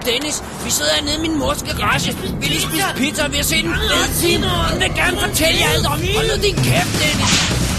Dennis. Vi sidder hernede i min mors garage. Vi lige spise pizza, og vi har set en fed film. Hun vil gerne fortælle jer alt om. Hold nu din kæft, Dennis.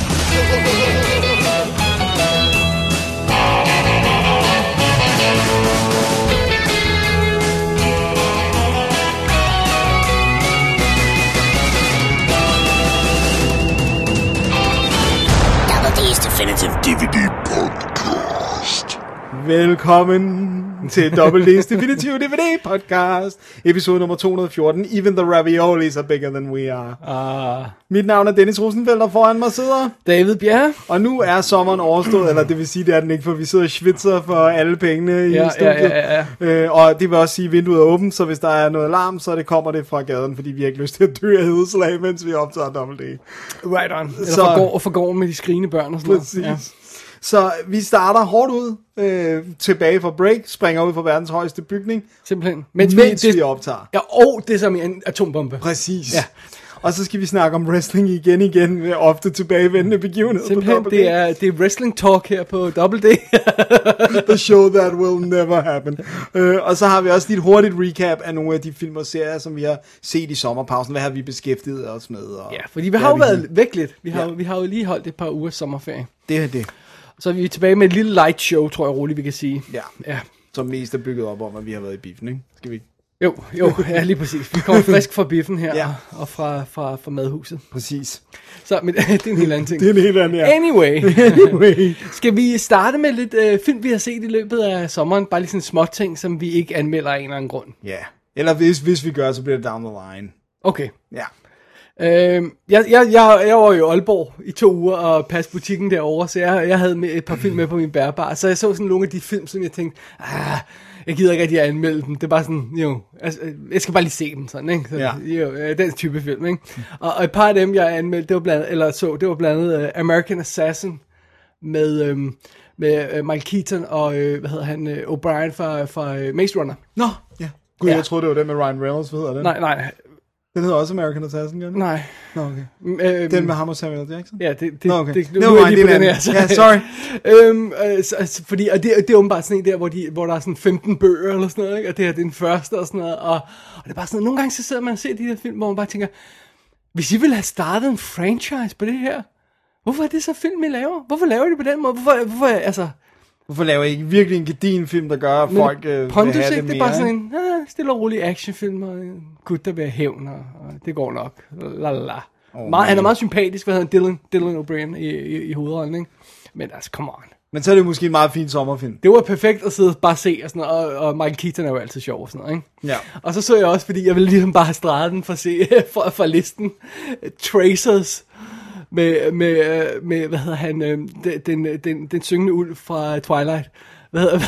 D's Definitive DVD Podcast. Velkommen til D's Definitive DVD Podcast. Episode nummer 214. Even the raviolis are bigger than we are. Mit navn er Dennis Rosenfeldt, og foran mig sidder David Bjerre. Og nu er sommeren overstået, eller det vil sige, det er den ikke, for vi sidder og schwitzer for alle pengene i studiet. Ja. Og det vil også sige, at vinduet er åbent, så hvis der er noget larm, så kommer det fra gaden, fordi vi har ikke lyst til at dø af hedeslag, mens vi optager D. Right on. Eller forgår med de skrigende børn og sådan noget. Præcis. Ja. Så vi starter hårdt ud, tilbage fra break, springer ud fra verdens højeste bygning. Simpelthen. Mens vi optager. Ja, og det er som en atombombe. Præcis. Ja. Og så skal vi snakke om wrestling igen, med ofte tilbagevendende begivenheder. Simpelthen, det er wrestling talk her på Double D. The show that will never happen. Og så har vi også lidt hurtigt recap af nogle af de film og serier, som vi har set i sommerpausen. Hvad har vi beskæftiget os med? Og ja, fordi vi har jo været væk lidt. Vi har jo lige holdt et par ugers sommerferie. Det er det. Så er vi tilbage med et lille light show, tror jeg roligt, vi kan sige. Ja. Som mest er bygget op om, at vi har været i biffen, ikke? Skal vi? Jo, ja, lige præcis. Vi kommer frisk fra biffen her, og fra madhuset. Præcis. Så, men det er en helt anden ting. Det er en helt anden, ja. Anyway. Skal vi starte med lidt film, vi har set i løbet af sommeren? Bare lige sådan små ting, som vi ikke anmelder af en eller anden grund. Ja, eller hvis vi gør, så bliver det down the line. Okay. Ja. Jeg var jo i Aalborg i 2 uger og passede butikken derovre, så jeg havde et par film med på min bærbar. Så jeg så sådan nogle af de film, som jeg tænkte, jeg gider ikke rigtig at anmelde dem. Det er bare sådan, altså, jeg skal bare lige se dem sådan, ikke? Så, den type film, ikke? Og et par af dem, jeg anmeldte, det var blandt andet American Assassin med Michael Keaton og, O'Brien fra Maze Runner. Nå, ja. Gud, jeg troede, det var den med Ryan Reynolds, hvad hedder den? Nej. Den hedder også American Assassin, gør den? Nej. Nå, okay. Den med ham og Samuel Jackson? Ja, det nu er jeg lige på den her. Ja, sorry. Fordi, og det er åbenbart sådan en der, hvor der er sådan 15 bøger eller sådan noget, ikke? Og det her, det er den første og sådan noget, og det er bare sådan noget, nogle gange så sidder man og ser de her film, hvor man bare tænker, hvis I ville have startet en franchise på det her, hvorfor er det så film, I laver? Hvorfor laver I det på den måde? Hvorfor laver I ikke virkelig en gedin-film, der gør, at folk vil have det mere? Det er bare sådan en stille og rolig actionfilm, og en gut, der vil have hævn, og det går nok. Han er meget sympatisk, hvad hedder Dylan O'Brien i hovedrollen, ikke? Men altså, come on. Men så er det måske en meget fin sommerfilm. Det var perfekt at sidde og bare se, og, sådan, og Michael Keaton er jo altid sjov og sådan noget, ikke? Ja. Og så jeg også, fordi jeg ville ligesom bare have streget den fra listen. Tracers. Med hvad hedder han, den syngende ulv fra Twilight. Hvad hedder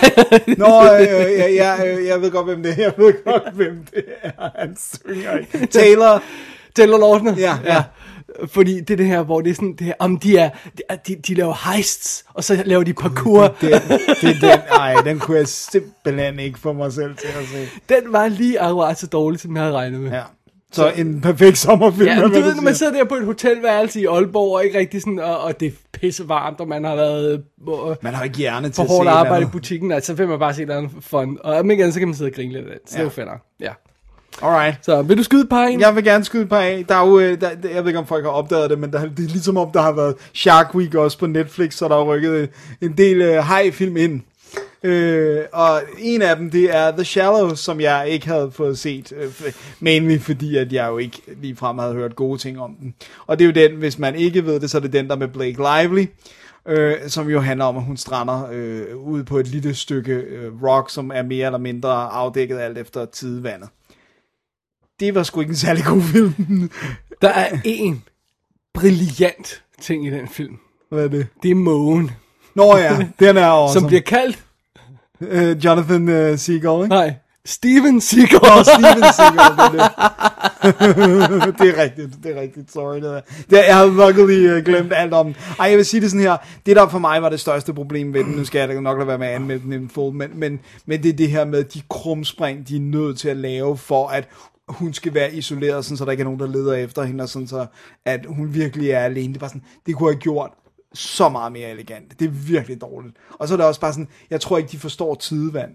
jeg ved godt, hvem det er. Han synger ikke. Taylor Lautner. Ja. Fordi det er det her, hvor det er sådan, det her, om de laver heists, og så laver de parkour. Den kunne jeg simpelthen ikke få mig selv til at se. Den var lige akkurat så dårlig, som jeg havde regnet med. Ja. Så en perfekt sommerfilm. Ja, du ved, når man sidder der på et hotelværelse i Aalborg, og ikke rigtig sådan, og det er pisse varmt, og man har været man har ikke hjerne til for hårdt arbejde i butikken, altså så vil man bare se, der er en fun. Og om ikke andet, så kan man sidde og grine lidt af det. Så det er jo fedt nok. Ja. Alright. Så vil du skyde et par af? Jeg vil gerne skyde et par af. Der er jo, jeg ved ikke, om folk har opdaget det, men det er ligesom om, der har været Shark Week også på Netflix, så der har rykket en del hajfilm ind. Og en af dem, det er The Shallows, som jeg ikke havde fået set, mainly fordi, at jeg jo ikke ligefrem havde hørt gode ting om den. Og det er jo den, hvis man ikke ved det, så er det den, der med Blake Lively, som jo handler om, at hun strander ude på et lille stykke rock, som er mere eller mindre afdækket alt efter tidevandet. Det var sgu ikke en særlig god film. Der er en brilliant ting i den film. Hvad er det? Det er mågen. Nå ja, den er awesome. Som bliver kaldt Jonathan Seagull, ikke? Nej, Steven Seagal. Steven Seagal, det er rigtigt, sorry. Jeg har luckily glemt alt om den. Jeg vil sige det sådan her, det der for mig var det største problem ved den, nu skal jeg nok lade være med at anmelde den in full, men det er det her med de krumspring, de er nødt til at lave, for at hun skal være isoleret, sådan, så der ikke er nogen, der leder efter hende, og sådan, så at hun virkelig er alene. Det var sådan, det kunne have gjort så meget mere elegant. Det er virkelig dårligt. Og så er det også bare sådan, jeg tror ikke, de forstår tidevand.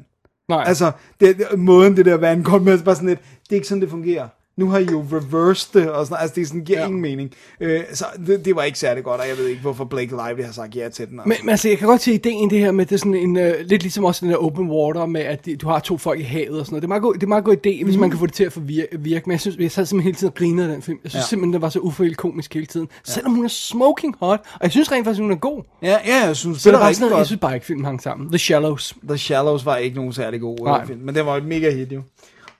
Nej. Altså, måden det der vand kom med, bare sådan lidt, det er ikke sådan, det fungerer. Nu har I jo reversed det, og sådan, altså det sådan, giver ingen mening. Så det var ikke særlig godt, og jeg ved ikke, hvorfor Blake Lively har sagt ja til den. Altså. Men altså, jeg kan godt se ideen det her med, det er sådan en, lidt ligesom også den der open water, med at du har 2 folk i havet og sådan noget. Det er meget god idé, hvis man kan få det til at virke. Men jeg synes, jeg sad simpelthen hele tiden og grinede af den film. Jeg synes simpelthen, den var så uforholdt komisk hele tiden. Selvom hun er smoking hot, og jeg synes rent faktisk, hun er god. Ja, jeg synes, det var rigtig godt. Jeg synes bare ikke, filmen hang sammen. The Shallows var ikke nogen særlig god film, men det var et mega hit jo.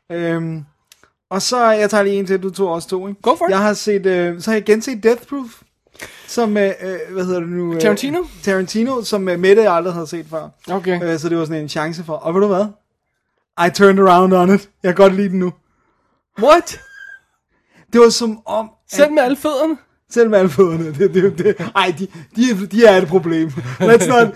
Og så, jeg tager lige en til, du tog også 2, ikke? Go for it. Jeg har set, så har jeg genset Death Proof, som, hvad hedder det nu? Tarantino, som Mette jeg aldrig havde set før. Okay. Så det var sådan en chance for, og ved du hvad? I turned around on it. Jeg kan godt lide den nu. What? Det var som om... Selv med alle fødderne? Selv med alle fødderne. Ej, de er et problem. Let's not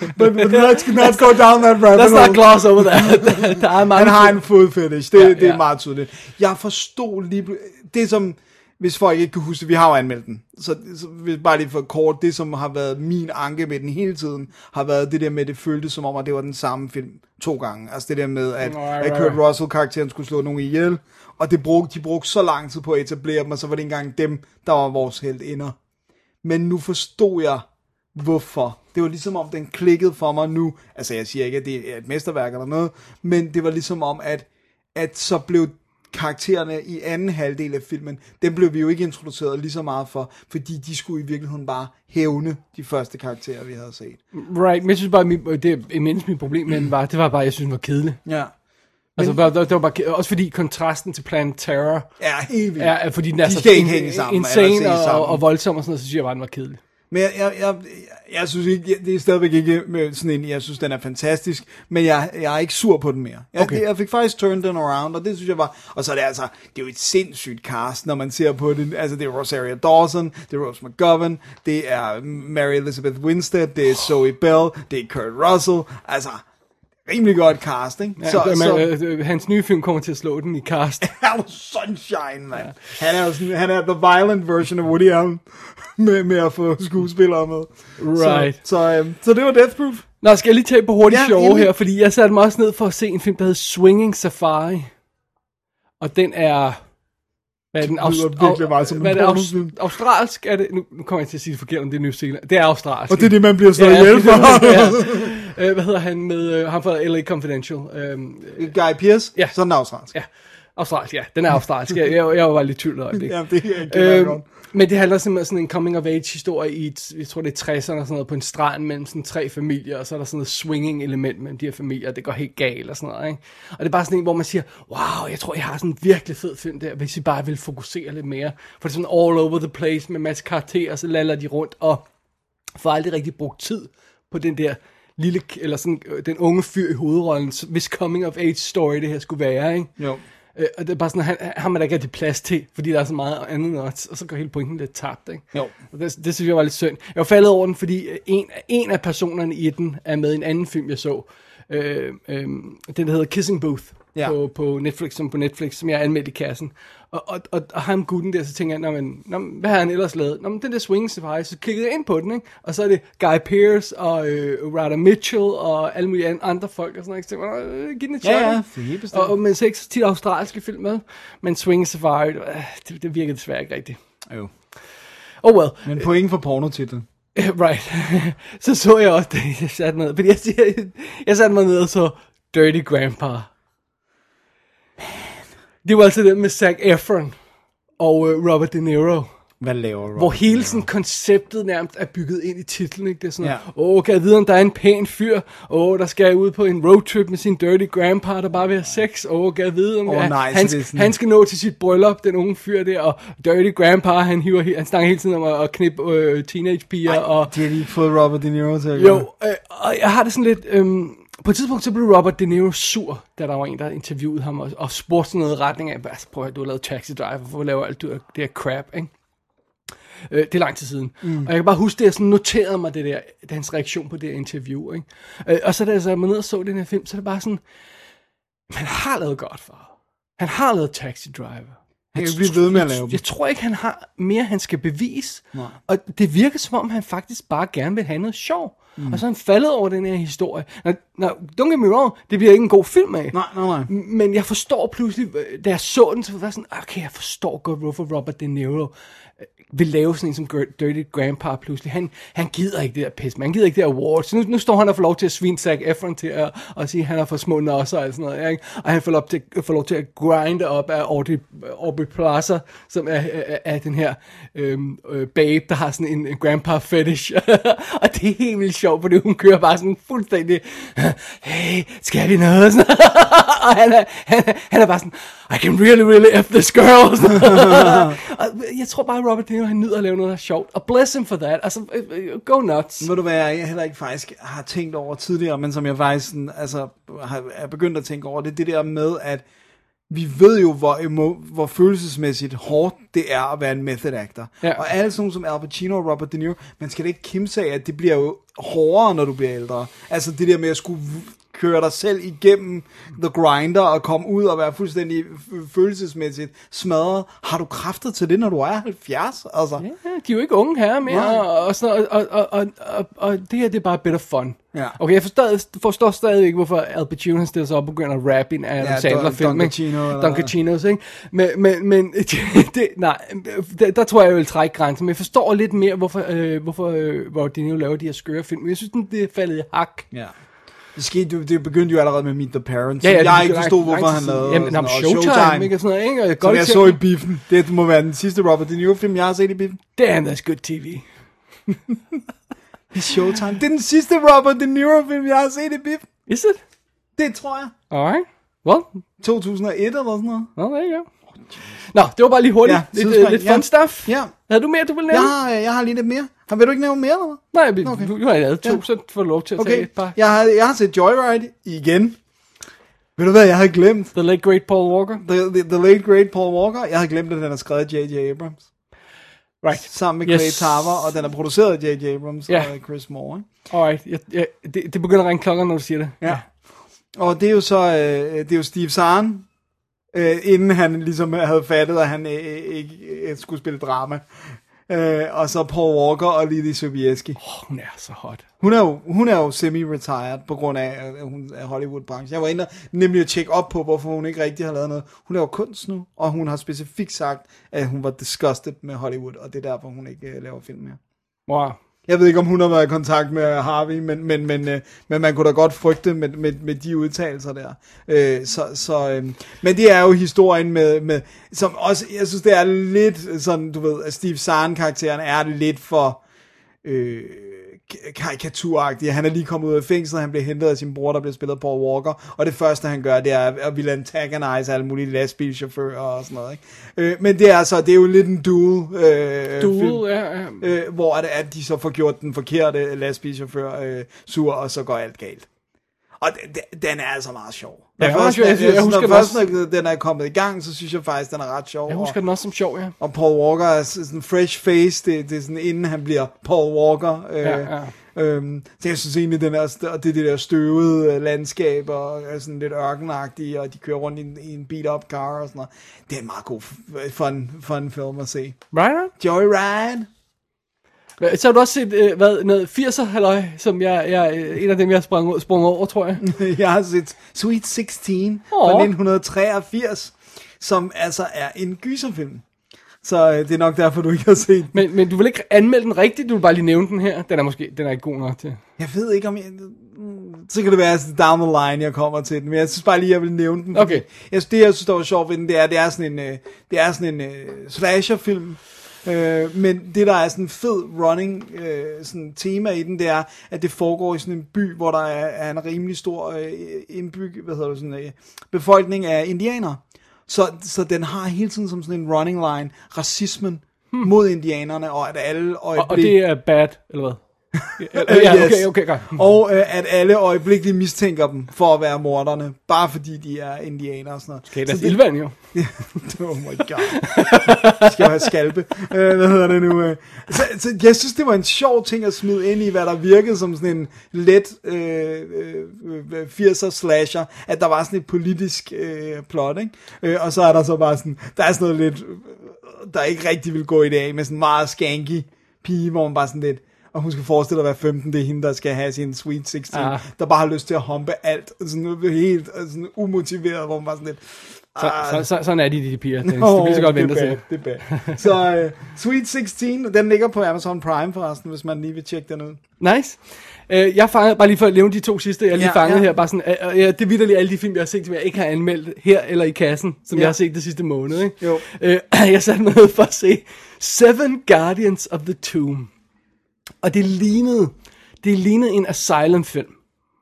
go down that rabbit hole. Let's not gloss over that. Der er mange. Han har en food fetish. Det er meget tydeligt. Jeg forstod lige... Det som... Hvis folk ikke kan huske det, vi har jo anmeldt den. Så bare lige for kort, det som har været min anke med den hele tiden, har været det der med, det føltes som om, at det var den samme film 2 gange. Altså det der med, at Kurt Russell-karakteren skulle slå nogen ihjel, og de brugte så lang tid på at etablere dem, og så var det ikke engang dem, der var vores heltinder. Men nu forstod jeg, hvorfor. Det var ligesom om, den klikkede for mig nu. Altså jeg siger ikke, at det er et mesterværk eller noget, men det var ligesom om, at så blev karaktererne i anden halvdel af filmen, dem blev vi jo ikke introduceret lige så meget for, fordi de skulle i virkeligheden bare hævne de første karakterer, vi havde set. Right, men jeg synes bare, mit problem med den var, det var bare, jeg synes, den var kedelig. Ja. Altså, det var bare, også fordi kontrasten til Planet Terror helt vildt. Er, fordi den er så insane og voldsom og sådan noget, så synes jeg bare, den var kedelig. Men jeg synes ikke, det er stadigvæk ikke med sådan en, jeg synes, den er fantastisk, men jeg er ikke sur på den mere. Jeg fik faktisk turned den around, og det synes jeg var, og så er det altså, det er jo et sindssygt cast, når man ser på det, altså det er Rosario Dawson, det er Rose McGovern, det er Mary Elizabeth Winstead, det er Zoe Bell, det er Kurt Russell, altså, rimelig godt cast, ikke? Ja, hans nye film kommer til at slå den i cast. Sunshine, man. Ja. Han er the violent version af Woody Allen med at få skuespillere med. Right. Så det var Death Proof. Nå, skal jeg lige tage på hurtigt show her, fordi jeg satte mig også ned for at se en film, der hedder Swinging Safari. Og den er... Hvad er den? Australsk er det? Nu kommer jeg til at sige det forkert, om det er New Zealand. Det er australsk. Og det er det, man bliver slået ihjel for. Hvad hedder han med... Han fra LA Confidential. Guy Pearce? Ja. Så er den australsk. Ja. Australsk, ja. Den er australsk. Jeg var lidt i tvivl øjeblik. Ja, det er godt. Men det handler simpelthen om sådan en coming of age historie i, jeg tror det er 60'erne og sådan noget, på en strand mellem sådan 3 familier, og så er der sådan noget swinging element mellem de her familier, og det går helt galt og sådan noget, ikke? Og det er bare sådan en, hvor man siger, wow, jeg tror jeg har sådan en virkelig fed film der, hvis I bare vil fokusere lidt mere, for det er sådan all over the place med en masse karakterer, så laller de rundt, og får aldrig rigtig brugt tid på den der lille, eller sådan den unge fyr i hovedrollen, hvis coming of age story det her skulle være, ikke? Jo. Og det er bare sådan, har man da ikke rigtig plads til, fordi der er så meget andet, og så går hele pointen lidt tabt, ikke? Jo. Og det synes jeg var lidt synd. Jeg var faldet over den, fordi en af personerne i den er med i en anden film, jeg så. Den hedder Kissing Booth på Netflix, som jeg anmeldte i kassen. Og ham gutten der, så tænker jeg, hvad har han ellers lavet? Den der Swinging Safari, så klikkede jeg ind på den, ikke? Og så er det Guy Pearce og Radha Mitchell og alle mulige andre folk og sådan noget. Så tænker jeg, giv den et shot. Og men så ikke så tit australske film med, men Swinging Safari, det virkede desværre ikke rigtigt. Jo. Oh well. Men point for pornotitlen. Right. Så jeg også, jeg satte mig ned, fordi jeg satte mig ned og så Dirty Grandpa. Det var altså det med Zac Efron og Robert De Niro. Hvad laver Robert? Hvor hele sådan konceptet nærmest er bygget ind i titlen, ikke? Det er sådan, kan jeg vide, om der er en pæn fyr? Der skal jeg ud på en roadtrip med sin Dirty Grandpa, der bare vil have sex. Kan jeg vide, om han skal nå til sit bryllup, den unge fyr der, og Dirty Grandpa, han snakker hele tiden om at knippe teenagepiger. Og det er lige fået Robert De Niro til at gøre. Jo, og jeg har det sådan lidt... På et tidspunkt så blev Robert De Niro sur, da der var en, der interviewede ham og spurgte sådan noget i retning af, altså, prøv at du har lavet Taxi Driver, for at lave alt det her crap, ikke? Det er lang tid siden. Og jeg kan bare huske, at jeg sådan noterede mig det der, hans reaktion på det her interview, ikke? Og så da jeg ned og så den her film, så er det bare sådan, han har lavet Godfather. Han har lavet Taxi Driver. Han kan blive ved med at lave dem. Jeg tror ikke, han har mere, han skal bevise. Nej. Og det virker som om, han faktisk bare gerne vil have noget sjov. Og så er han faldet over den her historie. Nå, don't get me wrong, det bliver ikke en god film af. Nej. Men jeg forstår pludselig, da jeg så den, så var jeg sådan, okay, jeg forstår godt, hvorfor Robert De Niro vil lave sådan en som Dirty Grandpa pludselig. Han gider ikke det der pis, man gider ikke det der award. Så nu står han og får lov til at svine Zac Efron til at sige, at han har for små nosser og sådan noget. Ikke? Og han får lov til at grinde op af Aubrey Plaza, som er den her babe, der har sådan en grandpa fetish. Og det er helt vildt sjovt, fordi hun kører bare sådan fuldstændig, hey, skal vi noget? Og han er bare sådan, I can really F this girl. Og jeg tror bare, Robert De Niro, han nyder at lave noget, der er sjovt. Og bless him for that. Altså, go nuts. Ved du hvad, jeg heller ikke faktisk har tænkt over tidligere, men som jeg faktisk sådan, altså, er begyndt at tænke over, det der med, at vi ved jo, hvor følelsesmæssigt hårdt det er at være en method actor. Ja. Og alle sådan som Al Pacino og Robert De Niro, man skal da ikke kimse af, at det bliver jo hårdere, når du bliver ældre. Altså det der med at skulle køre dig selv igennem the grinder og komme ud og være fuldstændig følelsesmæssigt smadret. Har du kræfter til det, når du er 70? Altså? Ja, de er jo ikke unge her mere, og det her, det er bare bit of fun. Ja. Okay, jeg forstår stadig ikke, hvorfor Al Pacino han stiller sig op og begynder at rappe en Adam Sandler-film. Don Cacinos, ikke? Men der tror jeg, jeg vil trække grænsen. Men jeg forstår lidt mere, hvorfor De Niro laver de her skøre film. Men jeg synes, det er faldet i hak. Ja. Det begyndte jo allerede med Meet the Parents, som jeg ikke forstod, hvorfor han lavede. Jamen, Showtime, ikke? Sådan noget, ikke? Som jeg så i Biffen. Det må være den sidste Robert De Niro-film, jeg har set i Biffen. Damn, that's good TV. Showtime. Det er den sidste Robert De Niro-film, jeg har set i Biffen. Is it? Det tror jeg. Alright. Well. 2001 eller sådan noget. Well, there you go. Nå, det var bare lige hurtigt. Lidt fun stuff. Ja. Havde du mere, du ville nævne? Jeg har lige lidt mere. Vil du ikke nævne mere, eller hvad? Nej, du har lavet to, så får du lov til at tage et par. Jeg har set Joyride igen. Ved du hvad, jeg havde glemt? The Late Great Paul Walker. The Late Great Paul Walker. Jeg havde glemt, at den er skrevet af J.J. Abrams. Right. Sammen med Clay Tarver, og den er produceret af J.J. Abrams og Chris Moore. Ikke? Alright, det begynder at ringe klokker, når du siger det. Ja. Og det er jo så, det er jo Steve Zahn, inden han ligesom havde fattet, at han ikke skulle spille drama. Og så Paul Walker og Lily Sobieski. Hun er så hot. Hun er jo semi-retired på grund af, at hun er Hollywood-branchen. Jeg var inde nemlig at tjekke op på, hvorfor hun ikke rigtig har lavet noget. Hun laver kunst nu, og hun har specifikt sagt, at hun var disgusted med Hollywood, og det er derfor, hun ikke laver film mere. Wow. Jeg ved ikke, om hun har været i kontakt med Harvey, men man kunne da godt frygte med de udtalelser der. Men det er jo historien med som også, jeg synes, det er lidt sådan, du ved, at Steve Zahn-karakteren er lidt for karikaturagtig. Han er lige kommet ud af fængslet, han bliver hentet af sin bror, der bliver spillet Paul Walker, og det første, han gør, det er at ville antagonize alle mulige lastbilchauffører og sådan noget. Ikke? Men det er jo lidt en duel film, ja. hvor at de så får gjort den forkerte lastbilchauffør sur, og så går alt galt. Og den er altså meget sjov. Når den er kommet i gang, så synes jeg faktisk, den er ret sjov. Jeg husker den også som sjov, ja. Og Paul Walker er sådan fresh face, det er sådan, inden han bliver Paul Walker. Så jeg synes egentlig, det der støvede landskab, og sådan lidt ørkenagtigt, og de kører rundt i en beat-up car og sådan noget. Det er en meget god, fun film at se. Right? Joyride. Så har du også set noget 80'er halløj, som jeg en af dem, jeg sprang over, tror jeg. Jeg har set Sweet 16 fra 1983, som altså er en gyserfilm. Så det er nok derfor, du ikke har set den. Men du vil ikke anmelde den rigtigt, du vil bare lige nævne den her. Den er ikke god nok til. Jeg ved ikke, om så kan det være down the line, jeg kommer til den. Men jeg synes bare lige, jeg vil nævne den. Okay. Jeg synes, der var sjovt ved den, det er sådan en slasherfilm. Men det der er sådan en fed running sådan tema i den, det er at det foregår i sådan en by, hvor der er en rimelig stor befolkning af indianere. Så den har hele tiden som sådan en running line racismen mod indianerne, og at alle og det er bad, eller hvad? Okay, godt. Og at alle øjeblikkeligt mistænker dem for at være morderne, bare fordi de er indianere og sådan noget. Okay, det er ildvand jo. Oh my god. Skal jeg have skalpe? Hvad hedder det nu? Så jeg synes, det var en sjov ting at smide ind i, hvad der virkede som sådan en let 80'er slasher, at der var sådan et politisk plot, ikke? Og så er der så bare sådan, der er sådan noget lidt, der ikke rigtig vil gå i dag, med sådan meget skanky pige, hvor man bare sådan lidt, og hun skal forestille at være 15, det er hende, der skal have sin Sweet 16, der bare har lyst til at humpe alt, sådan helt sådan umotiveret, hvor man bare sådan lidt... Sådan er de piger. Det bliver så godt vente til. Det er bad. Så Sweet 16, den ligger på Amazon Prime forresten, hvis man lige vil tjekke den ud. Nice. Jeg fangede, bare lige for at levne de 2 sidste, jeg lige fangede her, bare sådan, det er vitterligt alle de film, jeg har set, som jeg ikke har anmeldt her eller i kassen, som jeg har set det sidste måned, ikke? Jo. Jeg satte mig ned for at se Seven Guardians of the Tomb. Og det lignede en Asylum-film.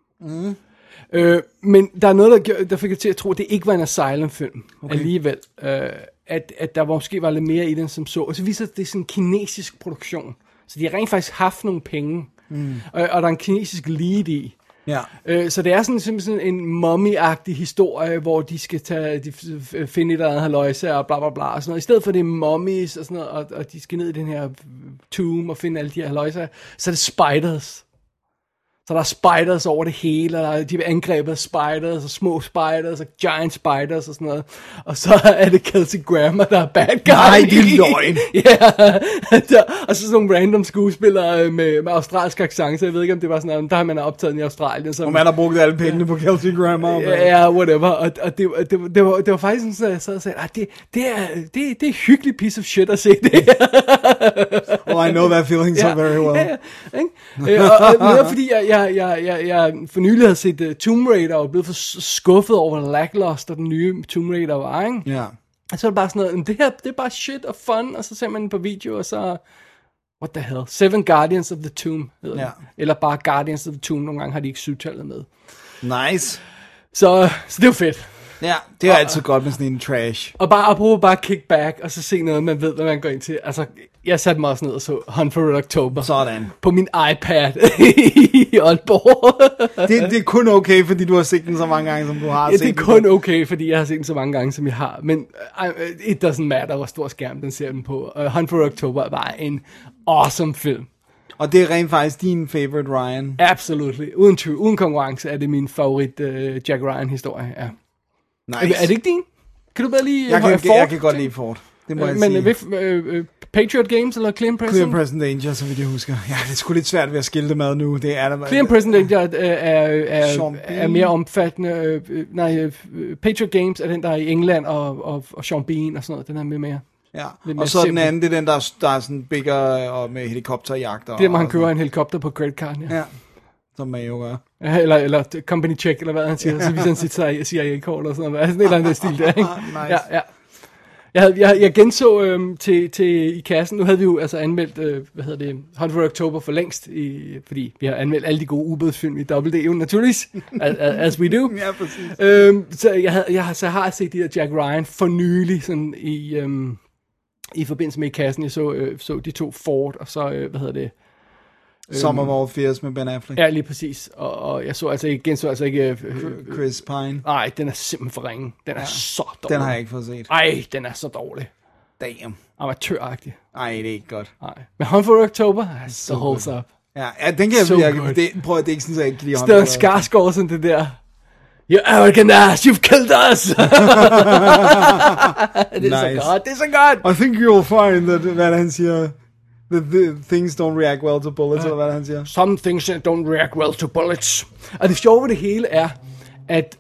Men der er noget, der fik jeg til at tro, at det ikke var en Asylum-film alligevel. At der måske var lidt mere i den som så. Og så viser det, det er sådan en kinesisk produktion. Så de har rent faktisk haft nogle penge. Og der er en kinesisk lead i. Ja. Så det er sådan simpelthen en mummy-agtig historie, hvor de skal finde et eller andet haløjse og bla bla bla og sådan noget. I stedet for det er mummies og sådan noget, og de skal ned i den her tomb og finde alle de her haløjser, så er det spiders. Så der er spiders over det hele, og de er angrebet af spiders, og små spiders, og giant spiders, og sådan noget. Og så er det Kelsey Grammer, der er bad guy. Nej, det er løgn. Ja, og så sådan nogle random skuespillere med australsk accent, så jeg ved ikke, om det var sådan noget, der har man optaget i Australien. Og man har brugt alle pengene på Kelsey Grammer. Ja, whatever. Og det var faktisk sådan, at jeg sad og sagde, det er et hyggeligt piece of shit at se det her. Oh, I know that feeling so very well. Ja. Og fordi jeg for nylig havde set Tomb Raider og blev for skuffet over, hvor lackluster den nye Tomb Raider var, ikke? Ja. Og så er det bare sådan noget, det her, det er bare shit og fun, og så ser man den på video, og så, what the hell, Seven Guardians of the Tomb, hedder den. Eller bare Guardians of the Tomb, nogle gange har de ikke syvtallet med. Nice. Så det var fedt. Ja, det er altid godt med sådan en trash. Og bare kick back, og så se noget, man ved, hvad man går ind til. Altså, jeg satte mig også ned og så Hunt for Red October. Sådan. På min iPad i Aalborg. det er kun okay, fordi du har set den så mange gange, som du har set den. Det er kun okay, fordi jeg har set den så mange gange, som jeg har. Men it doesn't matter, hvor stor skærm den ser den på. Hunt for Red October var en awesome film. Og det er rent faktisk din favorite Ryan. Absolutely. Uden konkurrence er det min favorit Jack Ryan-historie, ja. Nice. Er det ikke din? Kan du bedre lige jeg kan godt lide Ford. Det må jeg sige. Patriot Games eller Clear and Present? Clear and Present Danger, så vidt jeg husker. Ja, det er sgu lidt svært ved at skille dem ad nu. Det er der. Clear and Present Danger er mere omfattende. Patriot Games er den, der er i England, og Sean Bean og sådan noget. Den er med mere. Ja, og så den anden, det er den, der er sådan bigger og med helikopterjagter. Det er, hvor han kører en helikopter på credit card, ja. Som man jo gør. Ja, eller company check, eller hvad han siger. Så viser han sit CIA-kort og sådan noget. Sådan et eller andet stil der, ikke? Nice. Ja. Jeg genså til i kassen. Nu havde vi jo altså anmeldt, Hunt for October for længst, fordi vi har anmeldt alle de gode ubådsfilm i WD, naturligvis, as we do. Ja, præcis. Så jeg har set de der Jack Ryan for nylig, sådan i forbindelse med i kassen. Jeg så de 2 Ford, og så, Summer of All Fears med Ben Affleck. Ja, lige præcis. Og jeg så altså ikke Chris Pine. Nej, den er simpelthen for ringe. Den er så dårlig. Den har jeg ikke fået set. Ej, den er så dårlig. Damn. Amatøragtig. Ej, det er ikke godt. Nej. Men Hunt for October, så holds up. Ja, den kan jeg virkelig. Prøv at det ikke sådan, så jeg ikke kan lide Hunt for October. Skarsgård sådan det der. You American ass, you've killed us! Det er så godt. I think you'll find that, hvad han siger... The things don't react well to bullets, eller hvad han siger. Some things don't react well to bullets. Og det sjove ved det hele er, at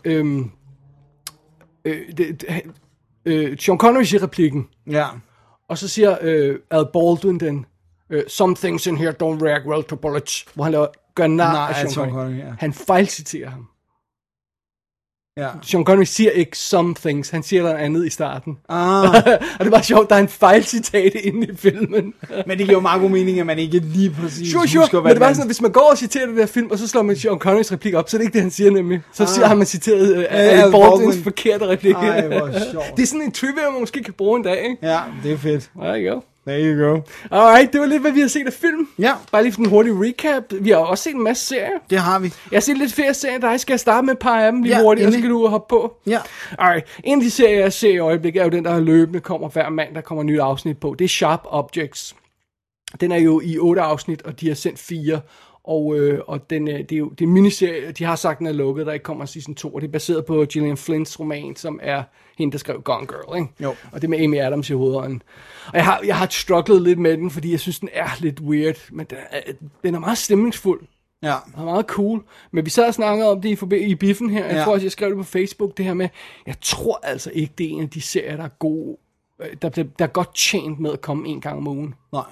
Sean Connery siger replikken. Ja. Og så siger Al Baldwin den, some things in here don't react well to bullets. Hvor han gør nar af Sean Connery. Ja. Han fejlciterer ham. Ja. Sean Connery siger ikke some things, han siger noget andet i starten. Og det er bare sjovt, der er en fejlcitat inde i filmen. Men det giver jo meget god mening, at man ikke lige præcis husker, hvad men det var sådan, at hvis man går og citerer det der film, og så slår man Sean Connerys replik op, så er det ikke det, han siger nemlig. Så har man citeret Al Baldwins forkerte replik. Ej, hvor sjovt. Det er sådan en trivia, man måske kan bruge en dag, ikke? Ja, det er fedt. There you go. There you go. Alright, det var lidt, hvad vi har set af film. Ja. Bare lige for en hurtig recap. Vi har også set en masse serier. Det har vi. Jeg har set lidt flere serier, der skal jeg starte med et par af dem lige hurtigt, og så kan du hoppe på. Ja. Alright, en af de serier, jeg ser i øjeblikket, er jo den, der løbende kommer hver mand, der kommer et nyt afsnit på. Det er Sharp Objects. Den er jo i 8 afsnit, og de har sendt 4. Og det er jo en miniserie, de har sagt, den er lukket, der ikke kommer season 2, og det er baseret på Gillian Flynn's roman, som er hende, der skrev Gone Girl, ikke? Jo. Og det er med Amy Adams i hovedånden. Og jeg har strugglet lidt med den, fordi jeg synes, den er lidt weird, men den er meget stemningsfuld. Ja. Og meget cool. Men vi sad og snakkede om det i biffen her. Jeg tror også, jeg skrev det på Facebook, det her med, jeg tror altså ikke, det er en af de serier, der er gode, der er godt tjent med at komme en gang om ugen. Nej.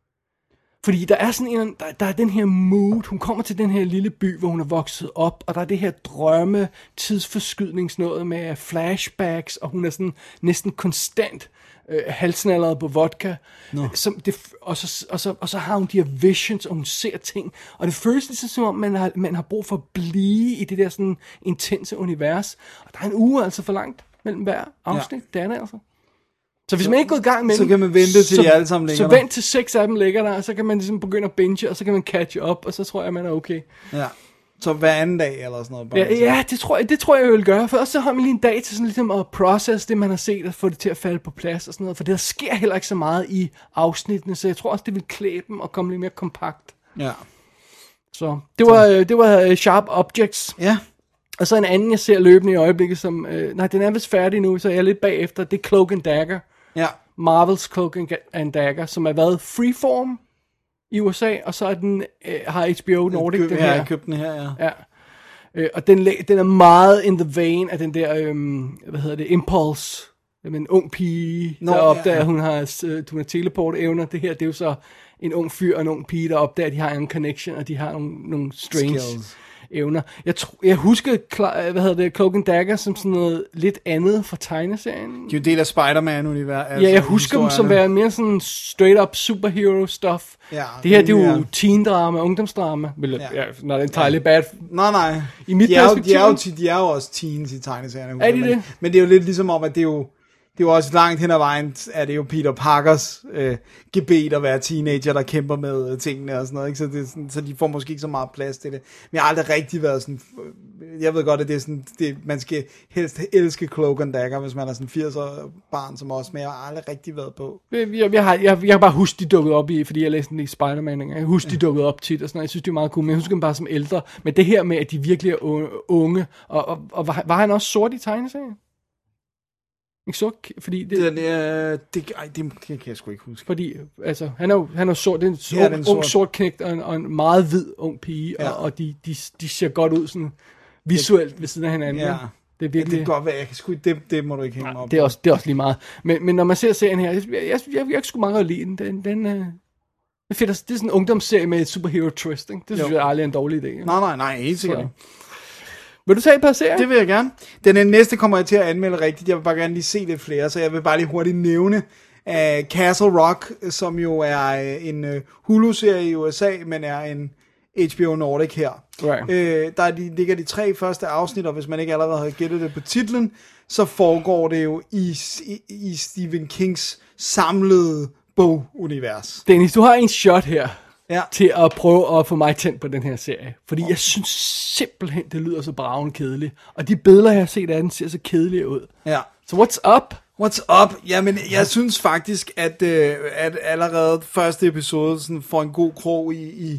Fordi der er sådan der er den her mood, hun kommer til den her lille by, hvor hun er vokset op, og der er det her drømme, tidsforskydningsnåde med flashbacks, og hun er sådan næsten konstant halsnalleret på vodka. Og så har hun de her visions, og hun ser ting, og det føles ligesom som om, man har brug for at blive i det der sådan intense univers, og der er en uge altså for langt mellem hver afsnit, det er det altså. Så hvis man ikke er gået i gang med så kan man vente til de alle sammen ligger der. Så vent til 6 af dem ligger der, og så kan man ligesom begynde at binge, og så kan man catch up, og så tror jeg, man er okay. Ja. Så hver anden dag eller sådan noget? Ja, det tror jeg vil gøre. For også så har man lige en dag til sådan ligesom at process det, man har set, og få det til at falde på plads og sådan noget. For der sker heller ikke så meget i afsnittene, så jeg tror også, det vil klæde dem og komme lidt mere kompakt. Ja. Så det var Sharp Objects. Ja. Og så en anden, jeg ser løbende i øjeblikket, som... nej, den er vist færdig nu, så jeg er lidt bagefter. Det er Cloak and Dagger. Ja. Marvels Cloak and Dagger, som har været Freeform i USA, og så er den, har HBO Nordic den her. Ja, jeg købte den her, ja. Og den er meget in the vein af den der, Impulse. En ung pige, der opdager, at hun har teleport-evner. Det her, det er jo så en ung fyr og en ung pige, der opdager, at de har en connection, og de har nogle strange skills. Evner. Jeg husker, Cloak and Dagger som sådan noget lidt andet fra tegneserien. Det er jo del af Spider-Man-universet. Ja, jeg husker dem som være mere sådan straight up superhero stuff. Ja, det her, det er jo teen-drama, ungdomsdrama. Når det er entirely bad. Nej. I mit perspektiv. De er jo også teens i tegneserierne. Er de det? Men det er jo lidt ligesom om, at det er jo også langt hen ad vejen, at det er jo Peter Parkers gebet at være teenager, der kæmper med tingene og sådan noget, ikke? Så de får måske ikke så meget plads til det. Men jeg har aldrig rigtig været sådan... Jeg ved godt, at det er sådan... man skal helst elske Cloak and Dagger, hvis man er sådan 80'er barn som os, men jeg har aldrig rigtig været på. Jeg kan bare huske, de dukkede op i, fordi jeg læste den i Spider-Man. Jeg husker, de dukkede op tit og sådan noget. Jeg synes, det er meget cool, men jeg husker dem bare som ældre. Men det her med, at de virkelig er unge, og var han også sort i tegneserien? Ikke sort, fordi det kan jeg sgu ikke huske. Fordi, altså, han er sort, det er en ung sort knægt og en meget hvid ung pige, ja. og de ser godt ud sådan visuelt ved siden af hinanden. Ja. Det er virkelig... det kan godt være, jeg kan sgu det må du ikke hænge op. Det er også lige meget. Men når man ser serien her, jeg sgu meget godt lide den. Den det er fedt, det er sådan en ungdomsserie med et superhero twist, ikke? Det synes jeg aldrig er en dårlig idé. Nej, helt sikkert. Vil du tage et par serier? Det vil jeg gerne. Den næste kommer jeg til at anmelde rigtigt. Jeg vil bare gerne lige se lidt flere, så jeg vil bare lige hurtigt nævne Castle Rock, som jo er en Hulu-serie i USA, men er en HBO Nordic her. Right. Der ligger de 3 første afsnit, og hvis man ikke allerede har gættet det på titlen, så foregår det jo i Stephen Kings samlede bogunivers. Dennis, du har en shot her. Ja. Til at prøve at få mig tændt på den her serie. Fordi jeg synes simpelthen, det lyder så braven kedeligt. Og de billeder, jeg har set af den, ser så kedelige ud. Ja. Så what's up? What's up? Jamen, jeg synes faktisk, at allerede første episode sådan får en god krog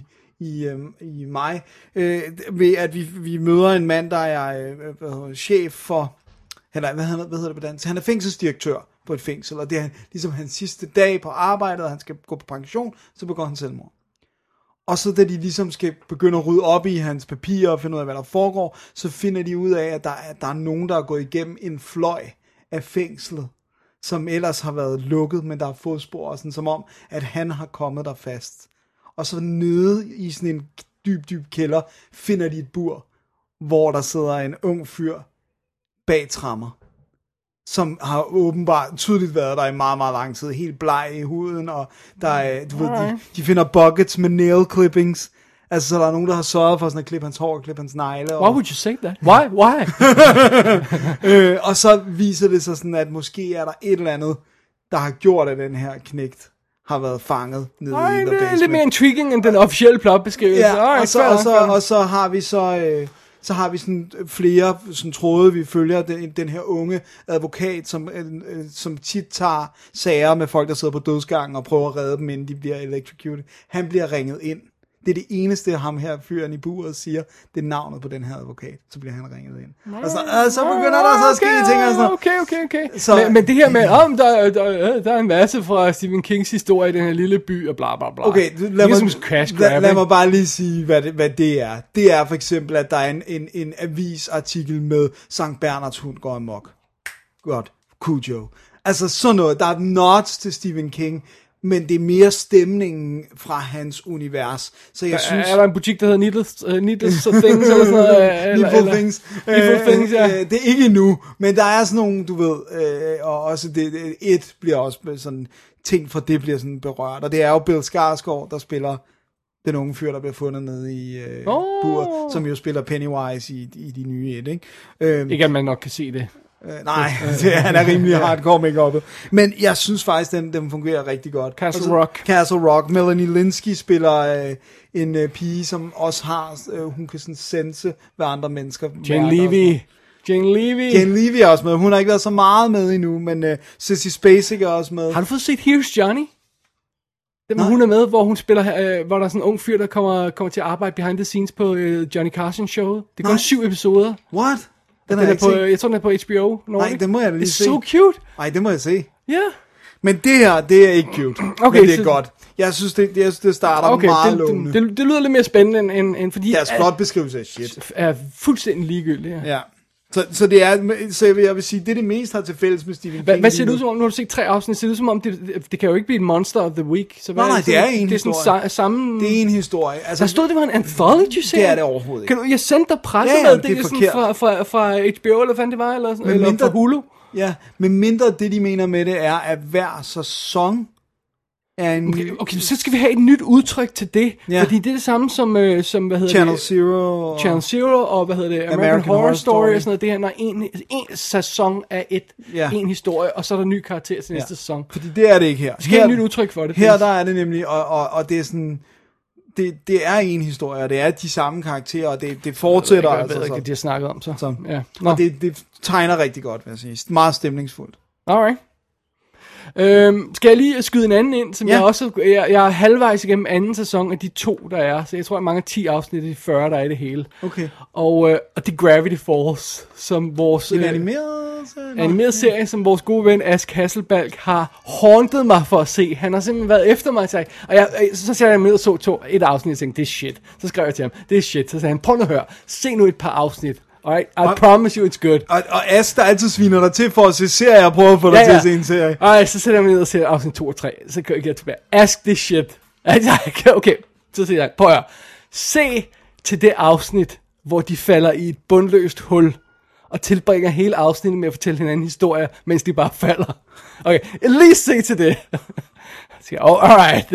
i mig. Ved at vi møder en mand, der er chef for... Eller, hvad hedder det på dansk? Han er fængselsdirektør på et fængsel, og det er ligesom hans sidste dag på arbejdet, og han skal gå på pension, så begår han selvmord. Og så da de ligesom skal begynde at rydde op i hans papirer og finde ud af, hvad der foregår, så finder de ud af, at der er nogen, der er gået igennem en fløj af fængslet, som ellers har været lukket, men der er fodspor, sådan som om, at han har kommet der fast. Og så nede i sådan en dyb kælder, finder de et bur, hvor der sidder en ung fyr bag tremmer, som har åbenbart tydeligt været der i meget, meget lang tid, helt bleg i huden, og der er, du ved, de finder buckets med nail clippings, altså så der er nogen, der har sørget for sådan at klippe hans hår og klippe hans negle. Why would you say that? Why? Og så viser det sig sådan, at måske er der et eller andet, der har gjort, at den her knægt har været fanget nede i the basement. Det er lidt mere intriguing end den officielle plotbeskrivelse. Ja, og så har vi så har vi sådan flere sådan tråde, vi følger den her unge advokat, som tit tager sager med folk, der sidder på dødsgangen og prøver at redde dem, inden de bliver electrocuted. Han bliver ringet ind Det er det eneste, ham her fyren i buret siger, det er navnet på den her advokat. Så bliver han ringet ind. Og så begynder der så at ske ting og sådan noget. Okay. Så, men det her med, der er en masse fra Stephen Kings historie i den her lille by, og bla bla bla. Okay, lad mig bare lige sige, hvad det er. Det er for eksempel, at der er en avisartikel med Sankt Bernards hund går amok. Godt. Cujo. Altså sådan noget. Der er nods til Stephen King, men det er mere stemningen fra hans univers. Så jeg synes... Er der en butik, der hedder Needles og Things, eller sådan noget? Needful Things. Things, ja. Det er ikke endnu, men der er sådan nogle, du ved, og også det bliver også sådan, ting fra det bliver sådan berørt, og det er jo Bill Skarsgård, der spiller den unge fyr, der bliver fundet nede i buret, som jo spiller Pennywise i de nye ikke? Ikke at man nok kan se det. Nej, han er rimelig hardcore make-up'et. Men jeg synes faktisk, den fungerer rigtig godt. Castle Rock. Melanie Linsky spiller en pige, som også har, hun kan sådan sense, hvad andre mennesker... Jane Levy er også med. Hun har ikke været så meget med endnu, men Sissy Spacek er også med. Har du fået set Here's Johnny? Den, hun er med, hvor hun spiller, hvor der er sådan en ung fyr, der kommer til at arbejde behind the scenes på Johnny Carson showet. Det er kun 7 episoder. What? Jeg tror, den er på HBO. Nej, det må jeg da lige se. Det er so cute. Nej, det må jeg se. Ja. Yeah. Men det her, det er ikke cute. Okay, men det er godt. Jeg synes, det starter meget lovende. Det lyder lidt mere spændende, end fordi... Deres plotbeskrivelse af shit er fuldstændig ligegyldig. Ja. Så det er, så jeg vil sige, det er det mest har til fælles med Stephen King. Hvad ser det ud som om, nu har du set 3 afsnit, ser det ud som om, det kan jo ikke blive et Monster of the Week. Så nej, det er en historie. Det er det er en historie. Altså, der stod, det var en anthology-serie. Det er det overhovedet ikke. Jeg sendte dig pressemeddelelsen fra HBO, eller hvad det var, eller sådan, eller fra Hulu. Ja, men mindre det, de mener med det, er, at hver sæson er en... Okay, så skal vi have et nyt udtryk til det, fordi det er det samme som hvad hedder Channel Zero, og hvad hedder det, American Horror Story og sådan noget. Det her, når en sæson er en historie, og så er der en ny karakter til næste sæson. Fordi det er det ikke her. Vi skal have et nyt udtryk for det. Her der er det nemlig, og det er sådan... Det er en historie, og det er de samme karakterer, og det fortsætter. Jeg ved ikke, hvad de har snakket om, så. Ja. Og det tegner rigtig godt, vil jeg sige. Meget stemningsfuldt. Alright. Skal jeg lige skyde en anden ind, som jeg er halvvejs igennem anden sæson af de 2, der er. Så jeg tror, jeg mangler 10 afsnit af de 40, der er i det hele. Okay. Og det er Gravity Falls, som vores... En animeret serie, som vores gode ven Ask Hasselbalch har haunted mig for at se. Han har simpelthen været efter mig og sagt, og så ser jeg med og så et afsnit og tænkte, det er shit. Så skrev jeg til ham, det er shit. Så sagde han, prøv nu at høre, se nu et par afsnit. Alright, I promise you it's good. Og Ask, der altid sviner dig til for at se serier, og prøve at få dig til at se en serie. Alright, så sætter jeg mig ned og ser afsnit 2 og 3. Så kan jeg tilbage. Ask this shit. Okay, så siger jeg, prøv at høre. Se til det afsnit, hvor de falder i et bundløst hul, og tilbringer hele afsnittet med at fortælle hinanden historier, mens de bare falder. Okay, lige se til det. Alright.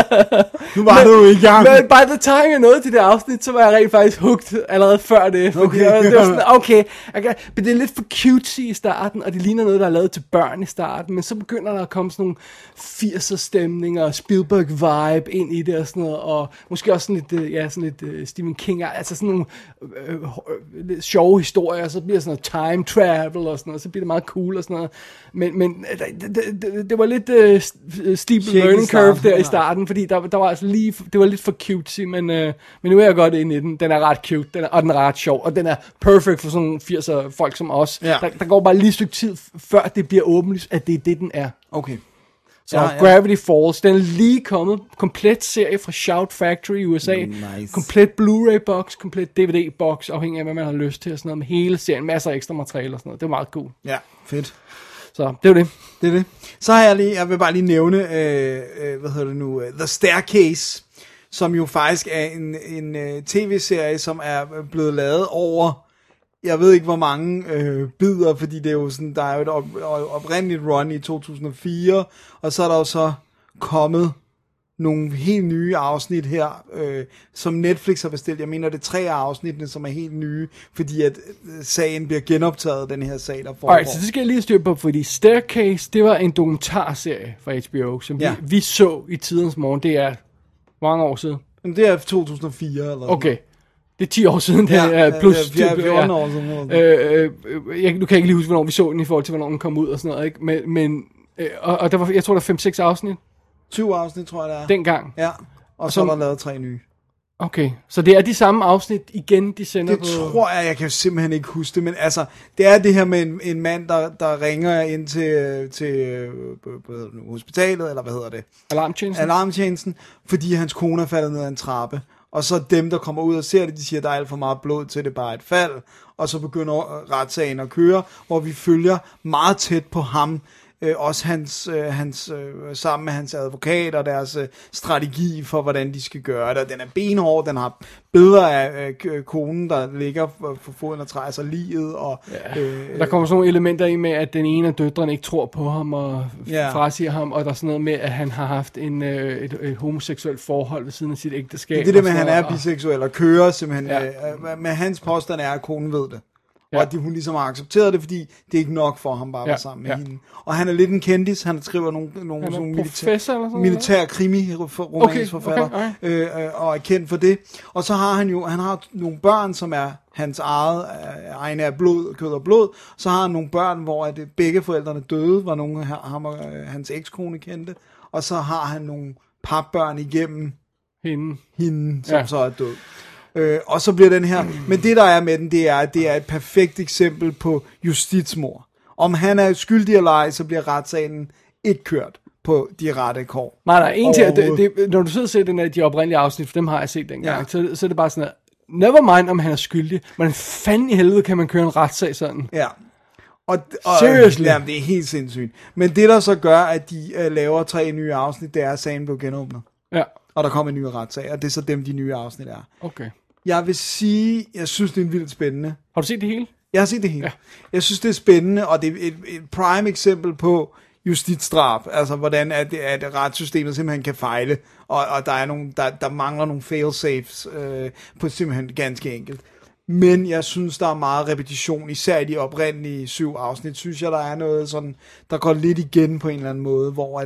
Nu var du i gang. Men by the time jeg nåede til det afsnit, så var jeg rent faktisk hooked allerede før det. Okay. Det var sådan, okay, men det er lidt for cutesy i starten, og det ligner noget, der er lavet til børn i starten, men så begynder der at komme sådan nogle 80'er stemninger, Spielberg-vibe ind i det og sådan noget, og måske også sådan lidt Stephen King, altså sådan nogle lidt sjove historier, og så bliver sådan noget time travel og sådan noget, så bliver det meget cool og sådan noget. Men det var lidt steep learning curve der i starten, fordi der var altså lige, det var lidt for cutesy, men nu er jeg godt inde i den. Den er ret cute, og den er ret sjov, og den er perfect for sådan 80'er folk som os. Ja. Der går bare lige et stykke tid, før det bliver åbenlyst, at det er det, den er. Okay. Så Gravity Falls, den er lige kommet, komplet serie fra Shout Factory i USA, nice. Komplet Blu-ray box, komplet DVD box, afhængig af hvad man har lyst til, og sådan noget, med hele serien, masser af ekstra materiale og sådan noget. Det var meget cool. Ja, fedt. Så det var det. Det er det. Så har jeg vil bare lige nævne, The Staircase, som jo faktisk er en tv-serie, som er blevet lavet over, jeg ved ikke hvor mange bidder, fordi det er jo sådan, der er jo et oprindeligt run i 2004, og så er der jo så kommet nogle helt nye afsnit her, som Netflix har bestilt. Jeg mener, det er 3 afsnittene, som er helt nye, fordi at sagen bliver genoptaget, den her sag, der foregår. Alright, så det skal jeg lige styre på, fordi Staircase, det var en dokumentarserie fra HBO, som vi så i tidens morgen. Det er mange år siden. Jamen, det er 2004 eller okay. Det er 10 år siden, det er plus 14 år siden. Nu kan jeg ikke lige huske, hvornår vi så den i forhold til, hvornår den kom ud og sådan noget, ikke? Men der var, jeg tror, der er 5-6 afsnit. 20 afsnit, tror jeg, der er. Dengang. Ja, og så er der lavet 3 nye. Okay, så det er de samme afsnit igen, de sender Det på... tror jeg kan simpelthen ikke huske det, men altså, det er det her med en mand, der ringer ind til hospitalet, eller hvad hedder det? Alarmtjenesten, fordi hans kone er faldet ned ad en trappe. Og så dem, der kommer ud og ser det, de siger, at der er alt for meget blod til, det bare et fald. Og så begynder retssagen at køre, hvor vi følger meget tæt på ham, også hans sammen med hans advokat og deres strategi for, hvordan de skal gøre det. Den er benhård, den har billeder af konen, der ligger for foden og træder sig livet. Og, der kommer sådan nogle elementer i med, at den ene af døtrene ikke tror på ham og frasiger ham, og der er sådan noget med, at han har haft et homoseksuelt forhold ved siden af sit ægteskab. Det med, at han er biseksuel og kører simpelthen. Med hans påstand er, at konen ved det. Og at hun ligesom har accepteret det, fordi det er ikke nok for ham bare at være sammen med hende. Og han er lidt en kendis, han skriver nogle militær krimi-romansforfatter, og er kendt for det. Og så har han har nogle børn, som er hans egne af blod, kød og blod. Så har han nogle børn, hvor begge forældrene døde, var nogle ham og hans ekskone kendte. Og så har han nogle papbørn igennem hende som så er død. Og så bliver den her, men det der er med den, det er, at det er et perfekt eksempel på justitsmord. Om han er skyldig eller ej, så bliver retssagen ikke kørt på de rette kår. Nej, en til, når du sidder og ser de oprindelige afsnit, for dem har jeg set dengang, så er det bare sådan, never mind om han er skyldig, men fanden i helvede kan man køre en retssag sådan. Ja. Og seriously? Jamen, det er helt sindssygt. Men det der så gør, at de laver 3 nye afsnit, det er, at sagen blev genåbnet. Ja. Og der kommer en ny retssag, og det er så dem, de nye afsnit er. Okay. Jeg vil sige, jeg synes, det er vildt spændende. Har du set det hele? Jeg har set det hele. Ja. Jeg synes, det er spændende, og det er et prime eksempel på justitsdrab. Altså, hvordan at retssystemet simpelthen kan fejle, og der er der mangler nogle fail-safes på simpelthen ganske enkelt. Men jeg synes, der er meget repetition, især i de oprindelige 7 afsnit. Synes jeg, der er noget sådan, der går lidt igen på en eller anden måde, hvor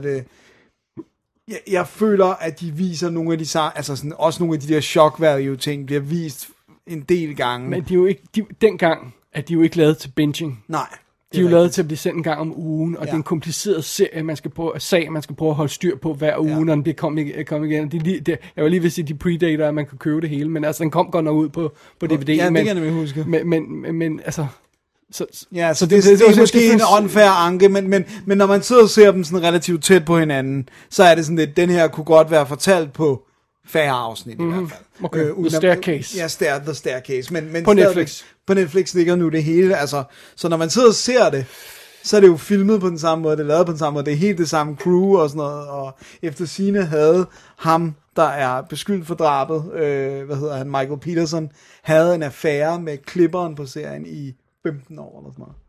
jeg føler, at de viser nogle af de altså sådan, også nogle af de der shock value ting bliver vist en del gange. Men de er jo ikke dengang er de jo ikke lavet til binging. Nej. De er jo lavet til at blive sendt en gang om ugen, og det er en kompliceret serie, man skal prøve at holde styr på hver uge, når den bliver kommet igen. Jeg var lige ved at sige, de predator, at man kan købe det hele, men altså den kom godt nok ud på DVD. Ja, det kan jeg huske. Men altså... Så det er måske en unfair anke, men når man sidder og ser dem sådan relativt tæt på hinanden, så er det sådan lidt, den her kunne godt være fortalt på færre afsnit i hvert fald. Okay, The Staircase. Ja, The Staircase. Men på Netflix. På Netflix ligger nu det hele, altså, så når man sidder og ser det, så er det jo filmet på den samme måde, det er lavet på den samme måde, det er helt det samme crew og sådan noget, og efter sigende havde ham, der er beskyldt for drabet, Michael Peterson, havde en affære med klipperen på serien i 15 år eller sådan noget.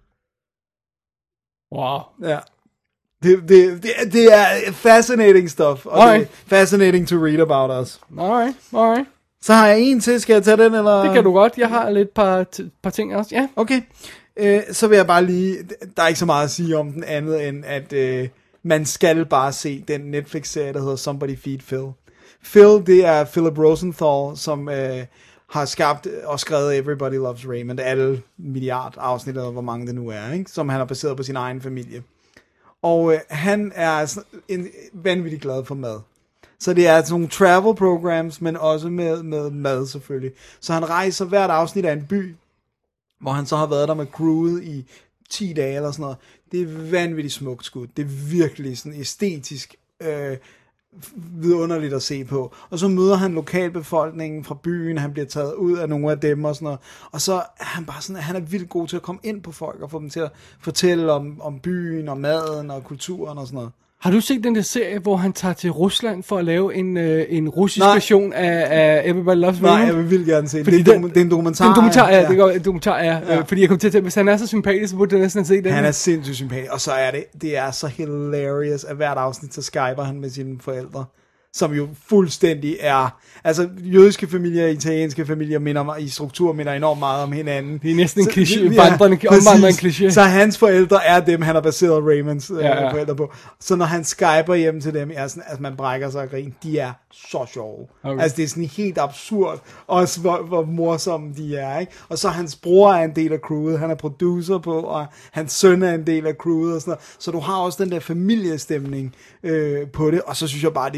Wow. Ja. Det er fascinating stuff, og det er fascinating to read about us. Alright. Så har jeg en til, skal jeg tage den, eller? Det kan du godt, jeg har lidt par ting også, ja. Okay, så vil jeg bare lige, der er ikke så meget at sige om den andet, end at man skal bare se den Netflix-serie, der hedder Somebody Feed Phil. Phil, det er Philip Rosenthal, som har skabt og skrevet Everybody Loves Raymond, alle milliard afsnit, eller hvor mange det nu er, ikke? Som han har baseret på sin egen familie. Og han er vanvittigt glad for mad. Så det er sådan nogle travel programs, men også med mad selvfølgelig. Så han rejser hvert afsnit af en by, hvor han så har været der med crewet i 10 dage eller sådan noget. Det er vanvittigt smukt skud. Det er virkelig sådan æstetisk vidunderligt at se på. Og så møder han lokalbefolkningen fra byen, han bliver taget ud af nogle af dem og sådan noget. Og så er han bare sådan, han er vildt god til at komme ind på folk og få dem til at fortælle om byen og maden og kulturen og sådan noget. Har du set den der serie, hvor han tager til Rusland for at lave en russisk version af Everybody Loves Raymond? Nej, jeg vil vildt gerne se det. Det er en dokumentar. Det er en dokumentar, ja. Det er en dokumentar, ja. Fordi jeg kom til at tænke, hvis han er så sympatisk, så burde jeg næsten se den. Han er sindssygt sympatisk, og så er det er så hilarious, at hvert afsnit, så skyper han med sine forældre, som jo fuldstændig er, altså jødiske familier og italienske familier minder enormt meget om hinanden. Det er næsten en kliché, vandrende en kliché. Så hans forældre er dem, han har baseret Raymonds forældre på. Så når han skyper hjem til dem, sådan, altså man brækker sig og griner, de er så sjove. Okay. Altså det er sådan helt absurd, også hvor morsomme de er, ikke? Og så hans bror er en del af crewet, han er producer på, og hans søn er en del af crewet og sådan noget. Så du har også den der familiestemning på det, og så synes jeg bare, det er vildt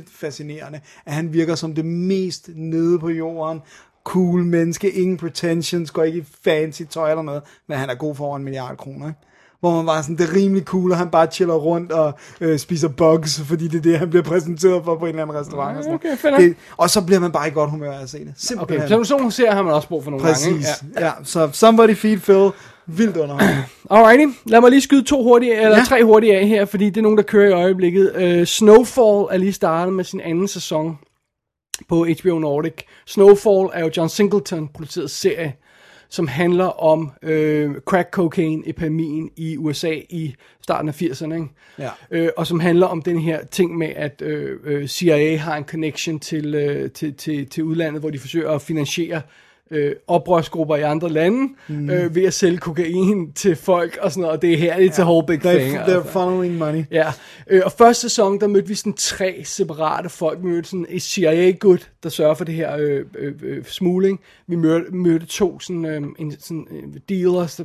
vildt fascinerende, at han virker som det mest nede på jorden, cool menneske, ingen pretensions, går ikke i fancy tøj eller noget, men han er god for over 1 milliard kroner, ikke? Hvor man bare sådan, det er rimelig cool, og han bare chiller rundt og spiser bugs, fordi det er det, han bliver præsenteret for på en eller anden restaurant. Og, sådan det, og så bliver man bare i godt humør af at se det. Simpelthen. Okay, så sådan ser har man også brug for nogle Præcis. gange. Ikke? Ja. Så Somebody Feed Phil, vildt underholdende. Alrighty, lad mig lige skyde 3 hurtige af her, fordi det er nogen, der kører i øjeblikket. Snowfall er lige startet med sin anden sæson på HBO Nordic. Snowfall er jo John Singleton produceret serie, som handler om crack cocaine epidemien i USA i starten af 80'erne, ikke? Ja. Og som handler om den her ting med, at CIA har en connection til udlandet, hvor de forsøger at finansiere oprørsgrupper i andre lande ved at sælge kokain til folk og sådan noget, og det er her, it's a whole big thing. They're funneling money. Ja, og første sæson, der mødte vi sådan 3 separate folk. Vi mødte sådan et CIA-gut, der sørger for det her smugling. Vi mødte 2 sådan dealers,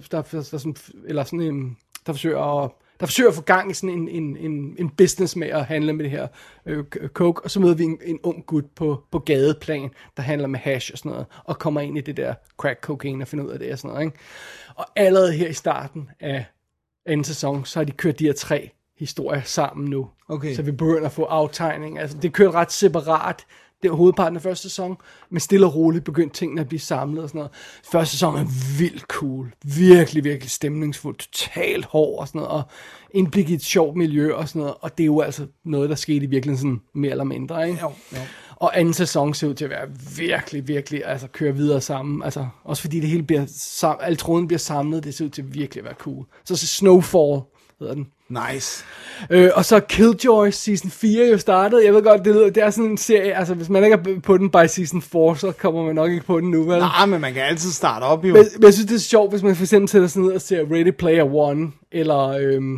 der forsøger at få gang i sådan en business med at handle med det her coke, og så møder vi en ung gut på gadeplan, der handler med hash og sådan noget, og kommer ind i det der crack cocaine og finder ud af det og sådan noget, ikke? Og allerede her i starten af anden sæson, så har de kørt de her 3 historier sammen nu. Okay. Så vi begynder at få aftegning. Altså, det kører ret separat. Det er hovedparten af første sæson, men stille og roligt begyndte tingene at blive samlet og sådan noget. Første sæson er vildt cool. Virkelig, virkelig stemningsfuld. Totalt hård og sådan noget. Og indblik i et sjovt miljø og sådan noget. Og det er jo altså noget, der skete i virkeligheden sådan mere eller mindre, ikke? Jo. Og anden sæson ser ud til at være virkelig, virkelig, altså køre videre sammen. Altså, også fordi det hele bliver, alle tråden bliver samlet, det ser ud til virkelig at være cool. Så Snowfall hedder den. Nice. Og så Killjoy season 4 jo startet. Jeg ved godt, det er sådan en serie, altså hvis man ikke er på den by season 4, så kommer man nok ikke på den nu, vel? Nej, men man kan altid starte op, jo. Men jeg synes, det er sjovt, hvis man for eksempel sætter sig ned og ser Ready Player One, eller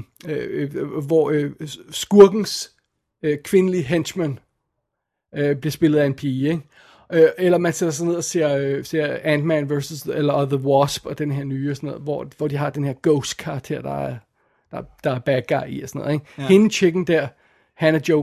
hvor skurkens kvindelige henchman bliver spillet af en pige, ikke? Eller man sætter sig ned og ser Ant-Man versus, eller The Wasp, og den her nye, og sådan noget, hvor de har den her ghost-karakter, der er bad guy i og sådan noget, ikke? Ja. Hende chicken der, Hannah Jo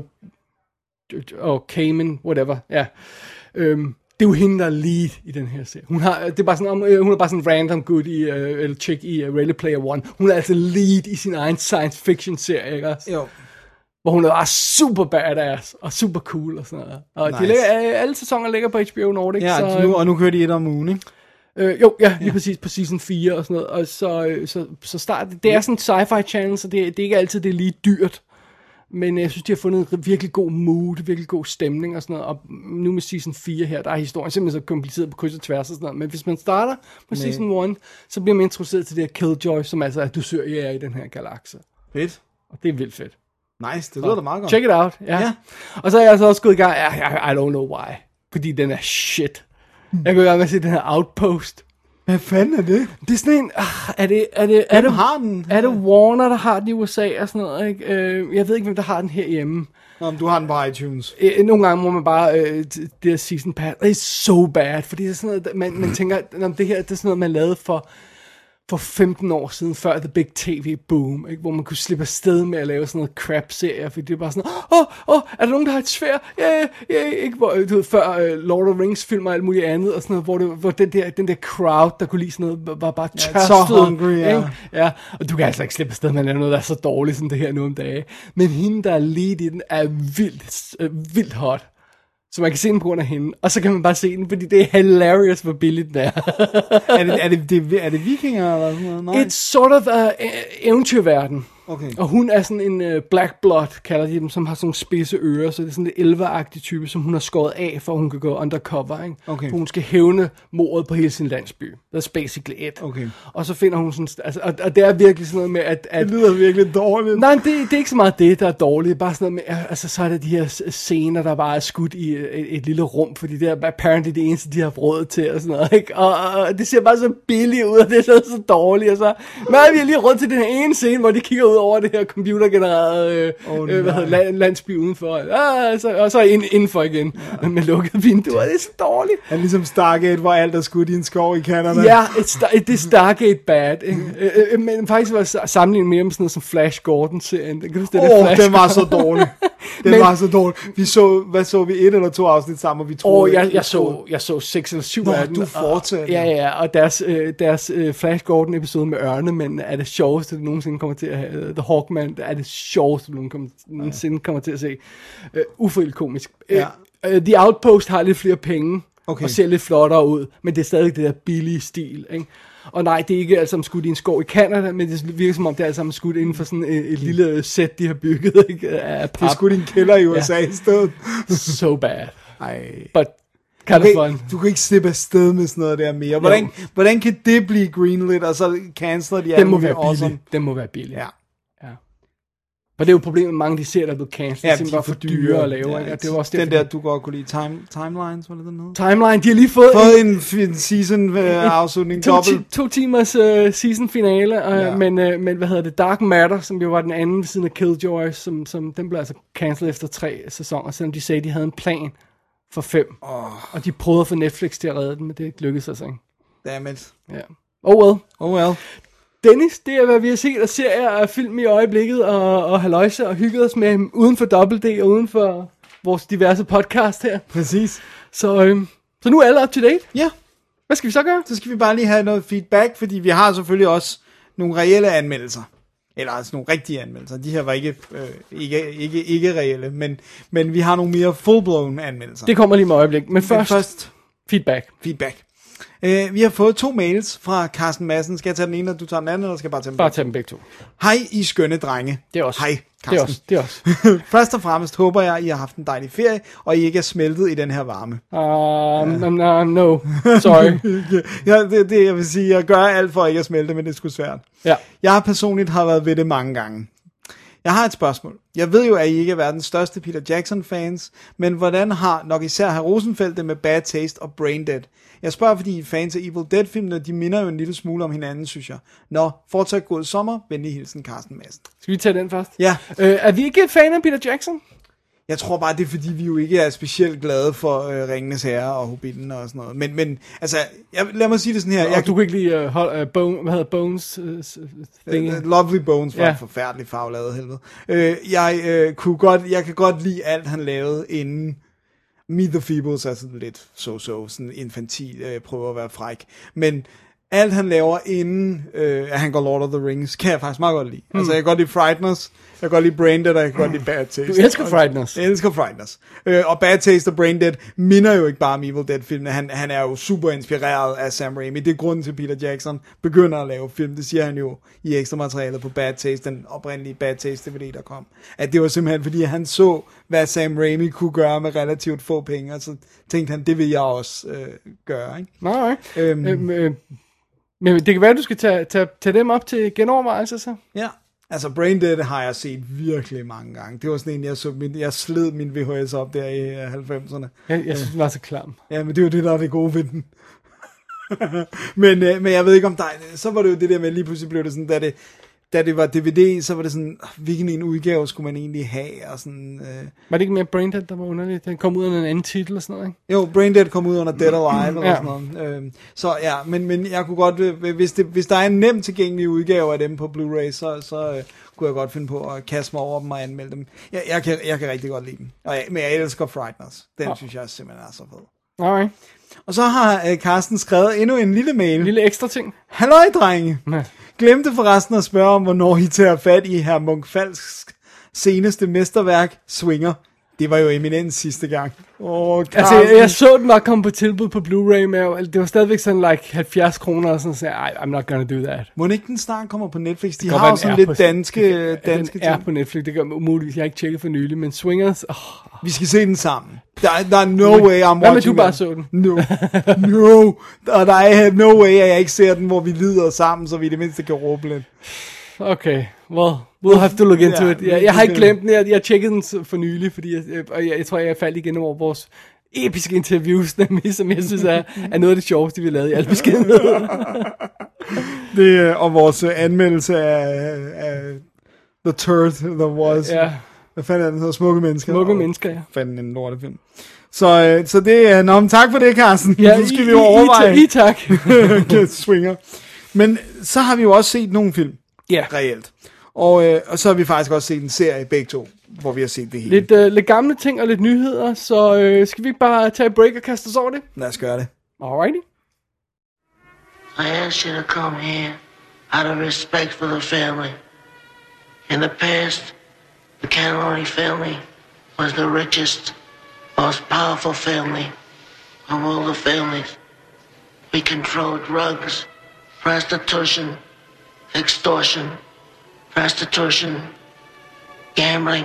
og Cayman, whatever, ja. Det er jo hende, der er lead i den her serie. Hun er bare sådan en random good eller chick i Ready Player One. Hun er altså lead i sin egen science fiction serie, ikke også? Jo. Hvor hun er bare super badass og super cool og sådan noget. Og nice. Alle sæsoner ligger på HBO Nordic. Ja, så, nu kører de 1 om ugen, ikke? Lige præcis på season 4 og sådan noget. Og så start. Det er sådan en sci-fi channel, så det er ikke altid det er lige dyrt. Men jeg synes, de har fundet en virkelig god mood, virkelig god stemning og sådan noget. Og nu med season 4 her, der er historien simpelthen så kompliceret på kryds og tværs og sådan noget. Men hvis man starter på season 1, så bliver man introduceret til det her Killjoy, som altså er dusør i den her galakse. Fedt. Og det er vildt fedt. Nice, det lyder da meget godt. Check it out, ja. Og så er jeg altså også gået i gang, I don't know why. Fordi den er shit. Jeg går i gang med at se den her Outpost. Hvad fanden er det? Det er sådan en, er det Warner, der har den i USA og sådan noget, ikke? Jeg ved ikke, hvem der har den herhjemme. Nå, men du har den på iTunes. Nogle gange må man bare, det her season pass, det er so bad, fordi det er sådan noget, man tænker, det her, det er sådan noget, man lavede for 15 år siden, før The Big TV Boom, ikke? Hvor man kunne slippe afsted med at lave sådan noget crap-serie, fordi det er bare sådan, er der nogen, der har et sværd? Ikke? Hvor, du ved, før Lord of the Rings film og alt muligt andet, og sådan noget, hvor den der crowd, der kunne lide sådan noget, var bare tørstet. Så hungry, ja. Ja, og du kan altså ikke slippe afsted med at lave noget, der er så dårligt, som det her nu om dagen. Men hende, der er lead i den, er vildt hot. Så man kan se den på grund af hende, og så kan man bare se den, fordi det er hilarious, hvor billigt den er. er det vikinger eller sådan noget? Nej. It's sort of eventyrverden. Okay. Og hun er sådan en black blood, kalder de dem, som har sådan nogle spidse ører, så det er sådan en elveragtig type, som hun har skåret af, for hun kan gå undercover, ikke? Okay. For hun skal hævne mordet på hele sin landsby. That's basically it. Okay. Og så finder hun sådan, altså, og det er virkelig sådan noget med, at det lyder virkelig dårligt. Nej, det er ikke så meget det, der er dårligt. Det er bare sådan noget med, altså så er der de her scener, der bare er skudt i et lille rum, fordi det er apparently det eneste, de har råd til, og sådan noget, ikke? Og det ser bare så billigt ud, og det er så dårligt, og så, men vi har lige råd til den her ene scene, hvor de kigger ud over det her computergenererede landsby udenfor. Og så indenfor igen med lukkede vinduer. Det er så dårligt. Det er ligesom Stargate, hvor alt er skudt i en skov i Canada. Ja, det er Stargate bad. Men faktisk var sammenlignet mere med sådan noget som Flash Gordon-serien. Den var så dårlig. Den var så dårlig. Hvad så vi? 1 eller 2 afsnit sammen, og vi troede... Jeg så 6 eller 7 Nå, af dem. du fortsatte. Ja, og deres Flash Gordon episode med ørnemænd er det sjoveste, du nogensinde kommer til at have. The Hawkman er det sjoveste, du nogensinde kommer til at se. Uforholdt komisk. The Outpost har lidt flere penge, og ser lidt flottere ud, men det er stadig det der billige stil, ikke? Og nej, det er ikke alt sammen skudt i en skov i Canada, men det virker som om, det er alt sammen skudt inden for sådan et lille sæt, de har bygget, ikke? Af pap. Det er skudt i en kælder i USA i stedet. So bad. Ej. But kind of fun. Du kan ikke slippe afsted med sådan noget der mere. Hvordan kan det blive greenlit, og så canceler de den må være awesome. Den må være billig. Ja. Og det er jo problemet med mange, de ser, der er blevet cancelled. Ja, de er for dyre at lave. Ja, det var også den der, du godt kunne lide, Timelines, var det den hed? Timeline, de har lige fået en season afslutning. 2 timers season finale, men hvad hedder det, Dark Matter, som jo var den anden ved siden af Killjoy, som den blev altså cancelled efter 3 sæsoner, selvom de sagde, de havde en plan for 5. Og de prøvede at få Netflix til at redde den, men det lykkedes altså ikke. Dammit. Ja. Oh well. Dennis, det er, hvad vi har set af serier og film i øjeblikket, og halløjse og hygget os med uden for Double D og uden for vores diverse podcast her. Præcis. Så nu er alle up to date. Ja. Hvad skal vi så gøre? Så skal vi bare lige have noget feedback, fordi vi har selvfølgelig også nogle reelle anmeldelser. Eller altså nogle rigtige anmeldelser. De her var ikke reelle, men vi har nogle mere full-blown anmeldelser. Det kommer lige med øjeblik. Men først feedback. Vi har fået 2 mails fra Carsten Madsen. Skal jeg tage den ene, og du tager den anden, eller skal jeg bare tage dem? Bare tage dem begge 2. Hej, I skønne drenge. Det er også. Hej, Carsten. Det er også. Først og fremmest håber jeg, I har haft en dejlig ferie, og I ikke er smeltet i den her varme. No, sorry. det jeg vil sige, jeg gør alt for at ikke at smelte, men det er sgu svært. Ja. Jeg personligt har været ved det mange gange. Jeg har et spørgsmål. Jeg ved jo, at I ikke er verdens største Peter Jackson-fans, men hvordan har nok især Herr Rosenfeldt det med Bad Taste og Braindead? Jeg spørger, fordi I er fans af Evil Dead-filmene, de minder jo en lille smule om hinanden, synes jeg. Nå, fortsat god sommer. Venlig hilsen, Carsten Madsen. Skal vi tage den først? Ja. Er vi ikke fan af Peter Jackson? Jeg tror bare, det er fordi, vi jo ikke er specielt glade for Ringenes Herre og Hobbiten og sådan noget. Men altså, lad mig sige det sådan her. Du kan ikke lide hvad hedder Bones? Lovely Bones var en forfærdelig farveladet helvede. Jeg kan godt lide alt, han lavede inden Meet the Feebles, er sådan lidt sådan infantil, prøver at være fræk. Men alt han laver inden at han går Lord of the Rings, kan jeg faktisk meget godt lide. Altså jeg kan godt lide Frighteners, jeg kan godt lide Braindead, og jeg kan godt lide Bad Taste. Du elsker Frighteners. Jeg elsker Frighteners. Og Bad Taste og Braindead minder jo ikke bare om Evil Dead-filmene. Han er jo super inspireret af Sam Raimi. Det er grunden til, Peter Jackson begynder at lave film. Det siger han jo i ekstra materialet på Bad Taste, den oprindelige Bad Taste DVD, der kom. At det var simpelthen, fordi han så, hvad Sam Raimi kunne gøre med relativt få penge, og så tænkte han, det vil jeg også gøre. Ikke? Nej. Men det kan være, at du skal tage dem op til genovervejelse så. Ja, altså Braindead har jeg set virkelig mange gange. Det var sådan en, jeg sled min VHS op der i 90'erne. Jeg synes, den var så klam. Ja, men det er jo det, der er det gode ved den. men jeg ved ikke om dig. Så var det jo det der med, lige pludselig blev det sådan, da det var DVD, så var det sådan, hvilken en udgave skulle man egentlig have, og sådan... Var det ikke mere Braindead, der var underligt? Den kom ud under en anden titel og sådan noget, ikke? Jo, Braindead kom ud under Dead Alive, eller sådan noget. Så ja, men jeg kunne godt, hvis der er en nem tilgængelig udgave af dem på Blu-ray, så kunne jeg godt finde på at kaste mig over dem og anmelde dem. Jeg kan rigtig godt lide dem. Men jeg elsker Frighteners. Den synes jeg simpelthen er så fed. Alright. Og så har Carsten skrevet endnu en lille mail. En lille ekstra ting. Halløj, drenge. Glemte forresten at spørge om, hvornår I tager fat i Herr Munch-Falks seneste mesterværk, Swinger. Det var jo eminent sidste gang. Altså, jeg så den var kommet på tilbud på Blu-ray, men det var stadigvæk sådan like 70 kroner, og sådan, så I'm not gonna do that. Må ikke den snart kommer på Netflix? De har jo sådan lidt danske ting. Den er på Netflix, det gør umuligvis. Jeg har ikke tjekket for nylig, men Swingers... Vi skal se den sammen. Der er no way I'm watching. Hvad med du bare så den? No. Og der er no way, at jeg ikke ser den, hvor vi lider sammen, så vi i det mindste kan råbe lidt. Okay, well, we'll have to look into it. Jeg har ikke glemt den, jeg tjekkede den for nylig, fordi jeg tror, jeg faldt igen over vores episke interviews, nemlig, som jeg synes er noget af det sjoveste, vi lavede i al beskedenhed. Det og vores anmeldelse af The Turd That Was. Ja. Hvad fanden er den hedder? Smukke Mennesker. Smukke Mennesker, ja. Fanden en lortefilm. Så det er... Nå, men tak for det, Carsten. Ja, nu skal vi overveje. tak. Swinger. Men så har vi jo også set nogle film. Ja. Reelt. Og så har vi faktisk også set en serie, begge to, hvor vi har set det hele. Lidt gamle ting og lidt nyheder, så skal vi ikke bare tage et break og kaste os over det? Lad os gøre det. Alrighty. I asked you to come here out of respect for the family. In the past, the Cannelloni family was the richest, most powerful family of all the families. We controlled drugs, prostitution, extortion, gambling.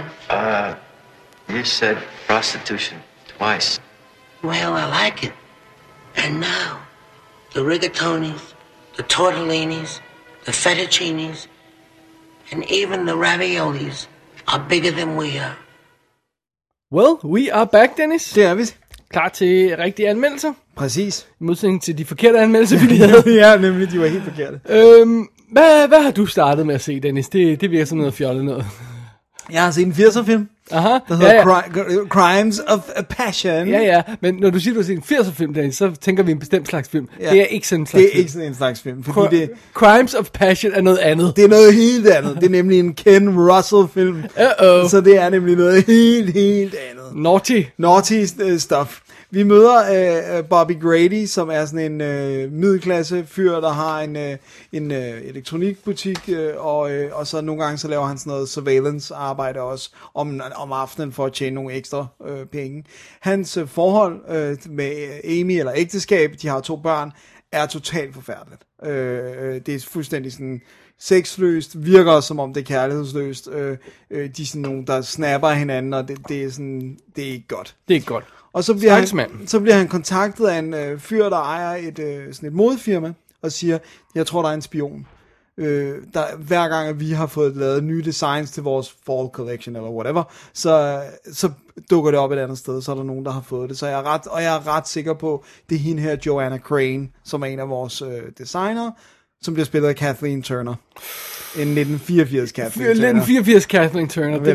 You said prostitution twice. Well, I like it. And now, the rigatonis, the tortellinis, the fettuccinis, and even the raviolis are bigger than we are. Well, we are back, Dennis. Det er vi. Klar til rigtige anmeldelser. Præcis. I modsætning til de forkerte anmeldelser, vi havde. Ja, nemlig, de var helt forkerte. Hvad har du startet med at se, Dennis? Det virker som noget fjollet noget. Jeg har set en 80'er-film, Aha. der hedder Crimes of Passion. Ja, men når du siger, du har set en 80'er-film, Dennis, så tænker vi en bestemt slags film. Ja. Det er ikke sådan en slags Det er film. ikke sådan en slags film, fordi Crimes of Passion er noget andet. det er noget helt andet. Det er nemlig en Ken Russell-film. Så det er nemlig noget helt andet. Naughty stuff. Vi møder Bobby Grady, som er sådan en middelklasse fyr, der har en elektronikbutik, og så nogle gange så laver han sådan noget surveillance arbejde også om aftenen for at tjene nogle ekstra penge. Hans forhold med Amy, eller ægteskab, de har 2 børn, er totalt forfærdeligt. Det er fuldstændig sådan sexløst, virker som om det er kærlighedsløst. De er sådan nogle, der snapper hinanden, og det er sådan, det er ikke godt. Det er ikke godt. Og så bliver han kontaktet af en fyr, der ejer sådan et modefirma, og siger, jeg tror, der er en spion. Hver gang, at vi har fået lavet nye designs til vores fall collection, eller whatever, så dukker det op et andet sted, så er der nogen, der har fået det. Så jeg er ret sikker på, det er hende her, Joanna Crane, som er en af vores designere, som bliver spillet af Kathleen Turner. En 1984 Kathleen Turner. 1984 Kathleen Turner. Det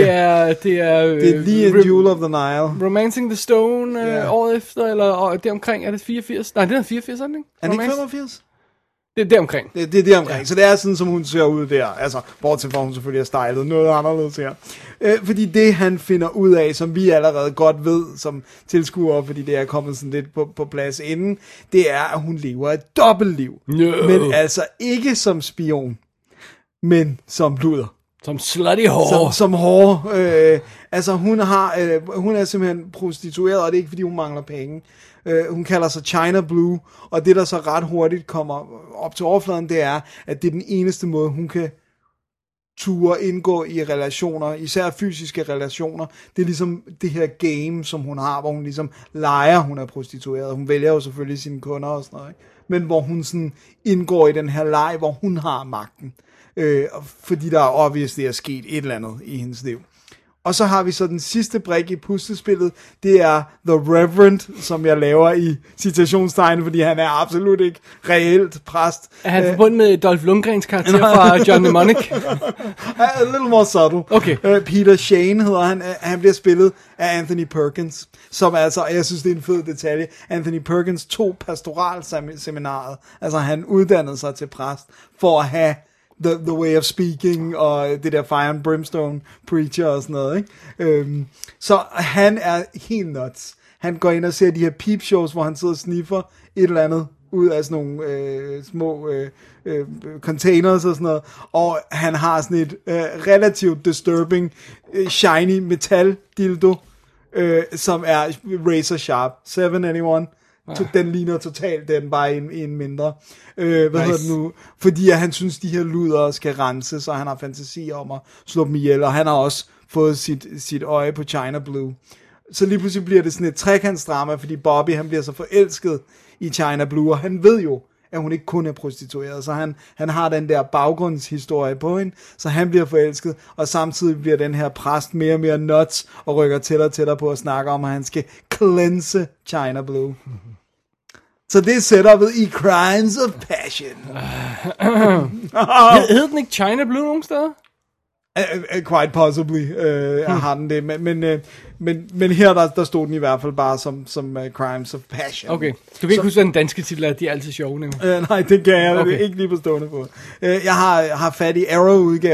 er lige en Jewel of the Nile. Romancing the Stone året efter, eller det omkring, er det 84? Nej, det er 84, er det ikke? Er det ikke 85? Det er deromkring. Det er deromkring. Ja. Så det er sådan, som hun ser ud der. Altså, bortset fra, hun selvfølgelig har stylet noget anderledes her. Fordi det, han finder ud af, som vi allerede godt ved, som tilskuere, fordi det er kommet sådan lidt på plads inden, det er, at hun lever et dobbeltliv. No. Men altså ikke som spion, men som luder. Som slutty whore. Som whore. Altså, hun er simpelthen prostitueret, og det er ikke, fordi hun mangler penge. Hun kalder sig China Blue, og det, der så ret hurtigt kommer op til overfladen, det er, at det er den eneste måde, hun kan ture indgå i relationer, især fysiske relationer. Det er ligesom det her game, som hun har, hvor hun ligesom leger, hun er prostitueret. Hun vælger jo selvfølgelig sine kunder og sådan noget, ikke? Men hvor hun sådan indgår i den her leg, hvor hun har magten. Fordi der obviously er sket et eller andet i hendes liv. Og så har vi så den sidste brik i puslespillet, det er The Reverend, som jeg laver i citationstegn, fordi han er absolut ikke reelt præst. Er han forbundet med Dolph Lundgrens karakter fra John Mnemonic? A little more subtle. Okay. Peter Shane hedder han. Han bliver spillet af Anthony Perkins, som altså, jeg synes det er en fed detalje, Anthony Perkins tog pastoralseminaret, altså han uddannede sig til præst, for at have The Way of Speaking, og det der Fire and Brimstone Preacher og sådan noget, ikke? Så han er helt nuts. Han går ind og ser de her peep-shows, hvor han sidder og sniffer et eller andet ud af sådan nogle små containers og sådan noget, og han har sådan et relativt disturbing shiny metal dildo, som er razor sharp. 7 anyone? Den ligner totalt den, bare i en mindre. Hvad hedder det nu? Fordi han synes, de her luder skal renses, og han har fantasi om at slå dem ihjel, og han har også fået sit øje på China Blue. Så lige pludselig bliver det sådan et trekantsdrama, fordi Bobby, han bliver så forelsket i China Blue, og han ved jo, at hun ikke kun er prostitueret, så han har den der baggrundshistorie på hende, så han bliver forelsket, og samtidig bliver den her præst mere og mere nuts, og rykker tættere og tættere på at snakke om, at han skal cleanse China Blue. Så det er setupet i Crimes of Passion. Hed den ikke China Blue nogen steder? Quite possibly har den det, men her der stod den i hvert fald bare som Crimes of Passion. Okay, du kan ikke huske, hvad den danske titel er, de er altid sjove, nemlig. Nej, det kan jeg ikke lige på stående på. Jeg har fat i Arrow-udgaven,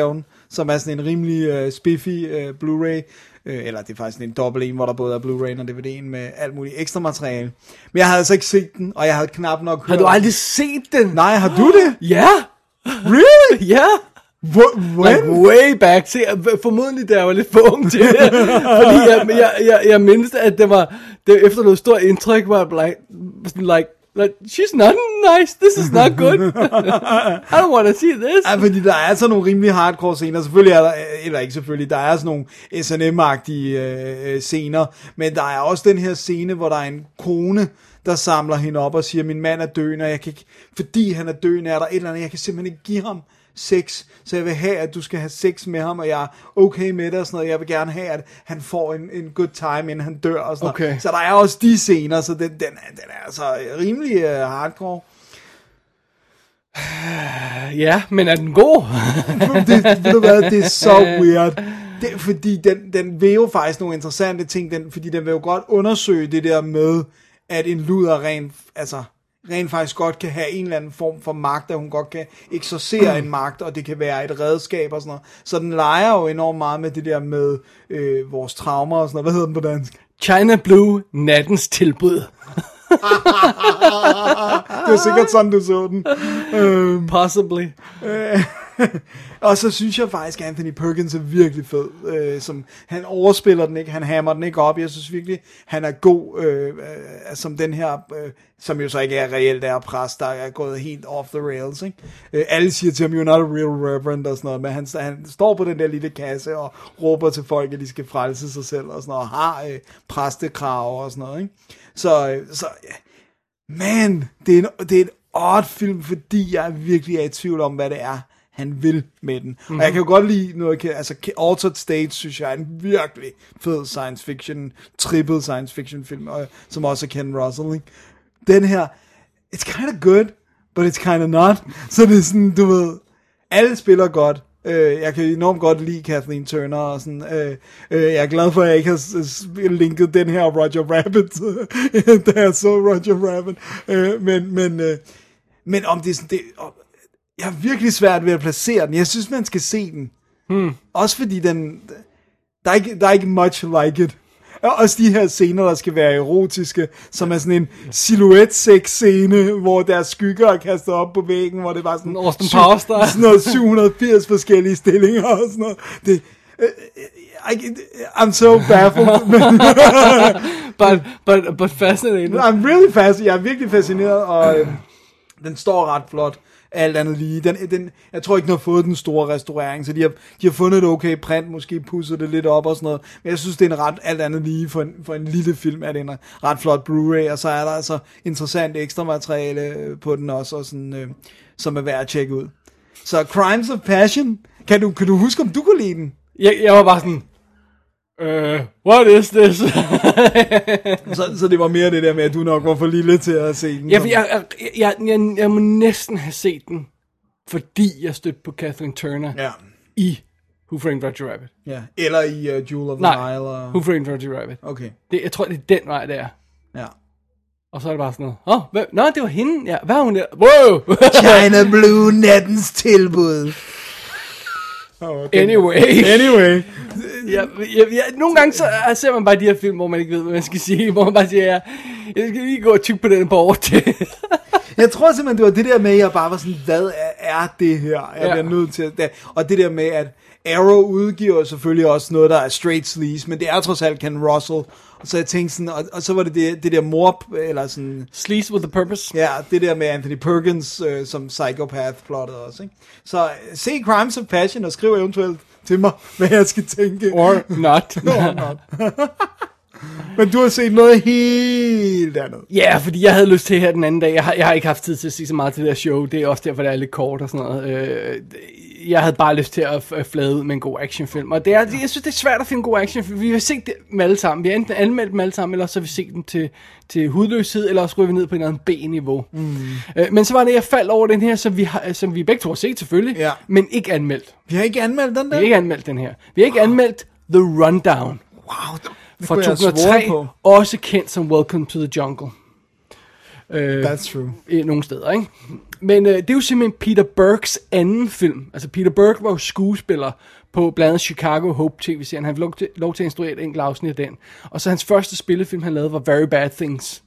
som er sådan en rimelig spiffy Blu-ray. Eller det er faktisk en dobbelt en, hvor der både er Blu-ray og DVD'en med alt muligt ekstra materiale. Men jeg havde altså ikke set den, og jeg havde knap nok hørt. Har du aldrig set den? Nej, har du det? Ja. Really? Ja. When? Like way back. Se, formodentlig, da jeg var lidt for ung til det. Fordi jeg mindes, at det efter noget stort indtryk, var like, she's not nice, this is not good. I don't want to see this. Ja, fordi der er sådan nogle rimelig hardcore scener. Selvfølgelig er der, eller ikke selvfølgelig, der er sådan nogle S&M-agtige scener. Men der er også den her scene, hvor der er en kone, der samler hende op og siger, min mand er døende, og jeg kan ikke, fordi han er døende, er der et eller andet, jeg kan simpelthen ikke give ham sex, så jeg vil have, at du skal have sex med ham, og jeg er okay med det og sådan noget. Jeg vil gerne have, at han får en good time, inden han dør og sådan noget. Okay. Så der er også de scener, så den er altså rimelig hardcore. Ja, men er den god? Ved du hvad, det er så weird. Fordi den vil jo faktisk nogle interessante ting, fordi den vil jo godt undersøge det der med, at en luder rent faktisk godt kan have en eller anden form for magt, at hun godt kan eksorcere en magt, og det kan være et redskab og sådan noget. Så den leger jo enormt meget med det der med vores traumer og sådan noget. Hvad hedder den på dansk? China Blue, nattens tilbud. Det var sikkert sådan, du så den. Possibly. Og så synes jeg faktisk, at Anthony Perkins er virkelig fed. Som, han overspiller den ikke, han hammer den ikke op. Jeg synes virkelig, han er god som den her, som jo så ikke er reelt er præst, der er gået helt off the rails. Ikke? Alle siger til ham, you're not a real reverend og sådan noget, men han står på den der lille kasse og råber til folk, at de skal frelse sig selv og sådan noget, og har præstekrav og sådan noget. Ikke? Så man, det er en odd film, fordi jeg virkelig er i tvivl om, hvad det er, han vil med den. Og jeg kan jo godt lide noget, altså Altered States, synes jeg er en virkelig fed science fiction, triple science fiction film, som også er Ken Russell, ikke? Den her, it's kind of good, but it's kind of not. Så det er sådan, du ved, alle spiller godt. Jeg kan enormt godt lide Kathleen Turner og sådan. Jeg er glad for, at jeg ikke har linket den her Roger Rabbit, da jeg så Roger Rabbit. Men om det er sådan, jeg har virkelig svært ved at placere den. Jeg synes, man skal se den. Også fordi der er ikke much like it. Også de her scener, der skal være erotiske, som er sådan en silhouette-sex-scene, hvor der er skygger er kastet op på væggen, hvor det var sådan, sådan noget 780 forskellige stillinger og sådan noget. Det, I'm so baffled. but fascinating. I'm really fascinated. Jeg er virkelig fascineret, og den står ret flot. Alt andet lige. Jeg tror ikke, den har fået den store restaurering, så de har fundet et okay print, måske pudset det lidt op og sådan noget. Men jeg synes, det er en ret alt andet lige for en lille film, er det en ret flot Blu-ray, og så er der altså interessant ekstra materiale på den også, og sådan, som er værd at tjekke ud. Så Crimes of Passion, kan du huske, om du kunne lide den? Jeg var bare sådan, what is this? så det var mere det der med, at du nok var for lille til at se den. Ja, jeg må næsten have set den, fordi jeg stødte på Kathleen Turner i Who Framed Roger Rabbit. Ja, eller i Jewel of the Nile. Who Framed Roger Rabbit. Okay. Jeg tror, det er den vej, der. Ja. Og så er det bare sådan noget, det var hende. Ja, hvad er hun der? Wow! China Blue, nattens tilbud. Anyway. Nogle gange så ser man bare de her film, hvor man ikke ved, hvad man skal sige. Hvor man bare siger, jeg skal lige gå og tykke på den borg til. Jeg tror simpelthen, det var det der med, at jeg bare var sådan, hvad er det her? Jeg bliver nødt til det. Og det der med, at Arrow udgiver selvfølgelig også noget, der er straight sleaze, men det er trods alt Ken Russell. Så jeg tænkte sådan, og så var det der morp, eller sådan... Sleaze with a purpose. Ja, det der med Anthony Perkins som psychopath-plottet også, ikke? Så se Crimes of Passion og skriv eventuelt til mig, hvad jeg skal tænke. Or not. Men du har set noget helt andet. Ja, fordi jeg havde lyst til her den anden dag. Jeg har ikke haft tid til at se så meget til det her show. Det er også derfor, det er lidt kort og sådan noget. Jeg havde bare lyst til at flade ud med en god actionfilm. Og jeg synes, det er svært at finde en god actionfilm. Vi har set dem alle sammen. Vi har enten anmeldt dem alle sammen, eller så har vi set dem til hudløshed, eller også ryger vi ned på en anden B-niveau. Men så var det, jeg faldt over den her, som vi begge to har set selvfølgelig, men ikke anmeldt. Vi har ikke anmeldt den der? Vi har ikke anmeldt den her. Vi har ikke anmeldt The Rundown. Wow, fra 2003, også kendt som Welcome to the Jungle. That's true. Nogle steder, ikke? Men det er jo simpelthen Peter Bergs anden film. Altså Peter Berg var jo skuespiller på blandt andet Chicago Hope TV-serien. Han fik lov til at instruere et enkelt afsnit af den. Og så hans første spillefilm, han lavede, var Very Bad Things.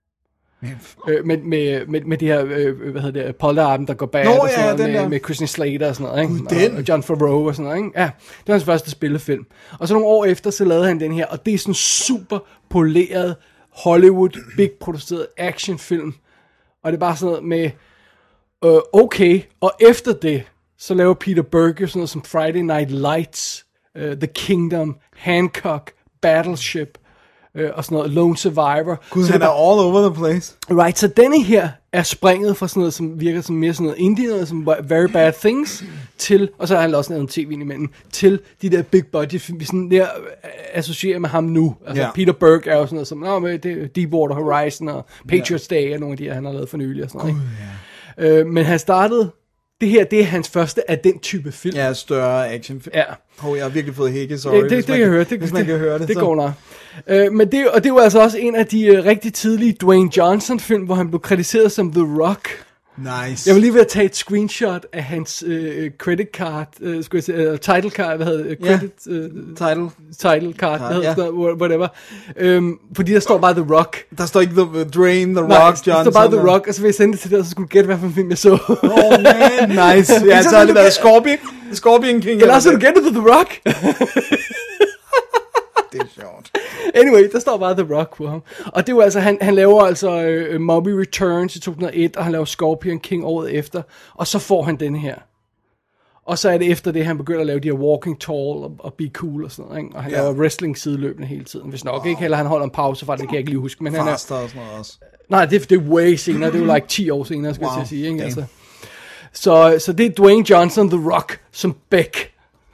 Med de her, hvad hedder det, polterabend, der går bag, og sådan noget, med Christian Slater og sådan noget, ikke? Og John Favreau og sådan noget, ikke? Ja, det var hans første spillefilm. Og så nogle år efter, så lavede han den her, og det er sådan super poleret Hollywood, big produceret actionfilm. Og det er bare sådan noget med, okay, og efter det, så laver Peter Berg sådan noget som Friday Night Lights, The Kingdom, Hancock, Battleship, og sådan noget, Lone Survivor. Gud, så han er all over the place. Right, så denne her er springet fra sådan noget, som virker som mere sådan noget indie, noget som Very Bad Things, til, og så har han også lavet en tv imellem, til de der big budget film, vi sådan der associerer med ham nu. Altså Peter Berg er jo sådan noget som, med Deepwater Horizon og Patriots Day, og nogle af de her, han har lavet for nylig og sådan noget. Men han startede, det her, det er hans første af den type film. Ja, større actionfilm. Ja. Jeg har virkelig fået hække, sorry. Det kan jeg høre. Hvis man kan høre det. Det går nok. Men det er jo altså også en af de rigtig tidlige Dwayne Johnson-film, hvor han blev kritiseret som The Rock. Nice. Jeg vil lige ved at tage et screenshot af hans credit card, skulle jeg sige, title card, hvad hedder det? Title card, hvad hedder det? Whatever. Fordi der står bare The Rock. Der står ikke Dwayne, The Rock, Johnson. Der står bare The Rock, og så vil jeg sende det til dig, og så skulle du gætte, hvad for en film jeg så. Man, nice. Ja, så har det været Scorpion King. Eller så har du gættet på The Rock. Det er sjovt. Anyway, der står bare The Rock på ham. Og det er jo altså, han laver altså Mummy Returns i 2001, og han laver Scorpion King året efter, og så får han den her. Og så er det efter det, han begynder at lave de her Walking Tall og Be Cool og sådan noget, ikke? Og han laver wrestling sideløbende hele tiden, hvis nok ikke, eller han holder en pause fra det, kan jeg ikke lige huske. Men han er, Faster og sådan noget også. Nej, det er way senere, det er jo like 10 år senere, skal jeg sige, ikke? Altså. Så det er Dwayne Johnson, The Rock, som Beck.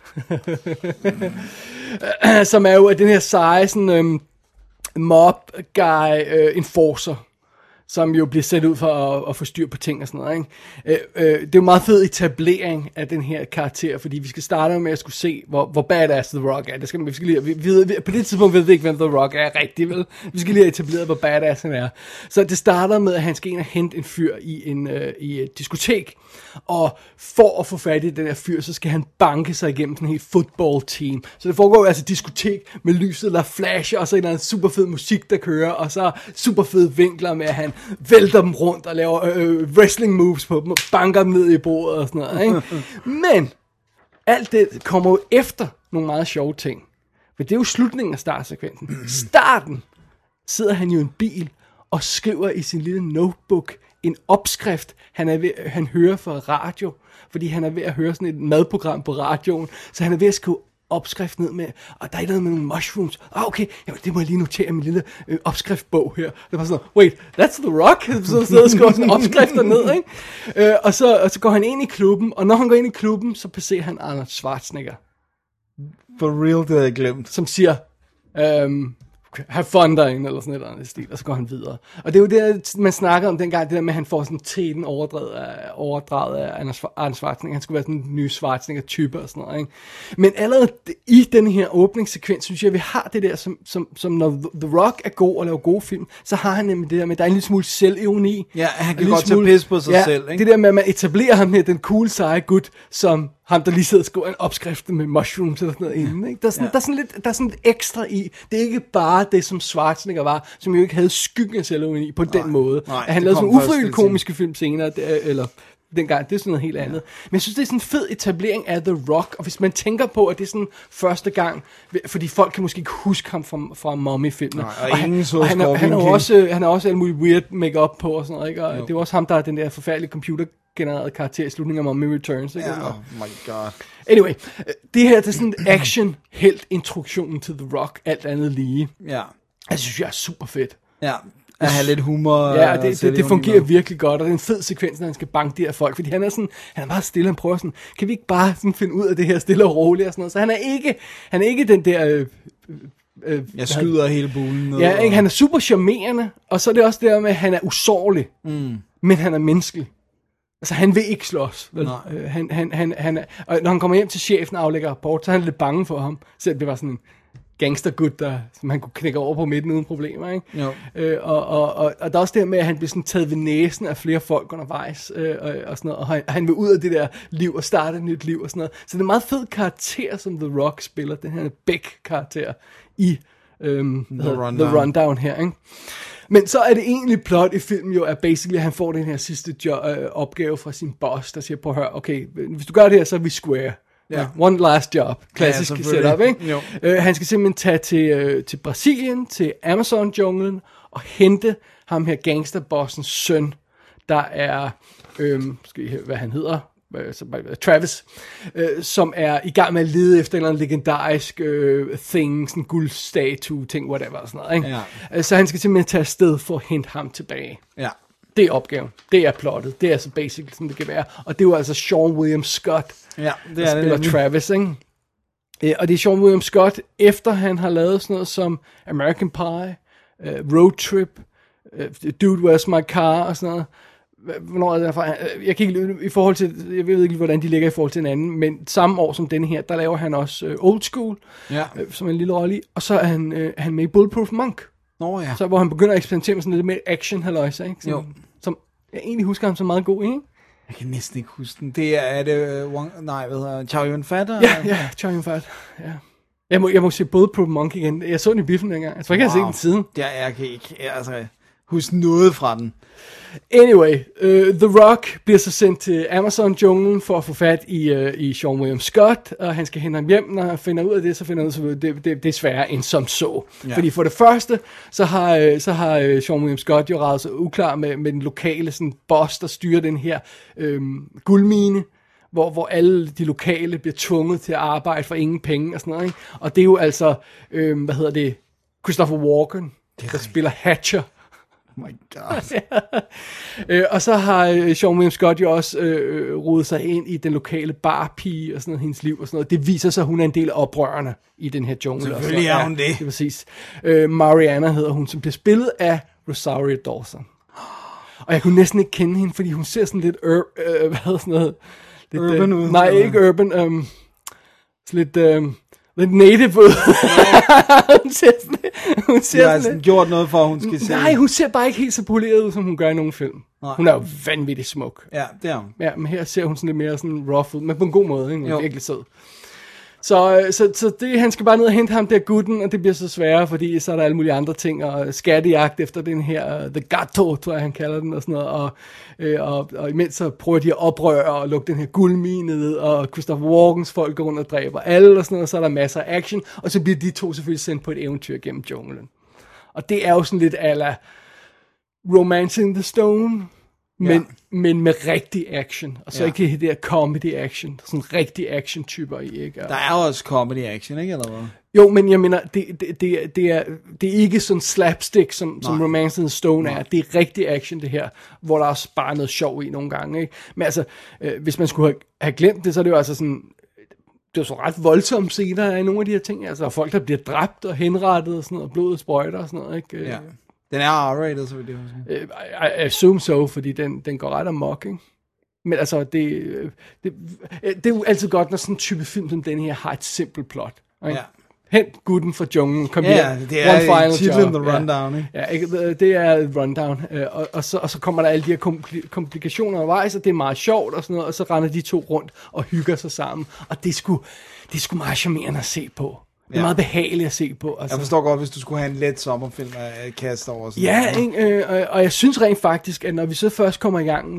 Som er jo den her seje sådan, mob guy enforcer, som jo bliver sat ud for at få styr på ting og sådan noget, ikke? Det er jo meget fed etablering af den her karakter, fordi vi skal starte med at skulle se, hvor badass The Rock er. Det skal, vi skal lige, på det tidspunkt ved vi ikke, hvem The Rock er rigtig, vel? Vi skal lige have etableret, hvor badass han er. Så det starter med, at han skal ind og hente en fyr i et diskotek, og for at få fat i den her fyr, så skal han banke sig igennem sådan en helt football team. Så det foregår altså diskotek med lyset, der flasher, og så en eller anden super fed musik, der kører, og så super fede vinkler med, at han vælter dem rundt og laver wrestling moves på dem, og banker dem ned i bordet og sådan noget, ikke? Men alt det kommer jo efter nogle meget sjove ting. For det er jo slutningen af startsekvensen. Starten sidder han jo i en bil og skriver i sin lille notebook en opskrift, han hører fra radio, fordi han er ved at høre sådan et madprogram på radioen, så han er ved at skrive opskrift ned med, og der er noget med nogle mushrooms. Okay, jamen, det må jeg lige notere i min lille opskriftbog her. Det var sådan, wait, that's The Rock? Så skriver sådan opskrifter ned, ikke? Og så går han ind i klubben, og når han går ind i klubben, så passerer han Arnold Schwarzenegger. For real, det havde jeg glemt. Som siger, have fun derinde, eller sådan et eller andet stil, og så går han videre. Og det er jo det, man snakker om dengang, det der med, at han får sådan teten overdraget af Arnold Schwarzenegger. Han skulle være sådan en ny Schwarzenegger-type og sådan noget, ikke? Men allerede i den her åbningssekvens, synes jeg, at vi har det der, som når The Rock er god og laver gode film, så har han nemlig det der med, der er en lille smule selvironi. Ja, han kan godt tage pis på sig selv, ikke? Det der med, at man etablerer ham her, den cool, seje gut, som ham, der lige sidder og skriver en opskrift med mushrooms eller sådan noget inden, ikke? Der er sådan lidt ekstra i. Det er ikke bare det, som Schwarzenegger var, som jo ikke havde skyggen af selvironi på den måde. At han lavede sådan ufrivillige komiske film senere, eller dengang, det er sådan noget helt andet. Men jeg synes, det er sådan en fed etablering af The Rock, og hvis man tænker på, at det er sådan første gang, fordi folk kan måske ikke huske ham fra Mummy-filmen. Og han har også alt muligt weird make-up på og sådan noget, ikke? Og det er jo også ham, der er den der forfærdelige computergenererede karakter i slutningen af Mummy Returns, ikke? Ja, oh my god. Anyway, det her, det er sådan en action-helt-introduktionen til The Rock, alt andet lige. Ja. Jeg synes, jeg er super fedt. Ja. At have lidt humor. Ja, det fungerer virkelig godt, og det er en fed sekvens, når han skal banke de her folk, fordi han er meget stille, han prøver sådan, kan vi ikke bare sådan finde ud af det her stille og roligt og sådan noget, så han er ikke den der... jeg skyder hele bulen. Ja, ikke? Han er super charmerende, og så er det også det der med, at han er usårlig, men han er menneskelig. Altså, han vil ikke slås. Vel? Han er, og når han kommer hjem til chefen og aflægger rapport, så er han lidt bange for ham, selvom det var sådan en gangstergut, som han kunne knække over på midten uden problemer, ikke? Jo. Og der er også det med, at han bliver sådan taget ved næsen af flere folk undervejs, og sådan noget, og han vil ud af det der liv og starte et nyt liv og sådan noget. Så det er en meget fed karakter, som The Rock spiller, den her Beck-karakter i The Rundown her, ikke? Men så er det egentlig plot i filmen jo, at basically han får den her sidste opgave fra sin boss, der siger, på at høre, okay, hvis du gør det her, så er vi square. Ja. One last job. Klassisk setup, ikke? Han skal simpelthen tage til Brasilien, til Amazon-junglen, og hente ham her gangsterbossens søn, der er, skal I høre, hvad han hedder? Travis, som er i gang med at lede efter en eller anden legendarisk thing, sådan guldstatue, ting, whatever, sådan noget, ikke? Ja. Så han skal simpelthen tage afsted for at hente ham tilbage. Ja. Det er opgaven. Det er plottet. Det er altså basically sådan, det kan være. Og det er jo altså Sean William Scott, der spiller Travis, ikke? Og det er Sean William Scott, efter han har lavet sådan noget som American Pie, Road Trip, Dude, Where's My Car og sådan noget. Hvornår er det derfra? Jeg kan ikke i forhold til, jeg ved ikke, hvordan de ligger i forhold til hinanden, men samme år som denne her, der laver han også Old School, som en lille rolle i, og så er han med i Bulletproof Monk. Ja. Så hvor han begynder at eksperimentere med sådan lidt mere action-halløjse, ikke? Som jeg egentlig husker ham så meget god, ikke? Jeg kan næsten ikke huske den. Det er det, hvad hedder Chow Yun-Fat? Ja, Chow Yun-Fat, ja. Jeg må se Bulletproof Monk igen. Jeg så den i biffen dengang. Jeg tror ikke, jeg har set den siden. Jeg kan ikke huske noget fra den. Anyway, The Rock bliver så sendt til Amazon-junglen for at få fat i Sean William Scott, og han skal hente ham hjem. Når han finder ud af det, så finder han ud af, at det er sværere end som så. Ja. Fordi for det første, så har Sean William Scott jo ravet sig uklar med den lokale sådan, boss, der styrer den her guldmine, hvor alle de lokale bliver tvunget til at arbejde for ingen penge og sådan noget, ikke? Og det er jo altså, Christopher Walken, der spiller Hatcher. Oh my god. Og så har Sean William Scott jo også rodet sig ind i den lokale barpige og sådan noget, hendes liv og sådan noget. Det viser sig, at hun er en del af oprørerne i den her jungle. Selvfølgelig er hun det. Det er præcis. Mariana hedder hun, som bliver spillet af Rosario Dawson. Og jeg kunne næsten ikke kende hende, fordi hun ser sådan lidt urban ud. Nej, ikke urban. Lidt native ud. hun ser sådan lidt. Gjort noget for, at hun skal se. Nej, hun ser bare ikke helt så poleret ud, som hun gør i nogle film. Nej. Hun er jo vanvittigt smuk. Ja, det er hun. Ja, men her ser hun sådan lidt mere sådan rough ud, men på en god måde, ikke? Hun er virkelig sød. Så det, han skal bare ned og hente ham der gutten, og det bliver så sværere, fordi så er der alle mulige andre ting, og skattejagt efter den her, The Gato, tror jeg han kalder den, og sådan noget, og imens så prøver de at oprøre og lukke den her guldmine ned, og Christopher Walkens folk går rundt og dræber alle, og sådan noget, og så er der masser af action, og så bliver de to selvfølgelig sendt på et eventyr gennem junglen. Og det er jo sådan lidt a la Romancing the Stone, men med rigtig action, og så ikke det der comedy action, sådan rigtig action typer i, ikke? Der er jo også comedy action, ikke, eller hvad? Jo, men jeg mener, det er ikke sådan slapstick, som Romancing the Stone er. Det er rigtig action, det her, hvor der også bare er noget sjov i nogle gange, ikke? Men altså, hvis man skulle have glemt det, så er det jo altså sådan, det er så ret voldsomme scener i nogle af de her ting, altså folk, der bliver dræbt og henrettet og sådan noget, blodet sprøjter og sådan noget, ikke? Ja. Den er R-rated, så vil det huske. I assume so, fordi den går ret amok, ikke? Men altså, det er jo altid godt, når sådan en type film som den her har et simpelt plot. Ikke? Ja. Hent gutten fra junglen, kom hjem. Det er titlen The Rundown, ikke? Ja, det er Rundown. Og så kommer der alle de her komplikationer undervejs, og det er meget sjovt og sådan noget, og så render de to rundt og hygger sig sammen. Og det er sgu meget charmerende at se på. Det er meget behageligt at se på. Altså. Jeg forstår godt, hvis du skulle have en let sommerfilm at kaste over. Sådan og jeg synes rent faktisk, at når vi så først kommer i gang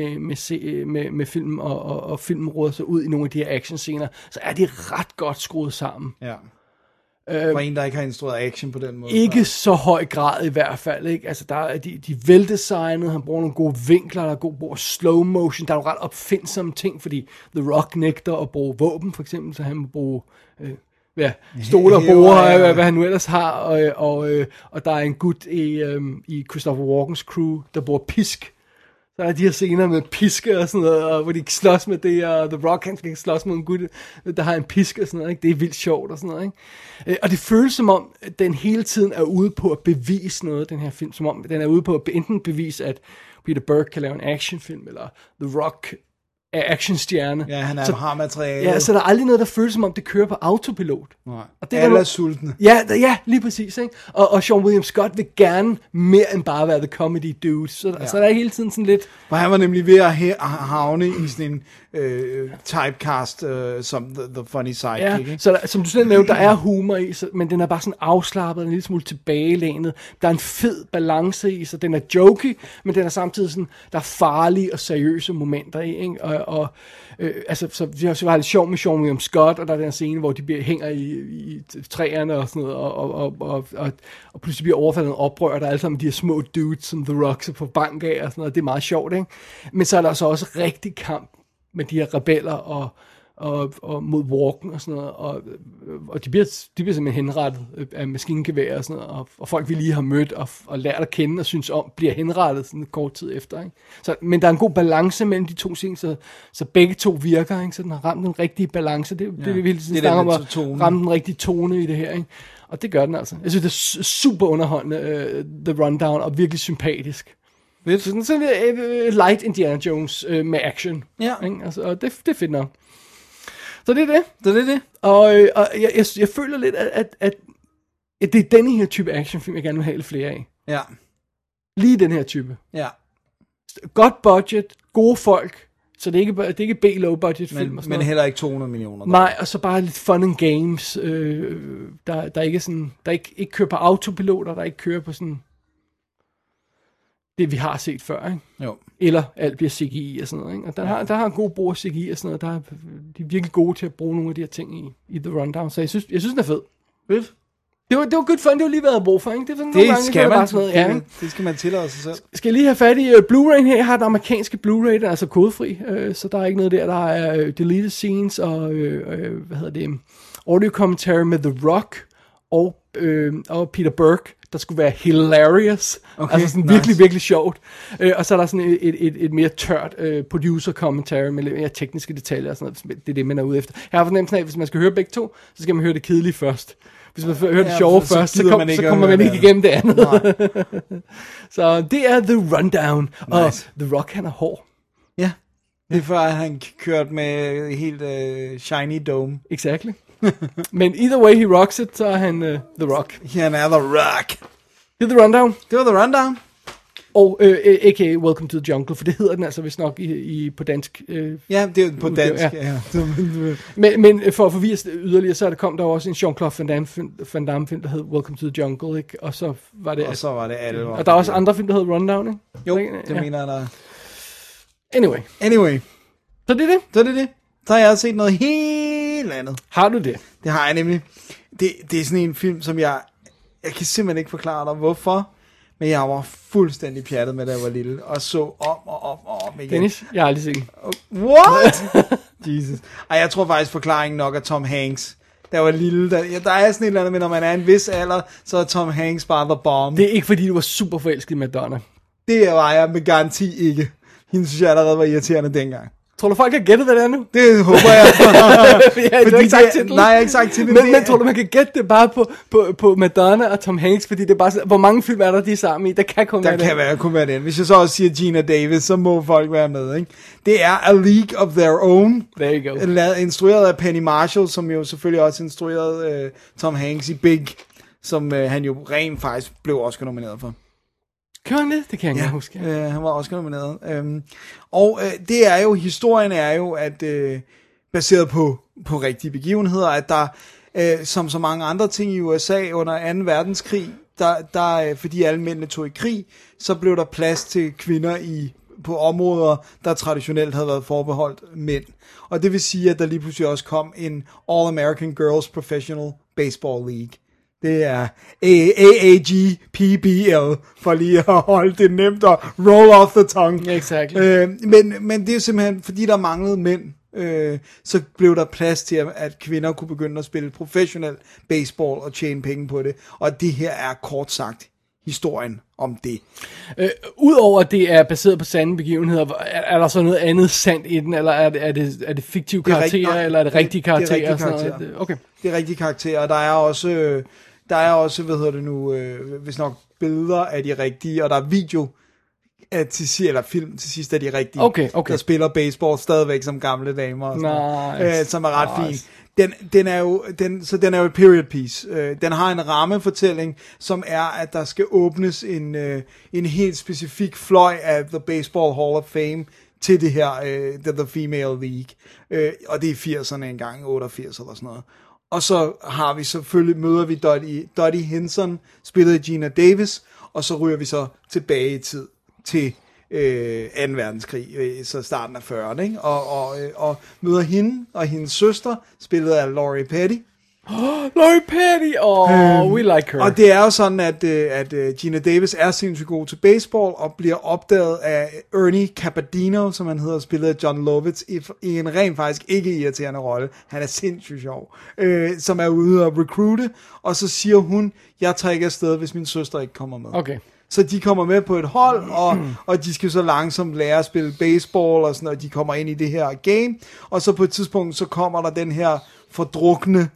med film, og filmen råder sig ud i nogle af de her actionscener, så er de ret godt skruet sammen. Ja. For en, der ikke har instrueret action på den måde. Ikke så høj grad i hvert fald, ikke? Altså, der er de er veldesignet, han bruger nogle gode vinkler, der er god brug af slow motion, der er jo ret opfindsomme ting, fordi The Rock nægter at bruge våben, for eksempel, så han må bruge stoler og borer, hvad han nu ellers har, og der er en gut i Christopher Walkens crew, der bruger pisk. Så er de her scener med piske og sådan noget, og hvor de slås med det, og The Rock han skal slås med en gut, der har en pisk og sådan noget, ikke? Det er vildt sjovt og sådan noget, ikke? Og det føles som om, den hele tiden er ude på at bevise noget, den her film, som om den er ude på at enten bevise, at Peter Berg kan lave en actionfilm, eller The Rock actionstjerne. Ja, han har materiale. Ja, så der er aldrig noget, der føles som om, det kører på autopilot. Nej. Og det Alle er sultne. Ja, lige præcis. Ikke? Og Sean William Scott vil gerne mere end bare være the comedy dude. Så der er hele tiden sådan lidt... For han var nemlig ved at havne i sådan en typecast som the funny sidekick. Ja, Ikke? så som du selv nævnte, der er humor i, men den er bare sådan afslappet, en lille smule tilbagelænet. Der er en fed balance i, så den er jokey, men den er samtidig sådan, der er farlige og seriøse momenter i, ikke? Altså, så vi har lidt sjov med Sean William Scott, og der er den scene, hvor de hænger i træerne og sådan noget, og pludselig bliver overfaldet en oprør, der er alle sammen de her små dudes, som The Rock er på bank af, og sådan noget, det er meget sjovt, ikke? Men så er der så også rigtig kamp med de her rebeller og mod Walken og sådan noget, og de bliver simpelthen henrettet af maskingevær og sådan noget, og folk vi lige har mødt og lært at kende og synes om, bliver henrettet sådan kort tid efter, ikke? Så, men der er en god balance mellem de to ting, så begge to virker, ikke? Så den har ramt den rigtige balance, det vi hele tiden snakker om, at ramme den rigtige tone i det her, ikke? Og det gør den altså. Jeg synes, det er super underholdende, The Rundown, og virkelig sympatisk. Sådan light Indiana Jones med action. Ja. Ikke? Altså, og det er fedt nok. Så det er det. Det er det. Og jeg føler lidt, at det er denne her type actionfilm, jeg gerne vil have lidt flere af. Ja. Lige den her type. Ja. Godt budget, gode folk, så det er ikke B-low budget film. Men heller ikke 200 millioner. Nej, og så bare lidt fun and games, der ikke sådan, der ikke kører på autopiloter, der ikke kører på sådan det vi har set før, ikke? Jo. Eller alt bliver CGI og sådan noget, ikke? Og der har en god brug af CGI og sådan noget, de er virkelig gode til at bruge nogle af de her ting i The Rundown, så jeg synes den er fed. Fedt. Det var good fun, det var lige været brug for, ikke? Det, sådan det gange, skal man, noget, ja, det skal man tillade sig selv. Skal jeg lige have fat i Blu-ray her, jeg har den amerikanske Blu-ray, der er altså kodefri, så der er ikke noget der er deleted scenes og, audio commentary med The Rock og Peter Burke, der skulle være hilarious, okay, altså sådan virkelig, virkelig sjovt. Og så er der sådan et mere tørt producer commentary med lidt mere tekniske detaljer og sådan noget. Det er det, man er ude efter. Jeg har fornemmelsen af, at hvis man skal høre begge to, så skal man høre det kedelige først. Hvis man hører det sjove først, så kommer man ikke igennem det andet. Så det er The Rundown. Nice. Og The Rock, han er hård. Ja, det er før, han kørte med helt shiny dome. Exactly. Men either way he rocks it, så er han The Rock. Han er The Rock. Det er The Rundown. Det var The Rundown. Og a.k.a. Welcome to the Jungle, for det hedder den altså vist nok på dansk. Ja, det er på dansk, ja. Men for at forvirre yderligere, så kom der også en Jean-Claude Van Damme film, der hed Welcome to the Jungle, ikke? Og så var det... Og så var det alle. Og der er også andre film, der hedder Rundown, ikke? Jo, det mener jeg, der. Anyway. Så det er det. Så har jeg set noget helt andet. Har du det? Det har jeg nemlig. Det er sådan en film, som jeg kan simpelthen ikke forklare dig, hvorfor. Men jeg var fuldstændig pjattet med, da jeg var lille. Og så om igen. Dennis, jeg har aldrig set den. What? Jesus. Ej, jeg tror faktisk, forklaringen nok er Tom Hanks. Der var lille. Der er sådan et eller andet med, når man er en vis alder, så er Tom Hanks bare the bomb. Det er ikke, fordi du var super forelsket i Madonna. Det var jeg med garanti ikke. Hende synes jeg allerede var irriterende dengang. Tror du, folk har gættet, hvad det er nu? Det håber jeg. Du har ikke sagt titlen. Nej, jeg har ikke sagt titlen. Men tror du, man kan gætte det bare på Madonna og Tom Hanks? Fordi det er bare sådan, hvor mange film er der, de er sammen i? Der kan kun være den. Hvis jeg så også siger Gina Davis, så må folk være med, ikke? Det er A League of Their Own. There you go. Instrueret af Penny Marshall, som jo selvfølgelig også instruerede Tom Hanks i Big, som han jo rent faktisk blev Oscar nomineret for. Kører han det? Det kan jeg ikke huske. Han var Oscar nomineret. Det er jo, historien er jo, at baseret på rigtige begivenheder, at der, som så mange andre ting i USA under 2. verdenskrig, der fordi alle mændene tog i krig, så blev der plads til kvinder på områder, der traditionelt havde været forbeholdt mænd. Og det vil sige, at der lige pludselig også kom en All-American Girls Professional Baseball League. Det er AAGPBL, for lige at holde det nemt og roll off the tongue. Exactly. Men det er simpelthen, fordi der manglede mænd, så blev der plads til, at kvinder kunne begynde at spille professionel baseball og tjene penge på det. Og det her er kort sagt historien om det. Udover at det er baseret på sande begivenheder, er der så noget andet sandt i den, eller er det fiktive karakterer, eller er det rigtige karakterer? Okay. Det er rigtige karakterer, og der er også, hvis nok billeder af de rigtige, og der er eller film til sidst er de rigtige, Okay. der spiller baseball stadigvæk som gamle damer, og sådan som er ret fin. Den er jo et period piece. Den har en rammefortælling, som er, at der skal åbnes en helt specifik fløj af The Baseball Hall of Fame til det her, The Female League. Og det er 80'erne engang, 88 eller sådan noget. Og så har vi selvfølgelig, møder vi Dottie Hinson, spillet af Gina Davis, og så ryger vi så tilbage i tid til 2. verdenskrig, så starten af 40'erne, ikke? Og møder hende og hendes søster, spillet af Laurie Petty. Laurie Petty, we like her. Og det er jo sådan, at Gina Davis er sindssygt god til baseball, og bliver opdaget af Ernie Capadino, som han hedder, spillet af John Lovitz, i en rent faktisk ikke irriterende rolle. Han er sindssygt sjov. Som er ude og recruite, og så siger hun, jeg tager ikke afsted, hvis min søster ikke kommer med. Okay. Så de kommer med på et hold, og de skal så langsomt lære at spille baseball, og sådan, og de kommer ind i det her game, og så på et tidspunkt, så kommer der den her fordrukne,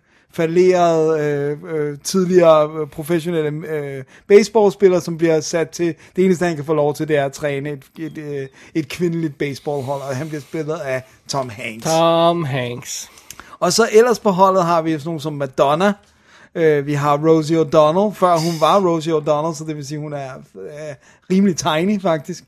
fallerede, tidligere professionelle baseballspiller, som bliver sat til, det eneste han kan få lov til, det er at træne et kvindeligt baseballhold, og han bliver spillet af Tom Hanks. Og så ellers på holdet har vi sådan nogle som Madonna. Vi har Rosie O'Donnell, før hun var Rosie O'Donnell, så det vil sige, hun er rimelig tiny, faktisk.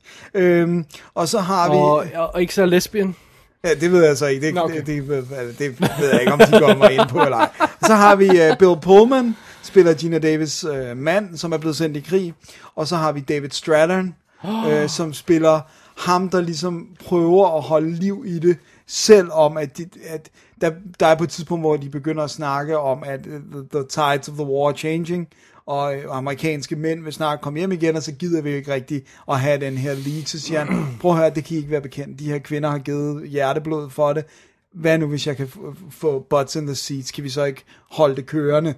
Og så har vi... Og ikke så lesbian. Ja, det ved jeg så ikke. Det ved jeg ikke, om de går mig ind på eller ej. Så har vi Bill Pullman, spiller Gina Davis mand, som er blevet sendt i krig. Og så har vi David Stratton, som spiller ham, der ligesom prøver at holde liv i det, selvom at der er på et tidspunkt, hvor de begynder at snakke om, at the tides of the war are changing, og amerikanske mænd vil snart komme hjem igen, og så gider vi jo ikke rigtigt at have den her league. Så siger han, prøv at høre, det kan ikke være bekendt. De her kvinder har givet hjerteblod for det. Hvad nu, hvis jeg kan få butts in the seats? Kan vi så ikke holde det kørende?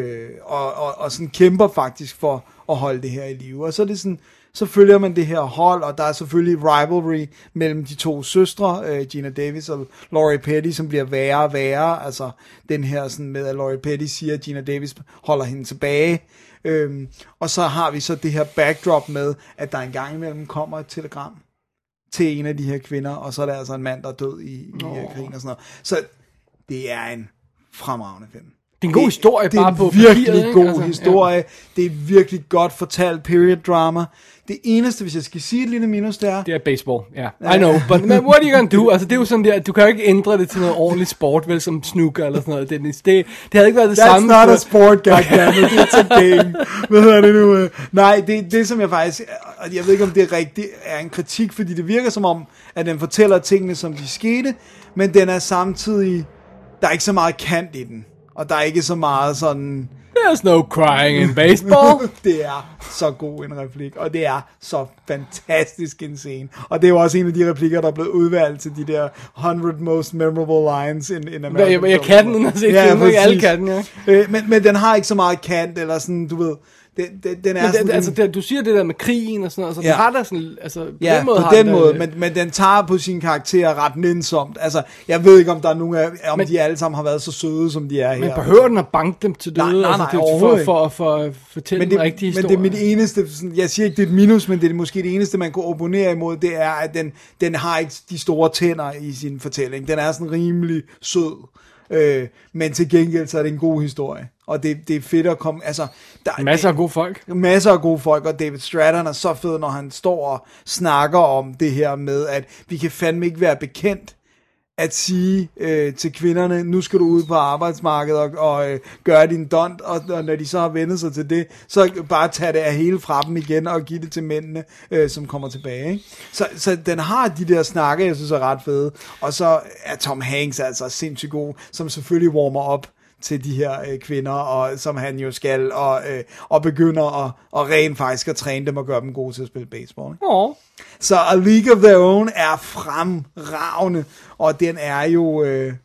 Og sådan kæmper faktisk for at holde det her i live. Og så er det sådan, så følger man det her hold, og der er selvfølgelig rivalry mellem de to søstre, Gina Davis og Laurie Petty, som bliver værre og værre. Altså den her sådan med, at Laurie Petty siger, at Gina Davis holder hende tilbage. Og så har vi så det her backdrop med, at der engang imellem kommer et telegram til en af de her kvinder, og så er der altså en mand, der er død i krigen og sådan noget. Så det er en fremragende film. Det er en god historie, bare på papiret. Det er virkelig god historie. Ja. Det er virkelig godt fortalt period drama. Det eneste, hvis jeg skal sige et lille minus, det er baseball, ja. Yeah. I know, but what are you gonna do? Altså, det er jo sådan der, du kan jo ikke ændre det til noget ordentligt sport, vel, som snooker eller sådan noget. Det havde ikke været det samme. That's not a sport, goddammit. It's a game. Hvad hedder det nu? Nej, det som jeg faktisk, jeg ved ikke, om det er rigtigt, er en kritik, fordi det virker som om, at den fortæller tingene, som de skete, men den er samtidig, der er ikke så meget kant i den. Og der er ikke så meget sådan... There's no crying in baseball. Det er så god en replik, og det er så fantastisk en scene. Og det er jo også en af de replikker, der er blevet udvalgt til de der 100 most memorable lines in American. Jeg kan den, og alle kan den, ja. Men den har ikke så meget kant, eller sådan, du ved... Den er sådan, altså, du siger det der med krigen og sådan noget, altså, den har der sådan, altså, på ja, den måde, på den måde, men den tager på sin karakter ret nænsomt. Altså, jeg ved ikke, om der er nogen af, de alle sammen har været så søde, som de er her. Men behøver den at banke dem til døde? Nej, for at fortælle den rigtige historie? Men det er mit eneste, sådan, jeg siger ikke, det er et minus, men det er måske det eneste, man kan opponere imod, det er, at den har ikke de store tænder i sin fortælling. Den er sådan rimelig sød. Men til gengæld så er det en god historie. Og det er fedt at komme, altså masser af gode folk. Masser af gode folk, og David Stratton er så fed, når han står og snakker om det her med, at vi kan fandme ikke være bekendt at sige til kvinderne, nu skal du ud på arbejdsmarkedet og gøre din dont, og når de så har vendt sig til det, så bare tage det af hele fra dem igen og give det til mændene, som kommer tilbage. Ikke? Så den har de der snakker, jeg synes er ret fede, og så er Tom Hanks altså sindssygt god, som selvfølgelig warmer op til de her kvinder, og som han jo skal, og begynder at rent faktisk at træne dem og gøre dem gode til at spille baseball. Ikke? Så A League of Their Own er fremragende, og den er jo,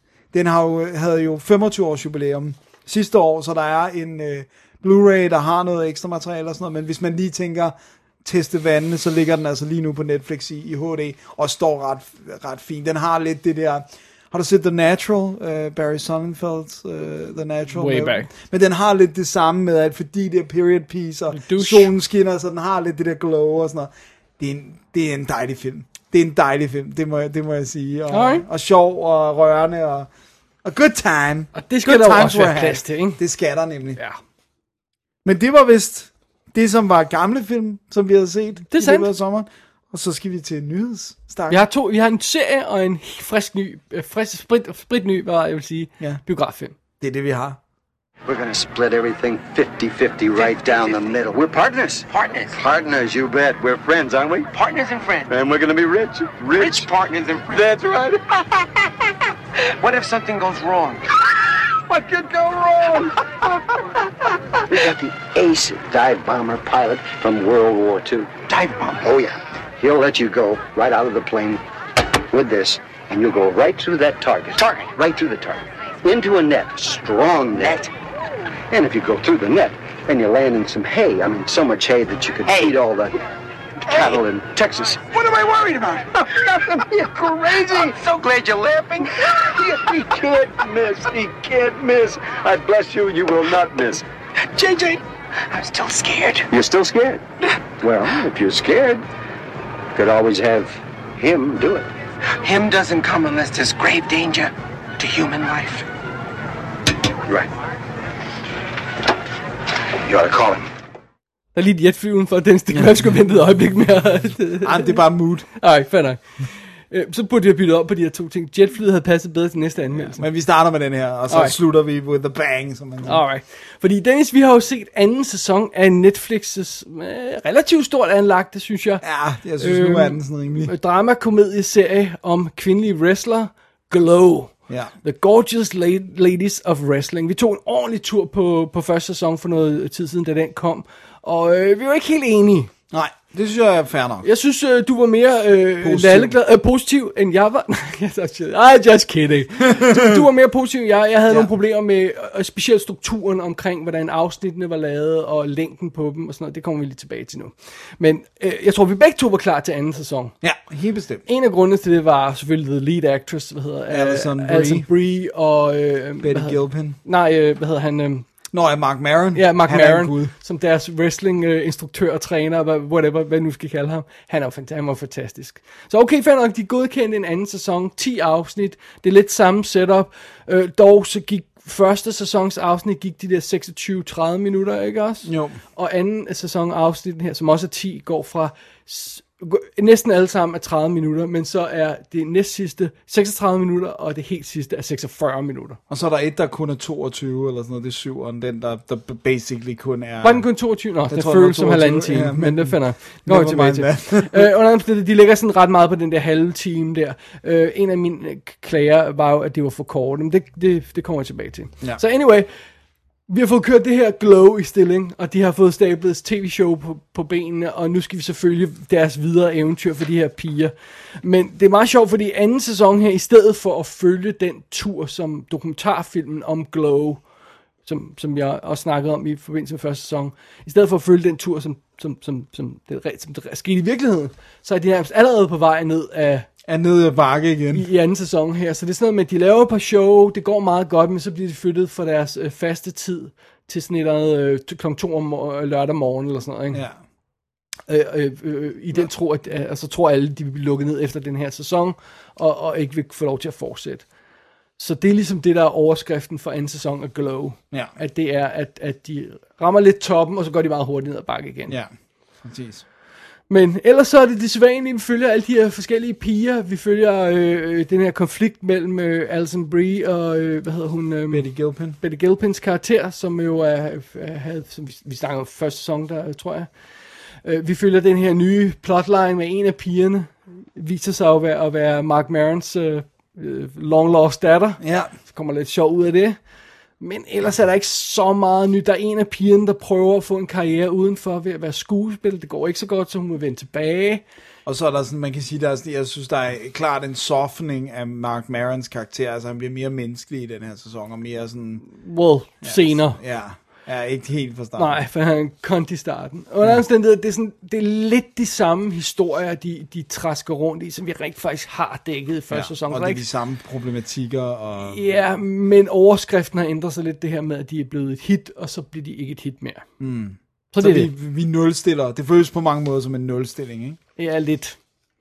havde jo 25 års jubilæum sidste år, så der er en Blu-ray, der har noget ekstra materiale og sådan noget, men hvis man lige tænker teste vandene, så ligger den altså lige nu på Netflix i HD, og står ret fint. Den har lidt det der... Har du set The Natural? Barry Sonnenfeld's The Natural? Way back. Men den har lidt det samme med, at fordi det er period piece, og solen skinner, så den har lidt det der glow og sådan noget. det er en dejlig film. Det er en dejlig film, det må jeg sige. Og sjov og rørende og good time. Og det skal der også være plads til, ikke? Det skal der nemlig. Ja. Men det var vist det, som var gamle film, som vi havde set det er i løbet af sommeren. Og så skal vi til nyhedsstakken. Vi har en serie og en spritny, hvad jeg vil sige, biograffilm. Det er det, vi har. We're gonna split everything 50-50 right down the middle. We're partners. Partners, you bet. We're friends, aren't we? Partners and friends. And we're gonna be rich. Rich partners and friends. That's right. What if something goes wrong? What could go wrong? We got the ace dive bomber pilot from World War II. Dive bomber? Oh, yeah. He'll let you go right out of the plane with this, and you'll go right through that target. Right through the target. Into a net. Strong net. And if you go through the net, then you land in some hay. I mean, so much hay that you could feed all the cattle in Texas. What am I worried about? Nothing. You're crazy. I'm so glad you're laughing. He can't miss. He can't miss. I bless you, you will not miss. JJ, I'm still scared. You're still scared? Well, if you're scared, you could always have him do it. Him doesn't come unless there's grave danger to human life. Right. You ought to call him. Der er lige et jetfly udenfor, den skal jeg sgu vente et øjeblik mere. Det er bare mood. Ej, fair nok. Så burde jeg bytte op på de her to ting. Jetflyet havde passet bedre til næste anmeldelse. Men vi starter med den her, og så slutter vi with the bang, som man siger. Alright. Fordi Dennis, vi har jo set anden sæson af Netflix's relativt stort anlagte, synes jeg. Ja, jeg synes nu er den sådan rimelig. Drama-komedieserie om kvindelige wrestler, Glow. Ja. The Gorgeous Ladies of Wrestling. Vi tog en ordentlig tur på første sæson for noget tid siden, da den kom. Og vi var ikke helt enige. Nej, det synes jeg er fair nok. Jeg synes, du var mere positiv, end jeg var. Just kidding. Du var mere positiv end jeg. Jeg havde nogle problemer med specielt strukturen omkring, hvordan afsnittene var lavet, og længden på dem og sådan noget. Det kommer vi lige tilbage til nu. Men jeg tror, vi begge to var klar til anden sæson. Ja, helt bestemt. En af grundene til det var selvfølgelig the lead actress, Alison Brie og Betty Gilpin. Nej, hvad hedder han? Mark Maron. Ja, Mark Maron, som deres wrestling-instruktør og træner, whatever, hvad nu skal kalde ham. Han var fantastisk. Så okay, fair nok, de godkendte en anden sæson, 10 afsnit, det er lidt samme setup, dog så gik første sæsons afsnit, gik de der 26-30 minutter, ikke også? Jo. Og anden sæson afsnit her, som også er 10, går fra næsten alle sammen er 30 minutter, men så er det næst sidste 36 minutter, og det helt sidste er 46 minutter. Og så er der et, der kun er 22, eller sådan noget, det er 7, og den, der basically kun er... Var den kun 22? Nå, det føles som halvanden time, ja, men det finder går jeg tilbage til. De lægger sådan ret meget på den der halve time der. En af mine klager var jo, at det var for kort, men det kommer jeg tilbage til. Ja. Så anyway, vi har fået kørt det her Glow i stilling, og de har fået stablet et tv-show på benene, og nu skal vi selvfølgelig deres videre eventyr for de her piger. Men det er meget sjovt, fordi anden sæson her, i stedet for at følge den tur som dokumentarfilmen om Glow, som jeg også snakkede om i forbindelse med første sæson, i stedet for at følge den tur, som det skete i virkeligheden, så er de nærmest allerede på vej ned af ned ad bakke igen. I anden sæson her. Så det er sådan noget med, at de laver et par show, det går meget godt, men så bliver de flyttet fra deres faste tid til sådan et eller andet kl. 2 lørdag morgen eller sådan noget, ikke? Ja. I den tro, at altså, tror alle, de vil blive lukket ned efter den her sæson, og ikke vil få lov til at fortsætte. Så det er ligesom det, der er overskriften for anden sæson af Glow. Ja. At det er, at de rammer lidt toppen, og så går de meget hurtigt ned ad bakke igen. Ja, præcis. Men ellers så er det sædvanlige, vi følger alle de her forskellige piger. Vi følger den her konflikt mellem Alison Brie og, hvad hedder hun? Betty Gilpin. Betty Gilpins karakter, som jo som vi snakker om første sæson, der tror jeg. Vi følger den her nye plotline med en af pigerne. Viser sig at være Mark Marons long lost datter. Ja. Så kommer lidt sjov ud af det. Men ellers er der ikke så meget nyt. Der er en af pigerne, der prøver at få en karriere udenfor ved at være skuespiller. Det går ikke så godt, så hun må vende tilbage. Og så er der sådan, man kan sige, jeg synes, der er klart en softening af Mark Marons karakter. Altså han bliver mere menneskelig i den her sæson, og mere sådan... senere. Ja, ikke helt fra starten. Nej, for han kom i starten. Og det er lidt de samme historier, de træsker rundt i, som vi rigtig faktisk har dækket i første sæson. Og det er de samme problematikker. Og... Ja, men overskriften har ændret sig lidt, det her med, at de er blevet et hit, og så bliver de ikke et hit mere. Så vi nulstiller. Det føles på mange måder som en nulstilling, ikke? Ja, lidt.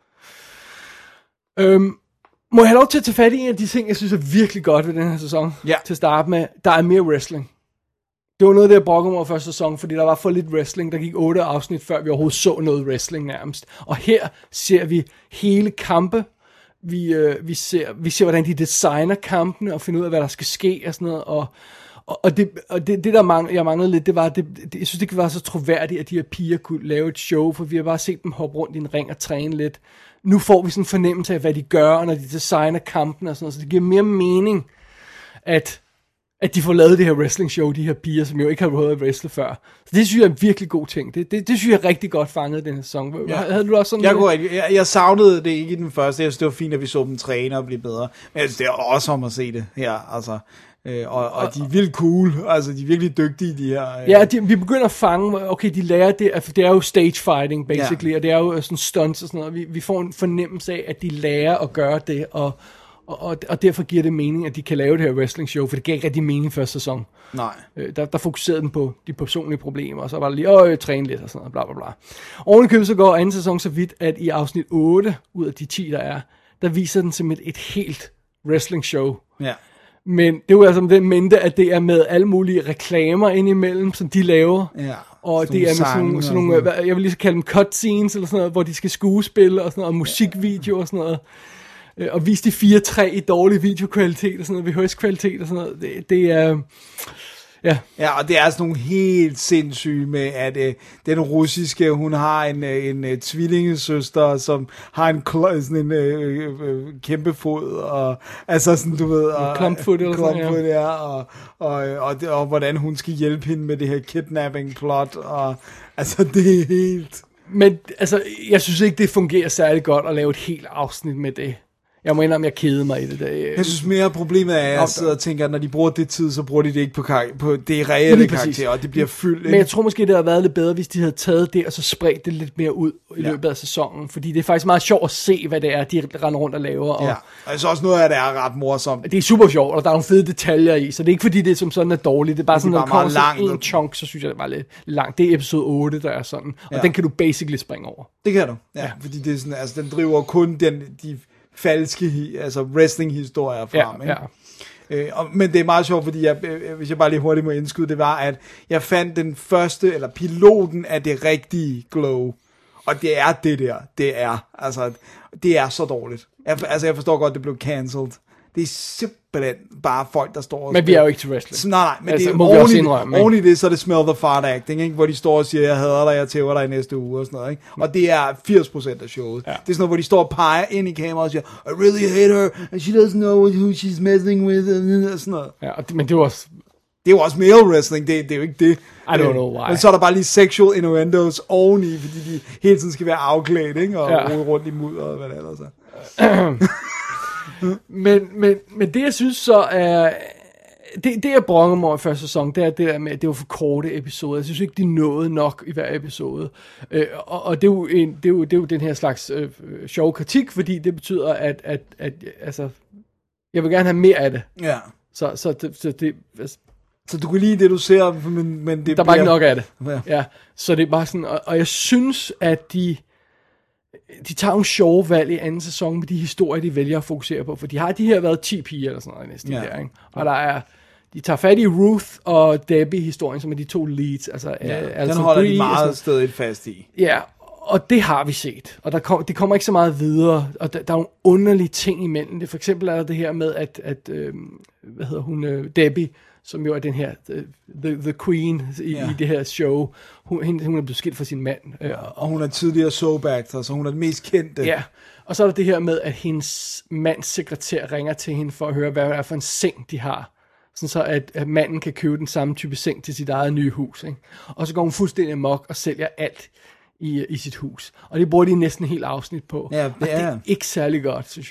Må jeg have lov til at tage fat i en af de ting, jeg synes er virkelig godt ved den her sæson? Ja. Til at starte med, der er mere wrestling. Det var noget, der brokkede mig over første sæson, fordi der var for lidt wrestling. Der gik 8 afsnit, før vi overhovedet så noget wrestling nærmest. Og her ser vi hele kampe. Vi ser, hvordan de designer kampene, og finder ud af, hvad der skal ske og sådan noget. Og det der jeg manglede lidt, det var, jeg synes, det var så troværdigt, at de her piger kunne lave et show, for vi har bare set dem hoppe rundt i en ring og træne lidt. Nu får vi sådan en fornemmelse af, hvad de gør, når de designer kampene og sådan noget, så det giver mere mening, at de får lavet det her wrestling show, de her piger, som jo ikke har prøvet at wrestle før. Så det synes jeg er en virkelig god ting. Det synes jeg er rigtig godt fanget i den her sæson. Ja. Havde du også sådan jeg savnede det ikke i den første. Jeg synes, det var fint, at vi så dem træne og blive bedre. Men jeg synes, det er også om at se det her, altså. Og de er vildt cool, altså de er virkelig dygtige, de her. Ja, vi begynder at fange, okay, de lærer det, for det er jo stage fighting, basically, og det er jo sådan stunts og sådan noget. Vi får en fornemmelse af, at de lærer at gøre det, og derfor giver det mening, at de kan lave det her wrestling show, for det gav ikke rigtig mening første sæson. Nej. Der fokuserede den på de personlige problemer, og så var det lige, træne lidt og sådan noget, bla bla bla. Oven i købet så går anden sæson så vidt, at i afsnit 8 ud af de 10, der viser den simpelthen et helt wrestling show. Ja. Men det er jo altså den mente, at det er med alle mulige reklamer indimellem, som de laver. Ja. Og det er med sådan nogle, jeg vil lige så kalde dem cutscenes, eller sådan noget, hvor de skal skuespille og sådan noget, og musikvideo og sådan noget. Og vise de 4-3 i dårlig videokvalitet og sådan noget, VHS-kvalitet og sådan noget. Det er... Ja. Ja, og det er sådan nogle helt sindssyge med, at den russiske, hun har en tvillingesøster, som har sådan en kæmpe fod, og altså sådan, du ved... Klumpfod eller sådan, ja. Og hvordan hun skal hjælpe hende med det her kidnapping plot, og altså, det er helt... Men altså, jeg synes ikke, det fungerer særlig godt at lave et helt afsnit med det. Jeg må indrømme, jeg kedede mig i det der. Jeg synes mere problemet er, at jeg sidder og tænker, at når de bruger det tid, så bruger de det ikke på det reelle karakter, og det bliver fyldt. Men jeg tror måske, det havde været lidt bedre, hvis de havde taget det, og så spredt det lidt mere ud i løbet af sæsonen. Fordi det er faktisk meget sjovt at se, hvad det er, de render rundt og laver. Og jeg synes også noget af det er ret morsomt. Det er super sjovt, og der er nogle fede detaljer i, så det er ikke fordi, det er som sådan er dårligt. Det er bare sådan, når det kommer sådan en chunk, så synes jeg, det var lidt langt. Det er episode 8, der er sådan, og den kan du basically springe over. Det kan du, fordi det er sådan, altså, den driver kun de falske, altså wrestling-historier frem. Men det er meget sjovt, fordi hvis jeg bare lige hurtigt må indskyde, det var, at jeg fandt den første, eller piloten af det rigtige Glow. Og det er det der. Det er så dårligt. Jeg forstår godt, det blev cancelled. Det er simpelthen bare folk, der står og... Men vi er jo ikke til wrestling. Nej, men altså, det er oven i det, så er det smell the fart acting, ikke? Hvor de står og siger, jeg hader dig, jeg tæver dig i næste uge, og sådan noget, ikke? Og det er 80% af showet. Ja. Det er sådan noget, hvor de står og peger ind i kameraet og siger, I really hate her, and she doesn't know who she's messing with, og sådan noget. Ja, men det var også... Det er jo også male wrestling, det er jo ikke det. I don't know why. Men så er der bare lige sexual innuendos oveni, fordi de hele tiden skal være afklædt, ikke? Og rode rundt i mudder, og hvad det ellers er. Men det jeg synes så er det jeg brokker mig i første sæson, det er det der med at det var for korte episoder. Jeg synes ikke de nåede nok i hver episode, og det er jo den her slags sjov kritik, fordi det betyder at altså jeg vil gerne have mere af det. Ja. Så du kan lide det du ser, men det der er bare ikke nok af det. Ja. Så det er bare sådan, og jeg synes at de tager nogle sjove valg i anden sæson med de historier, de vælger at fokusere på. For de har de her været 10 piger eller sådan noget næsten der, ikke? Og de tager fat i Ruth og Debbie-historien, som er de to leads. Altså, den holder de meget stedet fast i. Ja, og det har vi set. Og det kommer ikke så meget videre. Og der er nogle underlige ting imellem det. For eksempel er der det her med, at hvad hedder hun, Debbie, som jo er den her the queen i det her show. Hun er blevet skilt fra sin mand. Og hun er tidligere soap-actor, så hun er den mest kendte. Ja, og så er der det her med, at hendes mands sekretær ringer til hende for at høre, hvad det er for en seng, de har. Sådan så, at manden kan købe den samme type seng til sit eget nye hus. Ikke? Og så går hun fuldstændig amok og sælger alt i sit hus. Og det bruger de næsten helt afsnit på. Ja, og det er ikke særlig godt, synes jeg.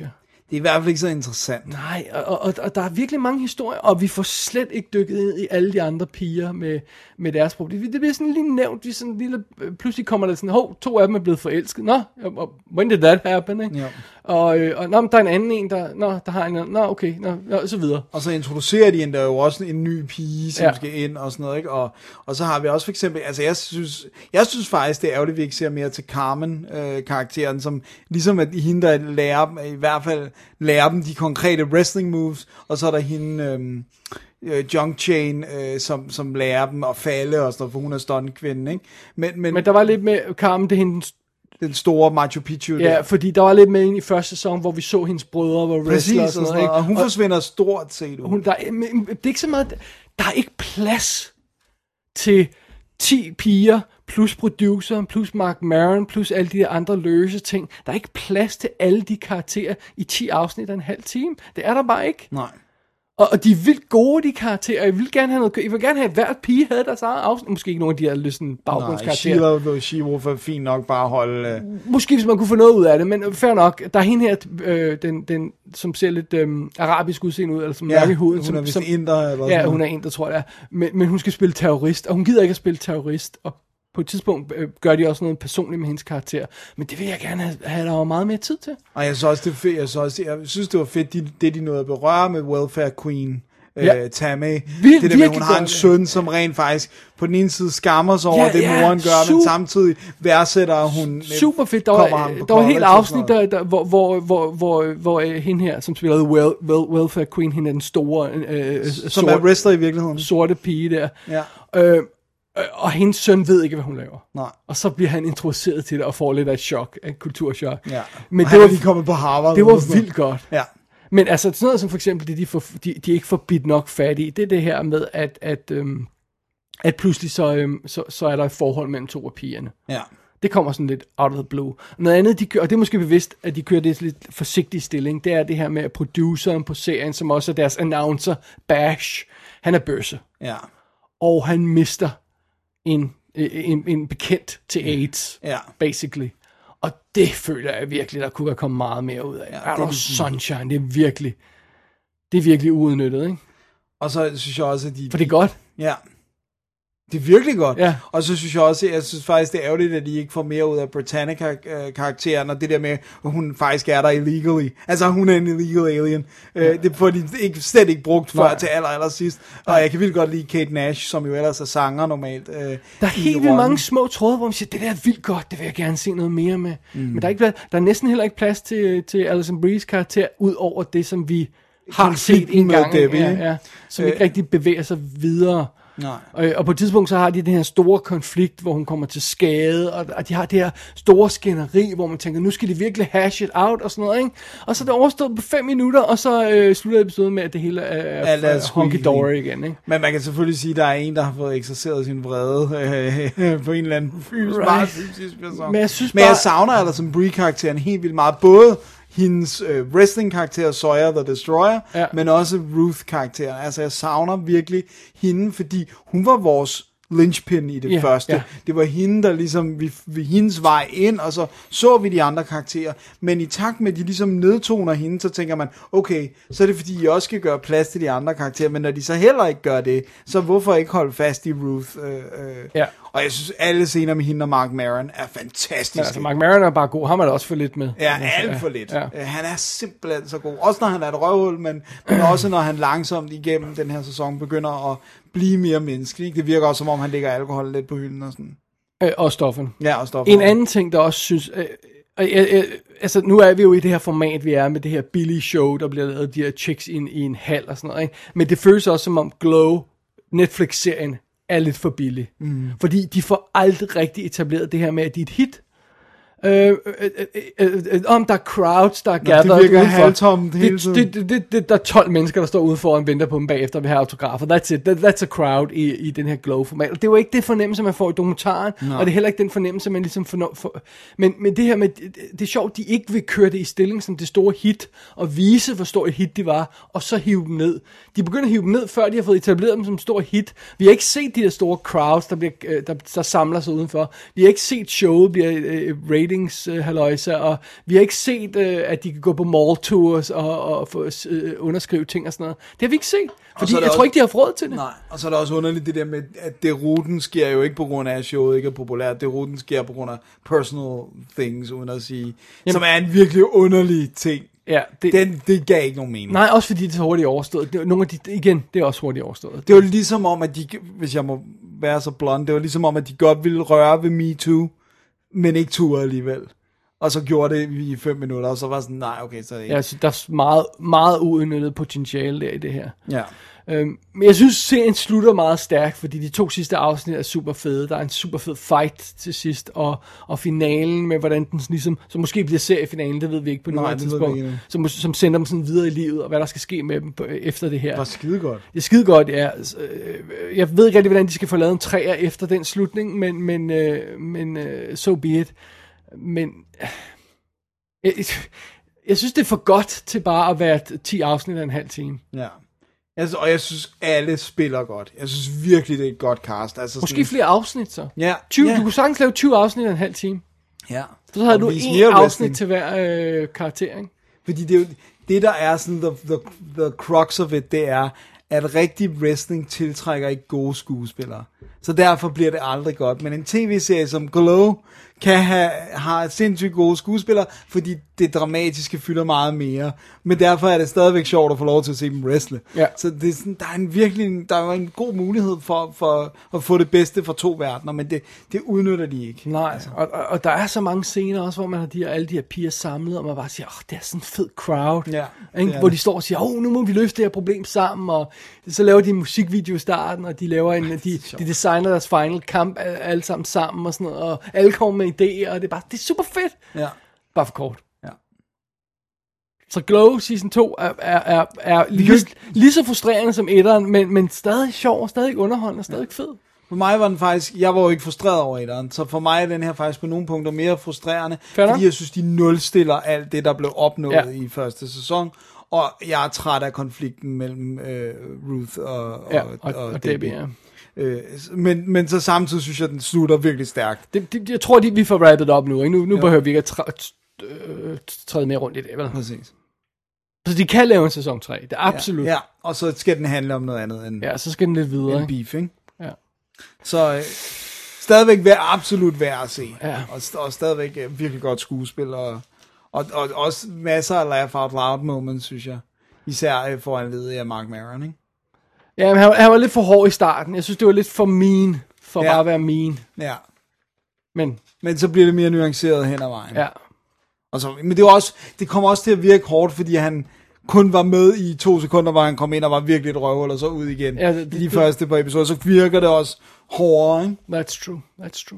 det er i hvert fald ikke så interessant. Nej, og der er virkelig mange historier, og vi får slet ikke dykket ind i alle de andre piger med deres problemer. Det bliver sådan lige nævnt, vi sådan lille, pludselig kommer der sådan, 2 af dem er blevet forelsket. Nå, when did that happen, ikke? Ja. Og der er en anden en, der har en, okay, og så videre. Og så introducerer de endda jo også en ny pige, som skal ind og sådan noget, ikke? Og så har vi også for eksempel, altså jeg synes faktisk, det er ærgerligt, at vi ikke ser mere til Carmen-karakteren, som ligesom at hende, der lærer dem, i hvert fald lærer dem de konkrete wrestling moves, og så er der hende, Junk Chain, som lærer dem at falde og sådan noget, for hun er stunt-kvinden, ikke? Men der var lidt med Carmen, det er hende den store Machu Picchu. Ja, fordi der var lidt med ind i første sæson, hvor vi så hendes brødre var wrestler og sådan noget, ikke? Og hun forsvinder stort set. Det er ikke så meget, der er ikke plads til 10 piger, plus producer, plus Mark Maron, plus alle de andre løse ting. Der er ikke plads til alle de karakterer i 10 afsnit af en halv time. Det er der bare ikke. Nej. Og de er vildt gode, de karakterer. Jeg vil gerne have noget. Jeg vil gerne have, at hvert pige havde deres eget afsnit. Måske ikke nogen af de her sådan baggrundskarakterer. Nej, She-Wolf er fint nok bare at holde... Måske hvis man kunne få noget ud af det, men fair nok. Der er hende her, den som ser lidt arabisk udseende ud, eller som mørk i huden. Hun er vist inder, eller ja, hun er inder, tror jeg. Men hun skal spille terrorist, og hun gider ikke at spille terrorist. Og på et tidspunkt gør de også noget personligt med hendes karakter. Men det vil jeg gerne have der var meget mere tid til. Og jeg synes også, det er fedt. Jeg synes, det var fedt, det de nåede at berøre med Welfare Queen. Tammy. Det der med, hun har en søn, som rent faktisk på den ene side skammer sig over det, moren gør, men samtidig værdsætter hun... Super fedt. Der var et helt afsnit, hvor hende her, som spiller Welfare Queen, hende er den store... som er wrestler i virkeligheden. Sorte pige der. Ja. Og hendes søn ved ikke, hvad hun laver. Nej. Og så bliver han introduceret til det og får lidt af et chok, et kulturschok. Ja. Men det var lige kommet på Harvard. Det var vildt godt. Ja. Men altså sådan noget som for eksempel det de ikke får bidt nok fat i, det er det her med at pludselig så er der et forhold mellem 2 af pigerne. Ja. Det kommer sådan lidt out of the blue. Noget andet, og det er måske bevidst, at de kører det lidt forsigtig stilling, det er det her med, at produceren på serien, som også er deres announcer, Bash, han er bøsse. Ja. Og han mister en bekendt til AIDS, basically. Og det føler jeg virkelig, der kunne have kommet meget mere ud af. Ja, Sunshine, det er virkelig uudnyttet, ikke? Og så synes jeg også, at for det er godt. Ja. Det er virkelig godt. Ja. Og så synes jeg synes faktisk, det er ærgerligt, at de ikke får mere ud af Britannica-karakteren, og det der med, at hun faktisk er der illegally. Altså, hun er en illegal alien. Det får de slet ikke brugt før til aller sidst. Og jeg kan vildt godt lide Kate Nash, som jo ellers er sanger normalt. Der er helt vildt mange små tråde, hvor man siger, det der er vildt godt, det vil jeg gerne se noget mere med. Men der er næsten heller ikke plads til Alison Brie's karakter, ud over det, som vi har set en gang. Debbie, som ikke rigtig bevæger sig videre. Nej. Og på et tidspunkt så har de den her store konflikt, hvor hun kommer til skade, og de har det her store skænderi, hvor man tænker, nu skal de virkelig hash it out og sådan noget, ikke? Og så er det overstået på 5 minutter, og så slutter episoden med, at det hele er honky-dory igen, ikke? Men man kan selvfølgelig sige, at der er en, der har fået ekserceret sin vrede på en eller anden fysisk person. Men jeg savner Alison Brie-karakteren helt vildt meget, både hendes wrestling-karakter, Sawyer the Destroyer, men også Ruth-karakteren. Altså, jeg savner virkelig hende, fordi hun var vores linchpin i det første. Ja. Det var hende, der ligesom, vi hendes vej ind, og så vi de andre karakterer. Men i takt med, at de ligesom nedtoner hende, så tænker man, okay, så er det fordi, I også skal gøre plads til de andre karakterer, men når de så heller ikke gør det, så hvorfor ikke holde fast i Ruth? Og jeg synes, alle scener med hende og Mark Maron er fantastiske. Ja, altså, Mark Maron er bare god. Ham er der også for lidt med. Ja, alt for lidt. Ja. Han er simpelthen så god. Også når han er et røvhul, men også når han langsomt igennem den her sæson begynder at blive mere menneskelig. Det virker også, som om han lægger alkohol lidt på hylden og sådan. Og stoffen. Ja, og stoffen. En anden ting, der også synes... altså, nu er vi jo i det her format, vi er med det her billige show, der bliver lavet de her chicks i en hal og sådan noget, ikke? Men det føles også, som om Glow, Netflix-serien, er lidt for billig. Fordi de får aldrig rigtig etableret det her med, at de er et hit. Om der er crowds, der er gathered udenfor. Det virker halvtomt hele tiden. Der er 12 mennesker, der står udenfor og venter på dem bagefter ved her autografer. That's it. That's a crowd i den her Glow-format. Og det er jo ikke det fornemmelse, man får i dokumentaren, og det er heller ikke den fornemmelse, man ligesom får. Men det her med, det er sjovt, de ikke vil køre det i stilling som det store hit, og vise, hvor stort et hit de var, og så hive dem ned. De begynder at hive dem ned, før de har fået etableret dem som stor hit. Vi har ikke set de der store crowds, der samler sig udenfor. Vi har ikke set showet bliver rated datings og vi har ikke set, at de kan gå på mall tours og få underskrive ting og sådan noget. Det har vi ikke set, fordi jeg tror ikke, de har råd til det. Nej, og så er der også underligt det der med, at det ruten sker jo ikke på grund af, at showet ikke er populært. Det ruten sker på grund af personal things, uden at sige, som er en virkelig underlig ting. Ja, det gav ikke nogen mening. Nej, også fordi det er så hurtigt overstået. Nogle af de, igen, det er også hurtigt overstået. Det var ligesom om, at de, hvis jeg må være så blond, det var ligesom om, at de godt ville røre ved MeToo, men ikke turde alligevel. Og så gjorde det i 5 minutter, og så var sådan, nej, okay, så er det ikke. Ja, så der er meget, meget uudnyttet potentiale der i det her. Ja. Men jeg synes, serien slutter meget stærkt, fordi de 2 sidste afsnit er super fede. Der er en super fed fight til sidst, og finalen med, hvordan den ligesom, så måske bliver seriefinalen, det ved vi ikke på noget tidspunkt, som sender dem sådan videre i livet, og hvad der skal ske med dem efter det her. Det var skidegodt. Det er skidegodt, ja. Jeg ved ikke rigtig, hvordan de skal få lavet en 3'er efter den slutning, men so be it. Men jeg synes, det er for godt til bare at være 10 afsnit af en halv time. Ja. Altså, og jeg synes, alle spiller godt. Jeg synes virkelig, det er et godt cast. Altså, måske sådan flere afsnit, så. Ja. 20, ja. Du kunne sagtens lave 20 afsnit af en halv time. Ja. Så havde du 1 afsnit til hver karakter, ikke? Fordi det er jo, det der er sådan, the crux of it, det er, at rigtig wrestling tiltrækker ikke gode skuespillere. Så derfor bliver det aldrig godt. Men en tv-serie som Glow har sindssygt gode skuespillere, fordi det dramatiske fylder meget mere. Men derfor er det stadigvæk sjovt at få lov til at se dem wrestle. Ja. Så det er sådan, der er en god mulighed for at få det bedste fra 2 verdener, men det udnytter de ikke. Nej, altså. og der er så mange scener også, hvor man har alle de her piger samlet, og man bare siger, det er sådan en fed crowd. Ja, hvor de står og siger, nu må vi løse det her problem sammen, og så laver de en musikvideo i starten, og de laver de designer deres final kamp alle sammen og sådan noget, og alle kommer med idéer, og det er super fedt. Ja. Bare for kort. Ja. Så Glow Season 2 er lige så frustrerende som 1'eren, men stadig sjov, stadig underholdende, stadig fed. For mig var den faktisk, jeg var jo ikke frustreret over 1'eren, så for mig er den her faktisk på nogle punkter mere frustrerende, fordi jeg synes, de nulstiller alt det, der blev opnået i første sæson, og jeg er træt af konflikten mellem Ruth og Debbie. Ja. Men så samtidig synes jeg, den slutter virkelig stærkt. Jeg tror, vi får wrappet op nu, ikke? Nu behøver vi ikke at træde mere rundt i det, vel? Præcis. Så de kan lave en sæson 3, det er absolut. Ja, og så skal den handle om noget andet end, så skal den lidt videre. End beef, ikke? Ja. Så stadigvæk absolut værd at se. Ja. Og stadigvæk virkelig godt skuespil, og også masser af laugh out loud moments, synes jeg. Især foranledet af Mark Maron, ikke? Ja, men han var lidt for hård i starten. Jeg synes, det var lidt for mean, bare at være mean. Ja. Men så bliver det mere nuanceret hen ad vejen. Ja. Og så, men det kommer også til at virke hårdt, fordi han kun var med i 2 sekunder, hvor han kom ind og var virkelig et røvhul, og så ud igen. Ja, de første par episoder, så virker det også hårdere, ikke? That's true.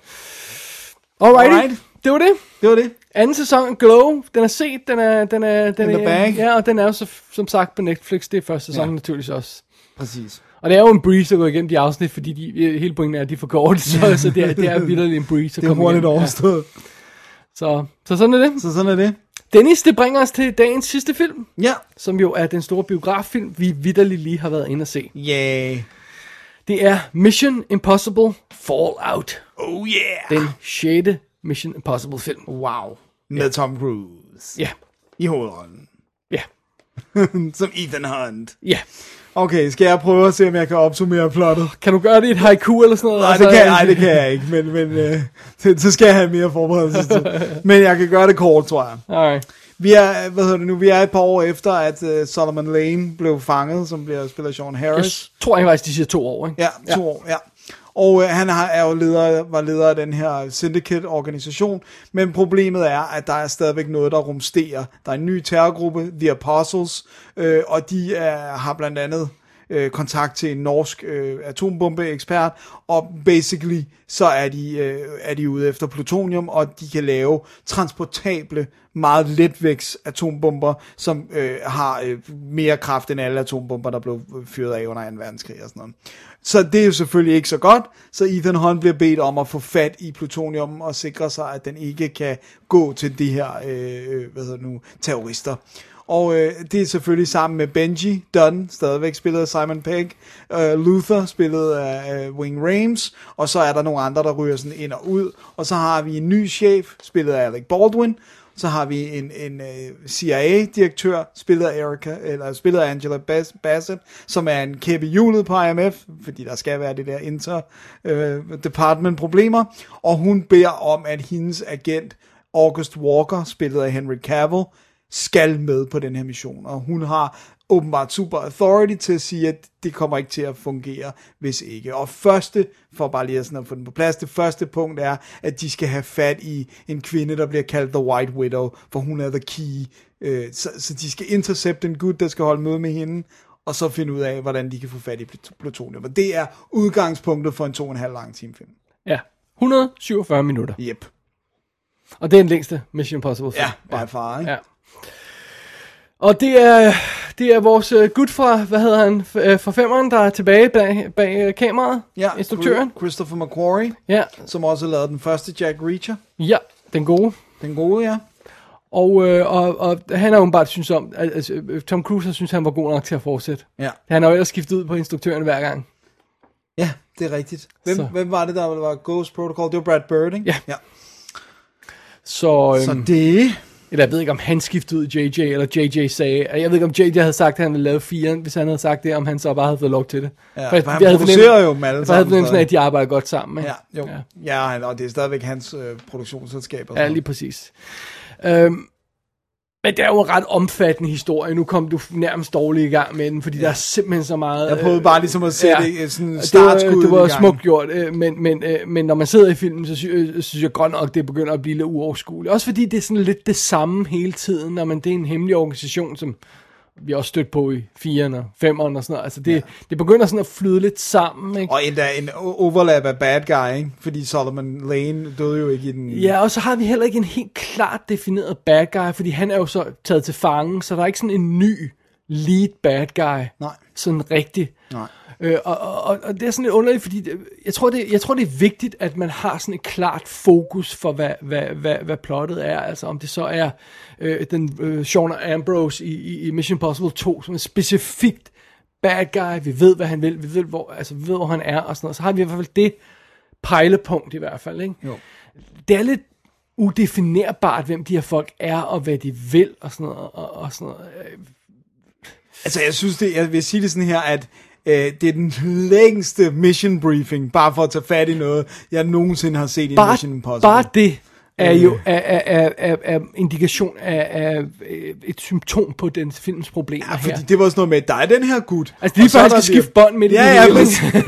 Alright. Det var det. Anden sæson af Glow, den er set, den er bag. Ja, og den er jo som sagt på Netflix, det er første sæson naturligvis også. Præcis. Og det er jo en breeze at gå igennem de afsnit, fordi hele pointen er, at de får kort, så det er vitterligt en breeze at komme igennem. Det er hurtigt overstået. Så sådan er det. Dennis, det bringer os til dagens sidste film. Ja. Som jo er den store biograffilm, vi vitterligt lige har været inde at se. Yeah. Det er Mission Impossible Fallout. Oh yeah. Den 6. Mission Impossible film. Wow. Med Tom Cruise. Ja. I hovedrollen. Ja. Som Ethan Hunt. Ja. Okay, skal jeg prøve at se, om jeg kan opsummere plottet? Kan du gøre det i et haiku eller sådan noget? Nej, det kan jeg ikke, men så skal jeg have mere forberedelse. Men jeg kan gøre det kort, tror jeg. Alright. Vi er et par år efter, at Solomon Lane blev fanget, som bliver spillet af Sean Harris. Jeg tror faktisk, de siger 2 år, ikke? Ja, 2 år, ja. Og han er jo leder af den her Syndicate-organisation, men problemet er, at der er stadigvæk noget, der rumsterer. Der er en ny terrorgruppe, The Apostles, og de har blandt andet kontakt til en norsk atombombeekspert, og basically så er de ude efter plutonium, og de kan lave transportable, meget letvægts atombomber, som har mere kraft end alle atombomber, der blev fyret af under 2. verdenskrig og sådan noget. Så det er jo selvfølgelig ikke så godt, så Ethan Hunt bliver bedt om at få fat i plutonium og sikre sig, at den ikke kan gå til de her terrorister. Og det er selvfølgelig sammen med Benji Dunn, stadigvæk spillet af Simon Pegg, Luther, spillet af Wing Rames, og så er der nogle andre, der ryger sådan ind og ud. Og så har vi en ny chef, spillet af Alec Baldwin. Så har vi en CIA-direktør, spillet af Angela Bassett, som er en kæppe hjulet på IMF, fordi der skal være det der inter-department-problemer. Og hun beder om, at hendes agent, August Walker, spillet af Henry Cavill, skal med på den her mission. Og hun har åbenbart super authority til at sige, at det kommer ikke til at fungere, hvis ikke. Og for bare lige sådan at få den på plads, det første punkt er, at de skal have fat i en kvinde, der bliver kaldt The White Widow, for hun er the key. Så de skal intercepte en gut, der skal holde møde med hende, og så finde ud af, hvordan de kan få fat i plutonium. Og det er udgangspunktet for en 2,5 lang time film. Ja, 147 minutter. Yep. Og det er den længste Mission Impossible film. Ja, by far, ikke? Ja. Og det er vores gut fra, hvad hedder han, fra femmeren, der er tilbage bag kameraet. Ja, instruktøren. Christopher McQuarrie, ja. Som også lavede den første Jack Reacher. Ja, den gode. Den gode, ja. Og han har åbenbart synes om, altså Tom Cruise har synes han var god nok til at fortsætte. Ja. Han har jo ellers skiftet ud på instruktøren hver gang. Ja, det er rigtigt. Hvem var det, der var Ghost Protocol? Det var Brad Bird, ikke? Ja. Så det... Eller jeg ved ikke, om han skiftede ud JJ, eller JJ sagde... Jeg ved ikke, om JJ havde sagt, at han ville lave 4, hvis han havde sagt det, om han så bare havde fået lov til det. Ja, for han producerer jo med alle sammen. For jeg havde fornemmelsen af, at de arbejder godt sammen. Ikke? Ja, jo. Ja, og det er stadigvæk hans produktionsselskab. Ja, lige præcis. Men det er jo en ret omfattende historie. Nu kom du nærmest dårligt i gang med den, fordi der er simpelthen så meget... Jeg prøvede bare ligesom at sætte sådan startskud det var smukt gjort, men når man sidder i filmen, så synes jeg godt nok, det begynder at blive lidt uoverskueligt. Også fordi det er sådan lidt det samme hele tiden, når det er en hemmelig organisation, som vi også stødt på i 4'erne og 5'erne og sådan noget. Altså det begynder sådan at flyde lidt sammen, ikke? Og endda en overlap af bad guy, ikke? Fordi Solomon Lane døde jo ikke i den... Ja, og så har vi heller ikke en helt klart defineret bad guy, fordi han er jo så taget til fange, så der er ikke sådan en ny lead bad guy. Nej. Sådan rigtig. Nej. Og det er sådan lidt underligt, fordi jeg tror det er vigtigt, at man har sådan et klart fokus for, hvad plottet er. Altså om det så er Sean Ambrose i Mission Impossible 2, som er specifikt bad guy. Vi ved, hvad han vil. Vi ved, hvor han er og sådan noget. Så har vi i hvert fald det pejlepunkt i hvert fald. Ikke? Jo. Det er lidt udefinerbart, hvem de her folk er, og hvad de vil og sådan noget. Og sådan noget. Altså jeg vil sige det sådan her, at det er den længste mission briefing, bare for at tage fat i noget, jeg nogensinde har set i Mission Impossible. Bare det er jo er indikation af et symptom på den films problemer her. Fordi det var sådan noget med, der er den her gut. Altså lige før han skal skifte bånd midt i det hele.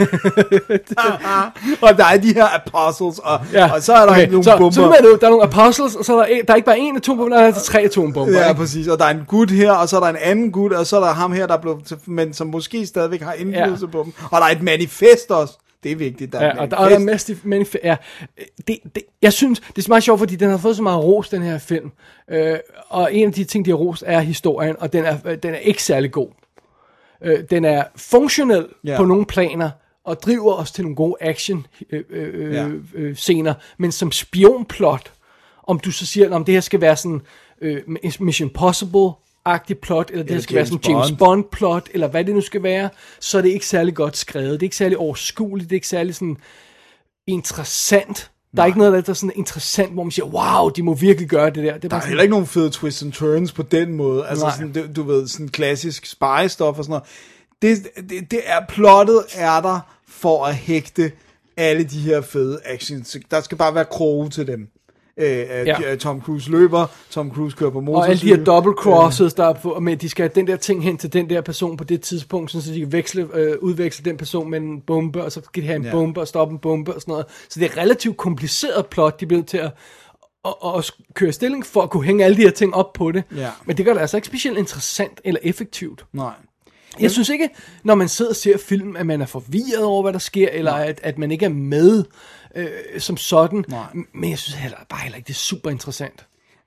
Og der er de her apostles, og så er der nogle bomber. Så der er nogle apostles, og så er der ikke bare en atombombe, der er 3 atombomber. Ja, præcis. Og der er en gut her, og så er der en anden gut, og så er der ham her, der blev, men som måske stadigvæk har indflydelse på dem. Og der er et manifest også. Det er vigtigt, der er og der er manifest. Ja. Jeg synes, det er meget sjovt, fordi den har fået så meget ros, den her film. Og en af de ting, de har rost, er historien, og den er ikke særlig god. Den er funktionel på nogle planer, og driver os til nogle gode action scener, men som spionplot, om du så siger, om det her skal være sådan Mission Impossible-agtig plot, eller det her skal være sådan James Bond-plot, eller hvad det nu skal være, så er det ikke særlig godt skrevet. Det er ikke særlig overskueligt, det er ikke særlig sådan interessant. Der er ikke noget, der er sådan interessant, hvor man siger, wow, de må virkelig gøre det der. Det er der er heller ikke nogen fede twists and turns på den måde. Altså sådan, du ved, sådan klassisk spy-stof og sådan noget. Det er, plottet er der for at hægte alle de her fede actions. Der skal bare være kroge til dem. Tom Cruise løber, Tom Cruise kører på motorcykel. Og alle de her double crosses, der er på, med, de skal have den der ting hen til den der person på det tidspunkt, så de kan udveksle den person med en bombe, og så skal de have en bombe og stoppe en bombe og sådan noget. Så det er relativt kompliceret plot, de bliver til at køre stilling for at kunne hænge alle de her ting op på det. Ja. Men det gør det altså ikke specielt interessant eller effektivt. Nej. Jeg synes ikke, når man sidder og ser film, at man er forvirret over, hvad der sker, eller at man ikke er med som sådan. Nej. Men jeg synes heller ikke, det er super interessant.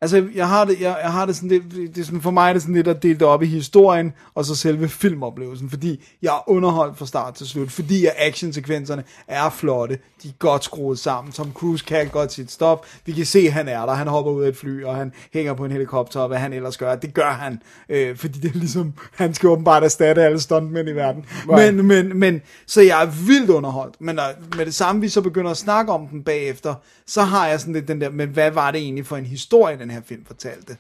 Altså, jeg har det sådan lidt, det er sådan, for mig er det sådan lidt at dele det op i historien, og så selve filmoplevelsen, fordi jeg er underholdt fra start til slut, fordi at actionsekvenserne er flotte, de er godt skruet sammen, Tom Cruise kan godt sit stof, vi kan se, at han er der, han hopper ud af et fly, og han hænger på en helikopter, og hvad han ellers gør, det gør han, fordi det er ligesom, han skal åbenbart erstatte alle stuntmænd i verden, right. men, så jeg er vildt underholdt, men med det samme, vi så begynder at snakke om den bagefter, så har jeg sådan lidt den der, men hvad var det egentlig for en historie, den her film fortalte?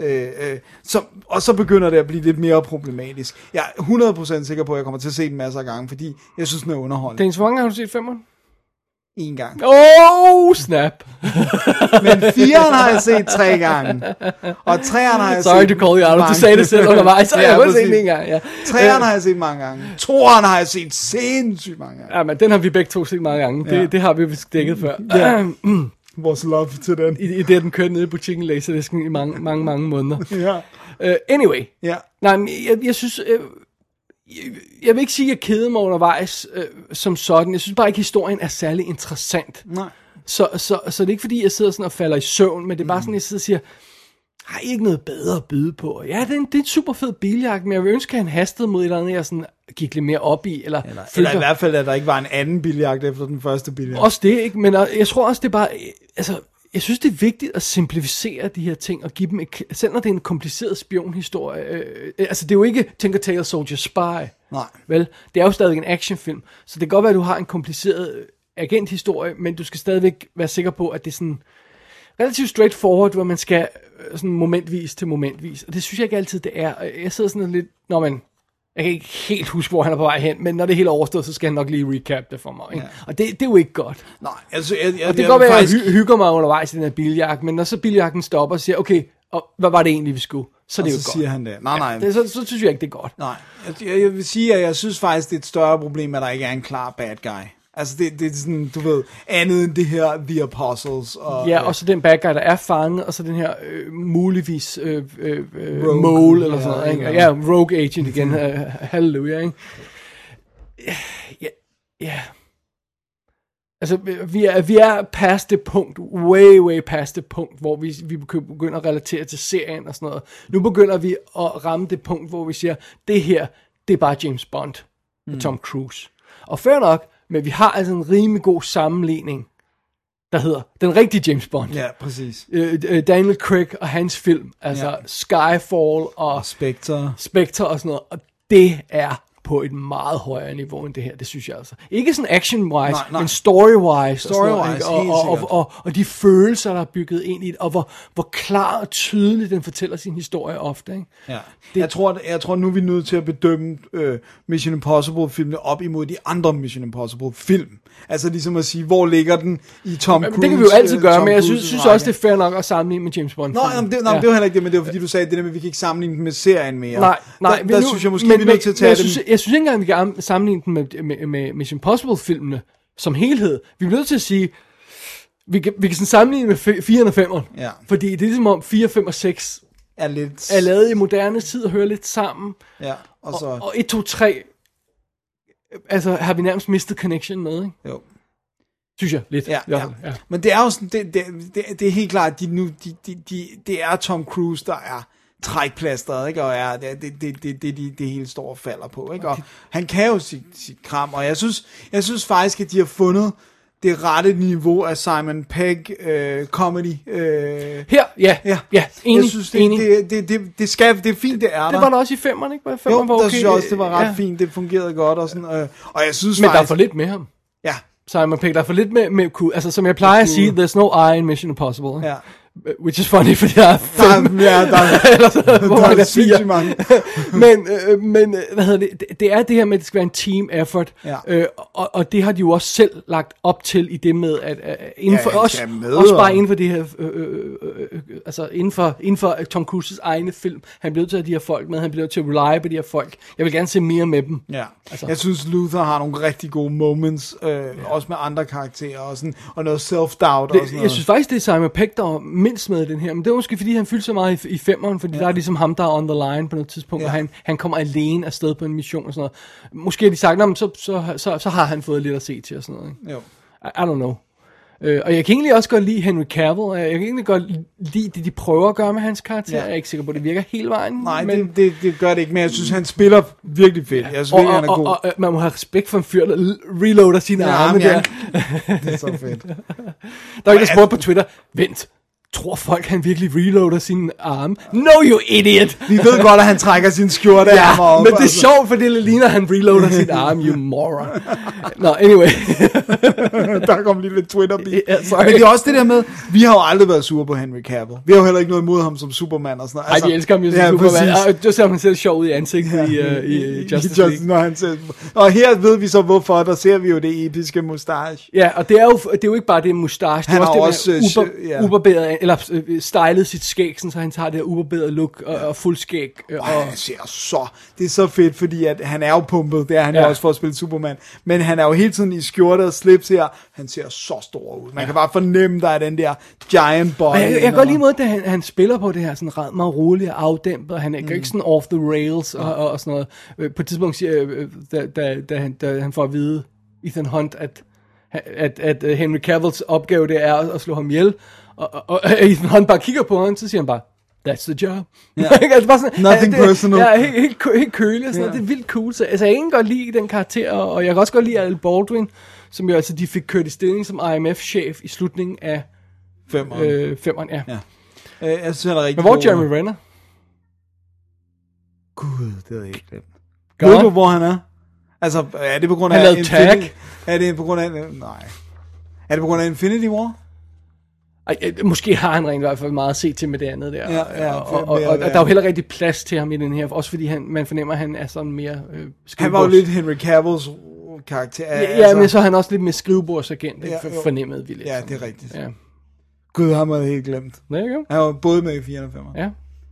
Og så begynder det at blive lidt mere problematisk. Jeg er 100% sikker på, at jeg kommer til at se den masser af gange, fordi jeg synes, den er underholdende. Dennis, hvor mange har du set 5'eren? En gang. Snap. Men 4'eren har jeg set 3 gange. Og 3'eren har jeg Sorry set... to call you out. Du sagde det selv undervejs, så jeg har set den en gang. Ja. 3'eren har jeg set mange gange. 2'eren har jeg set sindssygt mange gange. Ja, men den har vi begge to set mange gange. Det har vi vist dækket før. Ja. Vores love til den. I det, den kørte nede i butikken Laserdisken i mange måneder. Ja. Anyway. Ja. Nej, men jeg synes... Jeg vil ikke sige, at jeg keder mig undervejs som sådan. Jeg synes bare ikke, at historien er særlig interessant. Nej. Så det er ikke fordi, jeg sidder sådan og falder i søvn, men det er bare sådan, jeg sidder og siger, har I ikke noget bedre at byde på? Ja, det er en super fed biljagt, men jeg vil ønske, at han hastede mod et eller andet, jeg sådan gik lidt mere op i. Eller i hvert fald, at der ikke var en anden biljagt efter den første biljagt. Også det, ikke? Men jeg tror også, det er bare... Altså, jeg synes, det er vigtigt at simplificere de her ting, og give dem selv når det er en kompliceret spionhistorie. Altså, det er jo ikke Tinker Tailor Soldier Spy. Nej. Vel? Det er jo stadig en actionfilm. Så det kan godt være, at du har en kompliceret agenthistorie, men du skal stadigvæk være sikker på, at det er sådan relativt straightforward, hvor man skal sådan momentvis til momentvis. Og det synes jeg ikke altid, det er. Jeg sidder sådan lidt... Jeg kan ikke helt huske, hvor han er på vej hen, men når det hele er overstået, så skal han nok lige recap det for mig. Ikke? Ja. Og det er jo ikke godt. Nej, altså... Og det kan godt være, at jeg hygger mig undervejs i den her biljagt, men når så biljagten stopper og siger, okay, og hvad var det egentlig, vi skulle? Så det er jo så godt. siger han det. Nej. Ja, så synes jeg ikke, det er godt. Nej, jeg vil sige, at jeg synes faktisk, det er et større problem, at der ikke er en klar bad guy. Altså, det er sådan, du ved, andet end det her The Apostles. Og så den bad guy, der er fanget, og så den her muligvis mole, eller sådan noget. Ikke? Ja, rogue agent igen. Halleluja, ikke? Ja. Altså, vi er past det punkt, way past det punkt, hvor vi begynder at relatere til serien og sådan noget. Nu begynder vi at ramme det punkt, hvor vi siger, det her, det er bare James Bond med Tom Cruise. Og fair nok, men vi har altså en rimelig god sammenligning, der hedder den rigtige James Bond. Ja, præcis. Daniel Craig og hans film, altså Skyfall og Spectre og sådan noget, og det er på et meget højere niveau end det her, det synes jeg altså. Ikke sådan action-wise, men story-wise. Og de følelser, der er bygget ind i det, og hvor klar og tydelig den fortæller sin historie ofte. Ikke? Ja. Jeg tror nu er vi nødt til at bedømme Mission Impossible-filmene op imod de andre Mission Impossible-film. Altså ligesom at sige, hvor ligger den i Tom Cruise? Det kan vi jo altid gøre, men jeg synes også, det er fair nok at sammenligne med James Bond. Det var heller ikke det, men det var fordi, du sagde det der med, at vi kan ikke sammenligne den med serien mere. Nej. Der synes jeg måske, vi er nødt til at tage dem. Jeg synes ikke engang, vi kan sammenligne den med Mission Impossible-filmene som helhed. Vi er nødt til at sige, vi kan sådan sammenligne med 4'eren og 5'eren. Ja. Fordi det er ligesom om 4, 5 og 6 er lavet i moderne tid og hører lidt sammen. Ja, og 1, 2, 3 altså har vi nærmest mistet connection med, ikke? Jo. Synes jeg lidt. Ja. Men det er jo sådan, det er helt klart, det er Tom Cruise, der er trækplasteret, ikke? Og det hele står og falder på, ikke? Og han kan jo sit kram, og jeg synes faktisk, at de har fundet det rette niveau af Simon Pegg comedy. Her, ja, enig. Jeg synes, det er fint, det er der. Det var der også i 5'erne, ikke? Jo, der synes jeg også, det var ret fint, det fungerede godt, og sådan, og jeg synes men faktisk... der er for lidt med ham. Ja. Simon Pegg, der er for lidt med altså som jeg plejer at sige, there's no I in Mission Impossible. Ikke? Ja. Which is funny, fordi der er 5. Der er sindssygt mange. men hvad hedder det er det her med, at det skal være en team effort, og det har de jo også selv lagt op til i det med, at inden for også bare inden for det her, altså inden for Tom Cruises egne film, han blev til at de her folk med, han blev til at rely på de her folk. Jeg vil gerne se mere med dem. Ja. Altså. Jeg synes, Luther har nogle rigtig gode moments, også med andre karakterer, og noget self-doubt og sådan noget. Jeg synes faktisk, det er Simon Pegg, der mindst med den her, men det var måske fordi han fyldte så meget i 5'eren, fordi der er ligesom ham, der er on the line på noget tidspunkt, og han kommer alene afsted på en mission og sådan noget. Måske har de sagt, så har han fået lidt at se til og sådan noget. Ikke? Jo. I don't know. Og jeg kan egentlig også godt lide Henry Cavill, og jeg kan egentlig godt lide det, de prøver at gøre med hans karakter. Jeg er ikke sikker på, at det virker hele vejen. Nej, men det gør det ikke, men jeg synes, han spiller virkelig fedt. Jeg synes virkelig, han er god. Og man må have respekt for en fyr, der reloader sine arme der. Det er så fedt. Der er en, der spurgte på Twitter, vent, tror folk, han virkelig reloader sine arme? No, you idiot! Vi ved godt, at han trækker sin skjorte af mig op. Men det er sjovt, for det ligner, at han reloader sin arme, you moron. Nå, anyway. Der kom lige lidt Twitter-beat. Yeah, men det er også det der med, vi har jo aldrig været sure på Henry Cavill. Vi har jo heller ikke noget imod ham som Superman og sådan noget. Altså, vi elsker ham jo som Superman. Og just han ser sjov ud i ansigtet i Justice League. Når han ser, og her ved vi så hvorfor, der ser vi jo det episke mustache. Ja, og det er jo ikke bare det mustache, det er også det med ubarberet, eller stylet sit skæg, så han tager det her ubarberet look og fuld skæg. Han ser så, det er så fedt, fordi at han er jo pumpet, det er han jo også for at spille Superman, men han er jo hele tiden i skjorte og slips her, han ser så stor ud. Man kan bare fornemme, der er den der giant body. Jeg kan godt lide måde, at han spiller på det her, sådan ret meget roligt og afdæmpet, han er ikke sådan off the rails og sådan noget. På et tidspunkt siger, da han får at vide, Ethan Hunt, at Henry Cavills opgave det er at slå ham ihjel, og Ethan Hunt bare kigger på ham, så siger han bare, that's the job. Altså bare sådan, nothing personal. Ja, helt kølig og sådan noget. Det er vildt cool. Så altså, jeg kan godt lide den karakter, og jeg kan også godt lide Alec Baldwin, som jo altså, de fik kørt i stilling som IMF-chef i slutningen af femmeren. Ja. Jeg synes, han er rigtig men hvor er Jeremy Renner? Gud, det er ikke glemt. Ved du, hvor han er? Altså, er det på grund af... Han lavede Tag. Er det på grund af... Nej. Er det på grund af Infinity War? Måske har han rent i hvert fald meget at se til med det andet der. Og der er jo heller rigtig plads til ham i den her, også fordi man fornemmer, at han er sådan mere han var jo lidt Henry Cavills karakter. Ja, men så er han også lidt mere skrivebordsagent, fornemmede vi lidt. Ja, det er rigtigt. Ja. Gud, ham havde helt glemt. Han var både med i 4 og 5. Ja.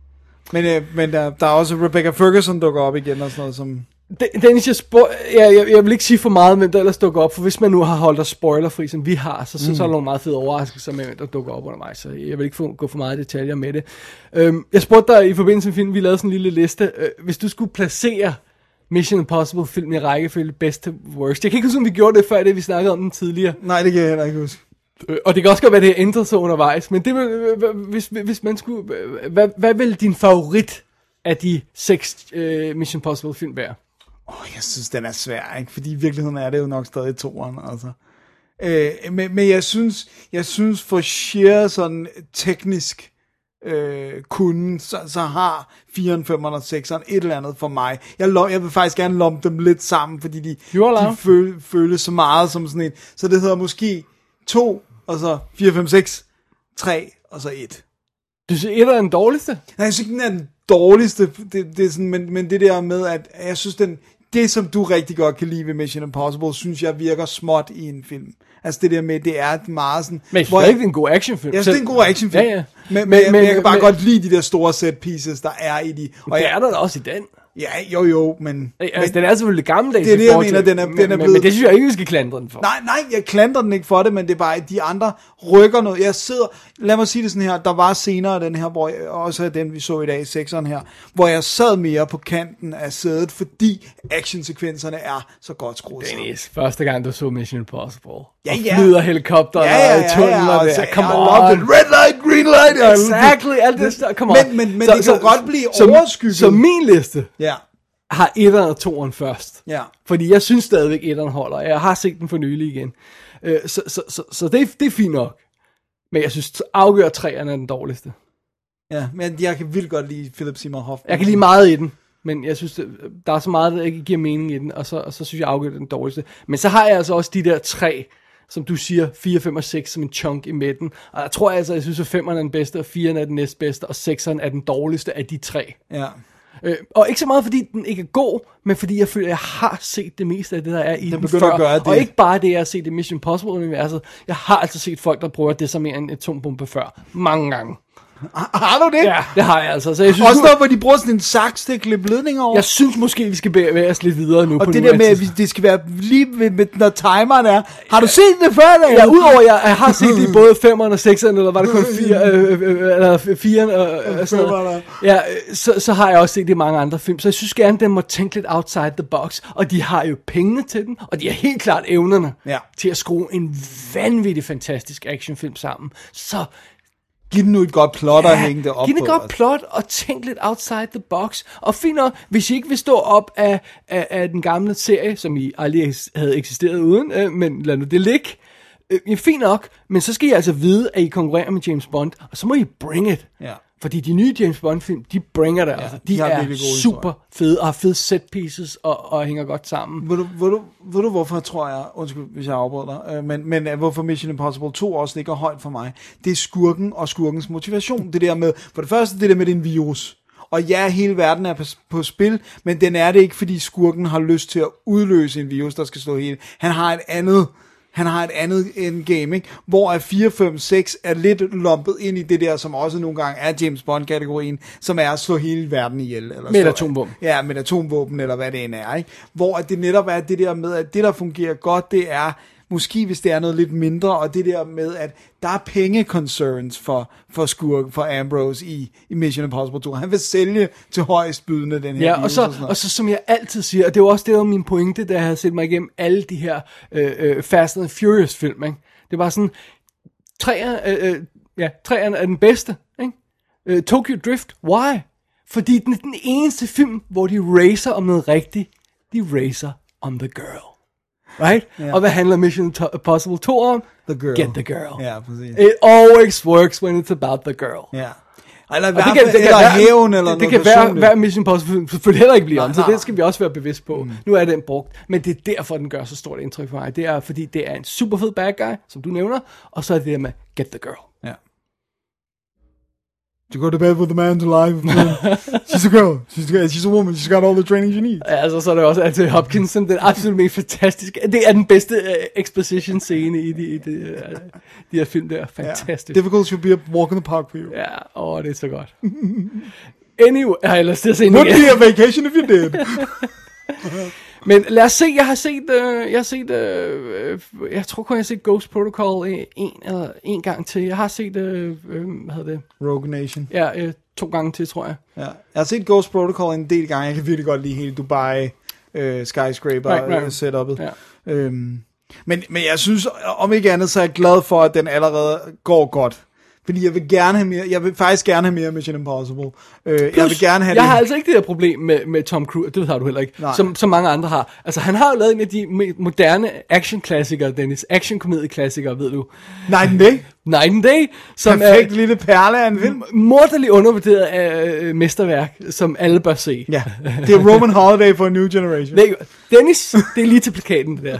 Men der er også Rebecca Ferguson dukker op igen og sådan noget som... Dennis, jeg vil ikke sige for meget, men der ellers dukker op, for hvis man nu har holdt os spoilerfri, som vi har, så er der nogle meget fede overraskelser med, der dukker op undervejs, så jeg vil ikke gå for meget detaljer med det. Jeg spurgte dig i forbindelse med filmen, vi lavede sådan en lille liste, hvis du skulle placere Mission Impossible film i rækkefølge best to worst. Jeg kan ikke huske, om vi gjorde det før, det vi snakkede om den tidligere. Nej, det kan jeg heller ikke huske. Og det kan også godt være, det er ændret sig undervejs, men det, hvis man skulle, hvad vil din favorit af de 6 Mission Impossible film være? Jeg synes, den er svær, ikke? Fordi i virkeligheden er det jo nok stadig 2'eren, altså. Men jeg synes for sheer sådan teknisk kunden, så har 4'eren, 5'eren og 6'eren et eller andet for mig. Jeg vil faktisk gerne lompe dem lidt sammen, fordi de føles så meget som sådan en. Så det hedder måske 2, og så 4, 5, 6, 3, og så 1. Du synes, 1 er den dårligste? Nej, jeg synes ikke, den er den dårligste, det er sådan, men det der med, at jeg synes, det som du rigtig godt kan lide ved Mission Impossible, synes jeg virker småt i en film. Altså det der med, det er meget sådan... Men det er ikke en god actionfilm. Jeg synes, det er en god actionfilm. Ja. Men jeg kan bare godt lide de der store set pieces, der er i de. Og det er der også i den. Ja, jo, men... Altså, den er selvfølgelig gammeldags. Det er det, jeg mener, den er blevet... Men det synes jeg ikke, vi skal klandre den for. Nej, jeg klandrer den ikke for det, men det er bare, de andre rykker noget. Jeg sidder... Lad mig sige det sådan her, der var senere den her, hvor jeg, også den, vi så i dag, 6'eren her, hvor jeg sad mere på kanten af sædet, fordi actionsekvenserne er så godt skruet sammen. Dennis, første gang du så Mission Impossible. Ja. Og flyder helikopteren og tunneler der. Come on. Red light, green light. Exactly, alt det der. Come on. Men det kan godt blive overskygget. Så min liste... Ja. Har 1'eren og 2'eren først. Ja. Fordi jeg synes stadigvæk 1'eren holder. Jeg har set den for nylig igen. Så det er fint nok. Men jeg synes afgør 3'eren er den dårligste. Ja, men jeg kan vildt godt lide Philip Seymour Hoffman. Jeg kan lide meget i den. Men jeg synes, der er så meget, der ikke giver mening i den. Og så synes jeg afgør den dårligste. Men så har jeg altså også de der 3, som du siger, 4, 5 og 6 som en chunk i midten. Og jeg tror altså, jeg synes, at 5'eren er den bedste, og 4'eren er den næstbedste, og 6'eren er den dårligste af de 3. Ja. Og ikke så meget fordi den ikke er god, men fordi jeg føler at jeg har set det meste af det der er i den før, at gøre det. Og ikke bare det jeg har set i Mission Impossible universet. Jeg har altså set folk der prøver det som mere en atombombe før mange gange. Har du det? Ja, det har jeg altså. Så jeg synes, også der, hvor de bruger sådan en saks til at klippe ledninger over. Jeg synes måske, vi skal bevæge os lidt videre nu. Og på det der med, at det skal være lige ved, når timeren er. Har du set det før? Ja, udover jeg har set det i både 5'eren og 6'eren, eller var det kun 4'eren og sådan noget. Ja, så har jeg også set det i mange andre film. Så jeg synes gerne, den må tænke lidt outside the box. Og de har jo pengene til den, og de har helt klart evnerne til at skrue en vanvittig fantastisk actionfilm sammen. Så giv den nu et godt plot og hænge det op på. Giv den et godt plot og tænk lidt outside the box. Og fint nok, hvis I ikke vil stå op af den gamle serie, som I aldrig havde eksisteret uden, men lad nu det ligge. Fint nok, men så skal I altså vide, at I konkurrerer med James Bond, og så må I bring it. Ja. Fordi de nye James Bond-film, de bringer det. Ja, altså. De er super fede, og har fede set pieces, og hænger godt sammen. Ved du hvorfor, tror jeg, undskyld, hvis jeg afbryder dig, men hvorfor Mission Impossible 2 også ligger højt for mig, det er skurken og skurkens motivation. Det der med, for det første, det der med den virus. Og ja, hele verden er på spil, men den er det ikke, fordi skurken har lyst til at udløse en virus, der skal slå hele. Han har et andet endgame, ikke? Hvor 4, 5, 6 er lidt lumpet ind i det der, som også nogle gange er James Bond-kategorien, som er at slå hele verden ihjel. Eller med atomvåben. Ja, med atomvåben, eller hvad det end er, ikke? Hvor det netop er det der med, at det, der fungerer godt, det er, måske hvis det er noget lidt mindre, og det der med, at der er penge-concerns for skurken, for Ambrose i Mission Impossible 2. Han vil sælge til højst bydende den her. Ja, og så som jeg altid siger, og det var også det, der var min pointe, da jeg havde set mig igennem alle de her Fast and Furious film, ikke? Det var sådan, træerne er den bedste, ikke? Tokyo Drift, why? Fordi den er den eneste film, hvor de racer om noget rigtigt. De racer om the girl. Right? Yeah. Og hvad handler Mission Impossible 2 om? The girl. Get the girl. Ja, præcis. It always works when it's about the girl. Ja. Eller hævn, eller det kan være Mission Impossible selvfølgelig heller ikke blive om, så det skal vi også være bevidst på. Nu er den brugt, men det er derfor, den gør så stort indtryk for mig. Det er, fordi det er en super fed bad guy, som du nævner, og så er det der med Get the girl. Ja. You go to bed with a man's life. She's a girl. She's a woman. She's got all the training she needs. Ja, altså, så er det også Anthony Hopkins, som den absolut mest fantastiske. Det er den bedste exposition scene i de her film der. Fantastisk. Yeah. Difficult should be a walk in the park for you. Ja, det er så godt. Anyway, jeg har lyst til at se Would be a vacation if you did. Men lad os se, jeg har set, jeg tror kun jeg har set Ghost Protocol en gang til. Jeg har set, hvad hedder det? Rogue Nation. Ja, 2 gange til, tror jeg. Ja. Jeg har set Ghost Protocol en del gange. Jeg kan virkelig godt lide hele Dubai skyscraper setupet. Ja. Men jeg synes, om ikke andet, så er jeg glad for, at den allerede går godt. Fordi jeg vil gerne have mere. Jeg vil faktisk gerne have mere Mission Impossible. Jeg vil gerne have jeg har altså ikke det her problem med Tom Cruise. Det har du heller ikke. Som mange andre har. Altså han har jo lavet en af de moderne action-klassikere, Dennis. Action-komedie-klassikere, ved du. Night and Day. Night and Day. Som perfekt lille perle af en film. Morderligt undervurderet af mesterværk, som alle bør se. Ja. Det er Roman Holiday for a new generation. Dennis, det er lige til plakaten, det der.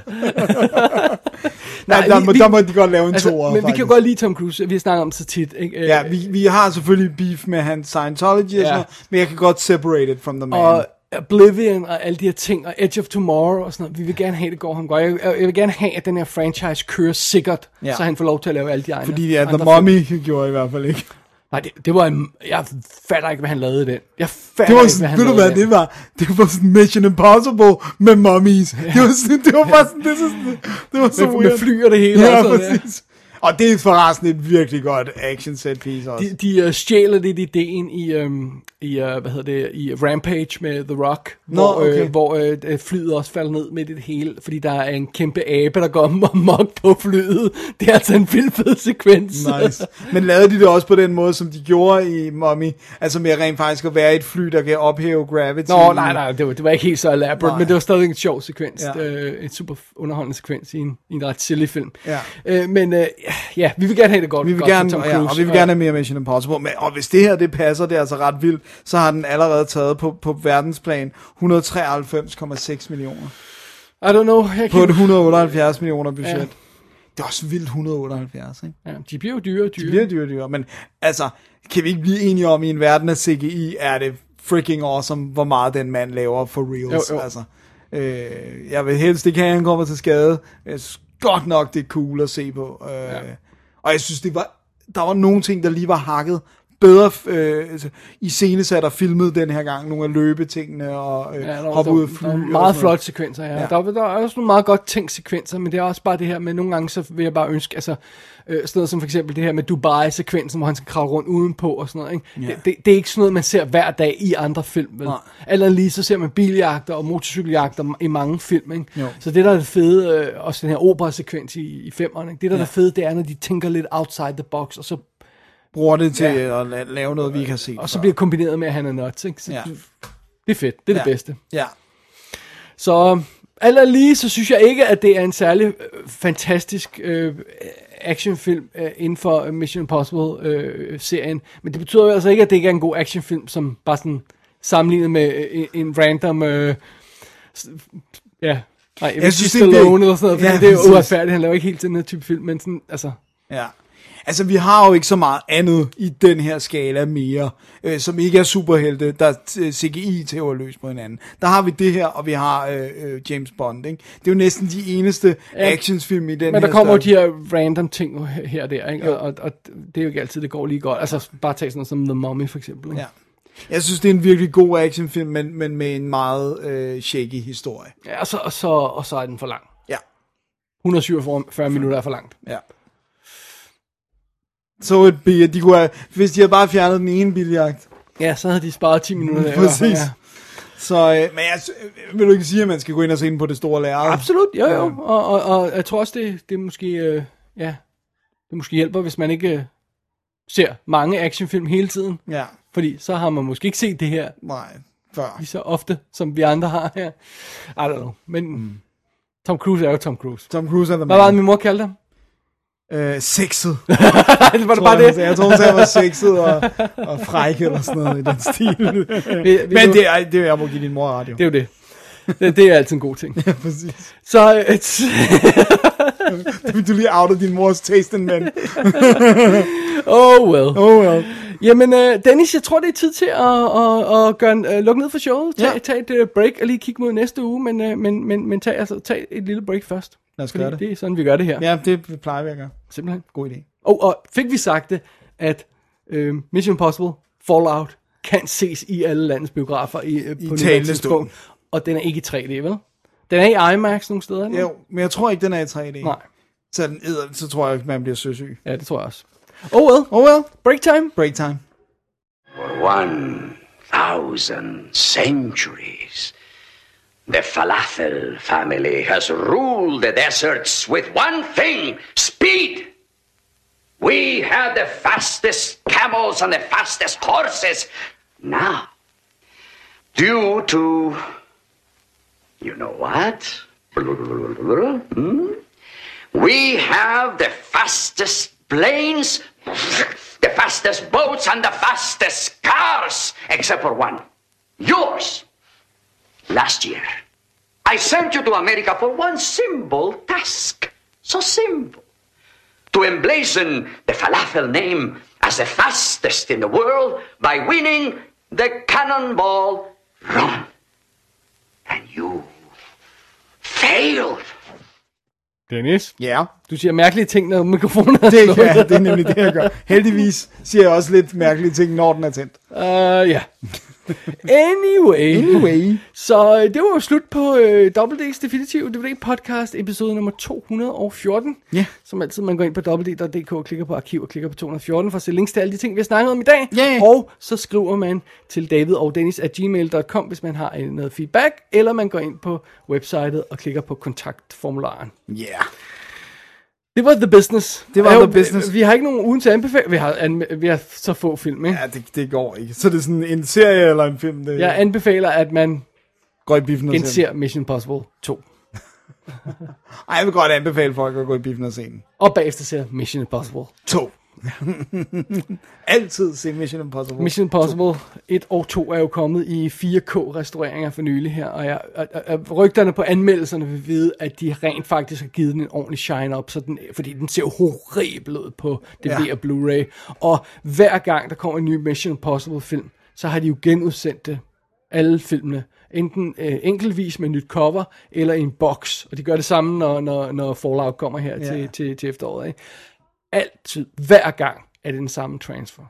Der må de godt lave en toer. Men vi kan jo godt lide Tom Cruise. Vi har snakket om det så tit. Ikke? Ja, vi har selvfølgelig beef med hans Scientology, og sådan, men jeg kan godt separate it from the man. Og Oblivion og alle de her ting, og Edge of Tomorrow og sådan noget. Vi vil gerne have, det går ham godt. Jeg vil gerne have, at den her franchise kører sikkert, så han får lov til at lave alle de andre. Fordi The Mummy gjorde i hvert fald ikke. Nej, det var jeg fatter ikke, hvad han lavede i den. Jeg fatter ikke, hvad han lavede. Ved du hvad det var? Det var sådan Mission Impossible med mummies. Det var bare sådan, det var så weird. Med fly og det hele. Ja, præcis. Og det er forresten et virkelig godt action set piece også. De stjæler lidt ideen i hvad hedder det, i Rampage med The Rock, hvor flyet også falder ned med det hele, fordi der er en kæmpe abe, der går amok på flyet. Det er altså en fed sekvens. Nice. Men lavede de det også på den måde, som de gjorde i Mummy? Altså med rent faktisk at være et fly, der kan ophæve gravity? Nej, det var ikke helt så elaborate, men det var stadig en sjov sekvens. En super underholdende sekvens i en ret silly film. Ja. Men vi vil gerne have det godt. Vi vil gerne, og vi vil gerne have mere Mission Impossible. Men, og hvis det her, det passer, det er altså ret vildt, så har den allerede taget på verdensplan 193,6 millioner. I don't know. På et 178 millioner budget. Ja. Det er også vildt 178, ikke? Ja, de bliver jo dyre. Men altså, kan vi ikke blive enige om, i en verden af CGI, er det freaking awesome, hvor meget den mand laver for reals. Jo. Altså, jeg vil helst ikke have, han kommer til skade. Jeg synes godt nok, det er cool at se på. Og jeg synes, der var nogle ting, der lige var hakket bedre iscenesat og filmet den her gang. Nogle af løbetingene og hoppe ud af fly. Meget flotte sekvenser, ja. Der er også nogle meget godt tænkt sekvenser, men det er også bare det her med, nogle gange så vil jeg bare ønske, altså sådan noget som for eksempel det her med Dubai-sekvensen, hvor han skal kravle rundt udenpå og sådan noget, ikke? Ja. Det er ikke sådan noget, man ser hver dag i andre film, vel? Eller lige så ser man biljagter og motorcykeljagter i mange film, ikke? Så det der er det fede, også den her opera-sekvens i femmerne, det der er det fede, det er, når de tænker lidt outside the box, og så bruger det til at lave noget, vi ikke har set. Og så bliver kombineret med, at han er nuts, ikke? Så det er fedt, det er det bedste. Ja. Så eller lige, så synes jeg ikke, at det er en særlig fantastisk actionfilm inden for Mission Impossible-serien. Men det betyder jo altså ikke, at det ikke er en god actionfilm, som bare sådan sammenlignet med en random... Nej, jeg synes, det er Stallone eller sådan noget, det er jo uretfærdigt. Han laver ikke helt den her type film, men sådan, altså... Ja. Altså, vi har jo ikke så meget andet i den her skala mere, som ikke er superhelte, der CGI-tæver løs på hinanden. Der har vi det her, og vi har James Bond, ikke? Det er jo næsten de eneste actionsfilm i den her. Men der kommer jo de her random ting her og der, ikke? Og det er jo ikke altid, det går lige godt. Altså, bare tage sådan noget som The Mummy, for eksempel, ikke? Ja. Jeg synes, det er en virkelig god actionfilm, men med en meget shaky historie. Ja, og så er den for lang. Ja. 147 minutter er for langt. Ja. Så de kunne have, hvis de havde bare fjernet den ene biljagt. Ja, så havde de sparet 10 minutter. Præcis. Ja. Så, men jeg vil du ikke sige, at man skal gå ind og se den på det store lærred? Absolut, jo. Og jeg tror også, det måske, det måske hjælper, hvis man ikke ser mange actionfilm hele tiden. Ja. Fordi så har man måske ikke set det her. Nej, før. Lige så ofte, som vi andre har her. I don't know. Men Tom Cruise er jo Tom Cruise. Tom Cruise er the man. Hvad var det, min mor kaldte ham? Sexet. Var det bare det? Jeg tror, han var sexet og fræk eller sådan noget i den stil. Men det er jeg må give din mor ret, jo. Det er jo det. Det er altid en god ting. Ja, præcis. Så... du lige outet din mors taste in men. Oh well. Jamen, Dennis, jeg tror, det er tid til at lukke ned for showet. Tag et break og lige kigge mod næste uge, men tag et lille break først. Lad os gøre det. Det er sådan, vi gør det her. Ja, det plejer vi at gøre. Simpelthen. God idé. Og fik vi sagt det, at Mission Impossible Fallout kan ses i alle landets biografer på talende stund. Og den er ikke i 3D, vel? Den er i IMAX nogle steder. Nu. Jo, men jeg tror ikke, den er i 3D. Nej. Så tror jeg ikke, man bliver søsyg. Ja, det tror jeg også. Oh well. Break time. For 1,000 centuries, the Falafel family has ruled the deserts with one thing: speed. We have the fastest camels and the fastest horses. Now, due to, you know what? We have the fastest planes, the fastest boats, and the fastest cars, except for one. Yours. Last year, I sent you to America for one simple task. So simple. To emblazon the Falafel name as the fastest in the world by winning the Cannonball Run. And you failed. Dennis? Ja? Du siger mærkelige ting, når mikrofonen er slået. Det er nemlig det, jeg gør. Heldigvis siger jeg også lidt mærkelige ting, når den er tændt. Ja. Anyway. Så det var jo slut på WD's Definitive DVD podcast, episode nummer 214. Ja. Som altid, man går ind på www.dk og klikker på arkiv og klikker på 214 for at se links til alle de ting, vi har snakket om i dag. Yeah. Og så skriver man til davidogdennis@gmail.com, hvis man har noget feedback, eller man går ind på websitet og klikker på kontaktformularen. Ja. Yeah. Det var The Business. The Business. Vi har ikke nogen ugens anbefaling. Vi har så få film, ikke? Ja, det går ikke. Så det er sådan en serie eller en film? Det... Jeg anbefaler, at man går i biffen og genser Mission Impossible 2. Ej, jeg vil godt anbefale folk at gå i biffen og se den. Og bagefter ser Mission Impossible 2. Altid se Mission Impossible. Mission Impossible 1 og 2 er jo kommet i 4K-restaureringer for nylig her, og rygterne på anmeldelserne vil vide, at de rent faktisk har givet den en ordentlig shine up, fordi den ser horribel ud på DVD og Blu-ray. Og hver gang der kommer en ny Mission Impossible film, så har de jo genudsendt det, alle filmene, enten enkeltvis med nyt cover, eller i en box. Og de gør det samme, når Fallout kommer her til efteråret, ikke? Altid, hver gang er det den samme transfer.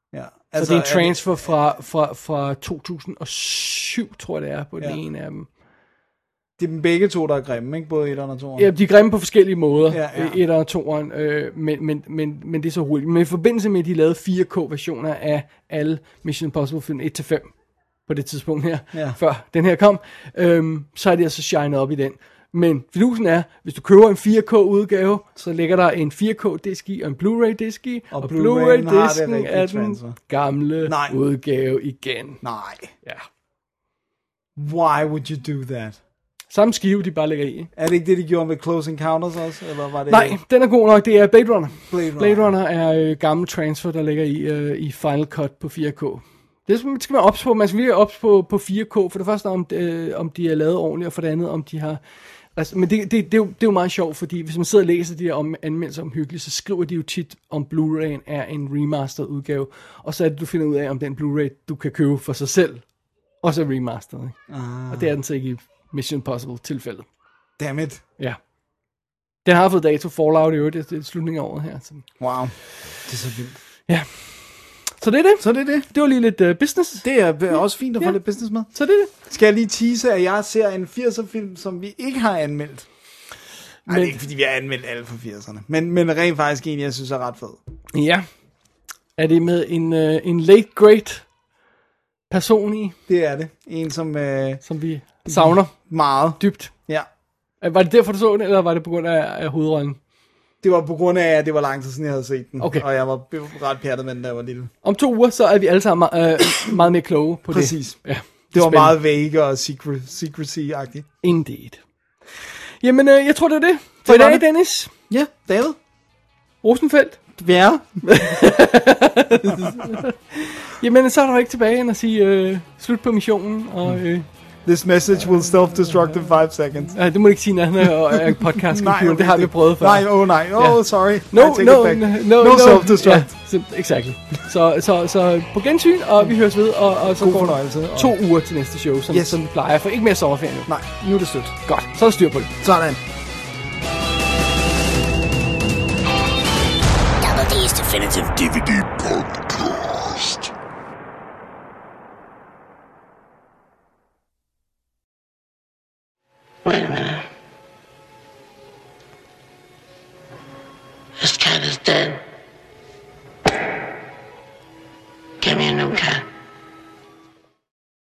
Ja. Altså, så det er en transfer fra 2007, tror jeg det er, på den ene af dem. Det er dem begge to, der er grimme, ikke? Både 1'eren og 2'eren. Ja, de er grimme på forskellige måder, ja. 1'eren og 2'eren, men det er så hurtigt. Men i forbindelse med, at de lavede 4K-versioner af alle Mission Impossible-film 1-5 på det tidspunkt her, før den her kom, så er det altså shined op i den. Men fidusen er, hvis du køber en 4K-udgave, så ligger der en 4K-disk i og en Blu-ray-disk i, og Blu-ray-disken er den gamle udgave igen. Nej. Ja. Why would you do that? Samme skive, de bare lægger i. Er det ikke det, de gjorde med Close Encounters også? Eller var det... Nej, den er god nok. Det er Blade Runner. Blade Runner er gammel transfer, der ligger i Final Cut på 4K. Det skal man ops på. Man skal virkelig ops på 4K. For det første, om de er lavet ordentligt, og for det andet, om de har... Altså, men det er jo meget sjovt, fordi hvis man sidder og læser de her anmeldelser omhyggeligt, så skriver de jo tit, om Blu-ray'en er en remastered udgave. Og så er det, du finder ud af, om den Blu-ray, du kan købe for sig selv, også er remastered. Ikke? Og det er den så ikke i Mission Impossible tilfældet. Dammit. Ja. Den har fået dato Fallout i øvrigt, det er slutningen af året her. Så. Wow. Det er så vildt. Ja. Så det er det. Det var lige lidt business. Det er også fint at få lidt business med. Så det er det. Skal jeg lige tease, at jeg ser en 80'er-film, som vi ikke har anmeldt? Nej, det er ikke, fordi vi har anmeldt alle fra 80'erne. Men rent faktisk en, jeg synes er ret fed. Ja. Er det med en late great person i? Det er det. En, som vi savner meget dybt. Ja. Var det derfor, du så den, eller var det på grund af hovedrollen? Det var på grund af, at det var lang tid siden, jeg havde set den. Okay. Og jeg var ret pjattet med den, da jeg var lille. Om 2 uger, så er vi alle sammen meget mere kloge på Præcis. det. Ja, det var meget vague og secrecy-agtigt. Indeed. Jamen, jeg tror, det er det. For i dag, Dennis. Ja, David. Rosenfeldt. Ja. Jamen, så er der ikke tilbage end at sige slut på missionen. Og, This message will self-destruct in 5 seconds. Det må du ikke sige, når han er podcast. Nej, det har vi prøvet før. Nej, sorry. No self-destruct. Yeah, exactly. Så på gensyn, og vi høres ved, og så går der 2 uger til næste show, som vi plejer, for ikke mere sommerferie nu. Nej, nu er det slut. Godt, så er der styr på det. Sådan. Double D's Definitive DVD Podcast. Wait a minute. This cat is dead.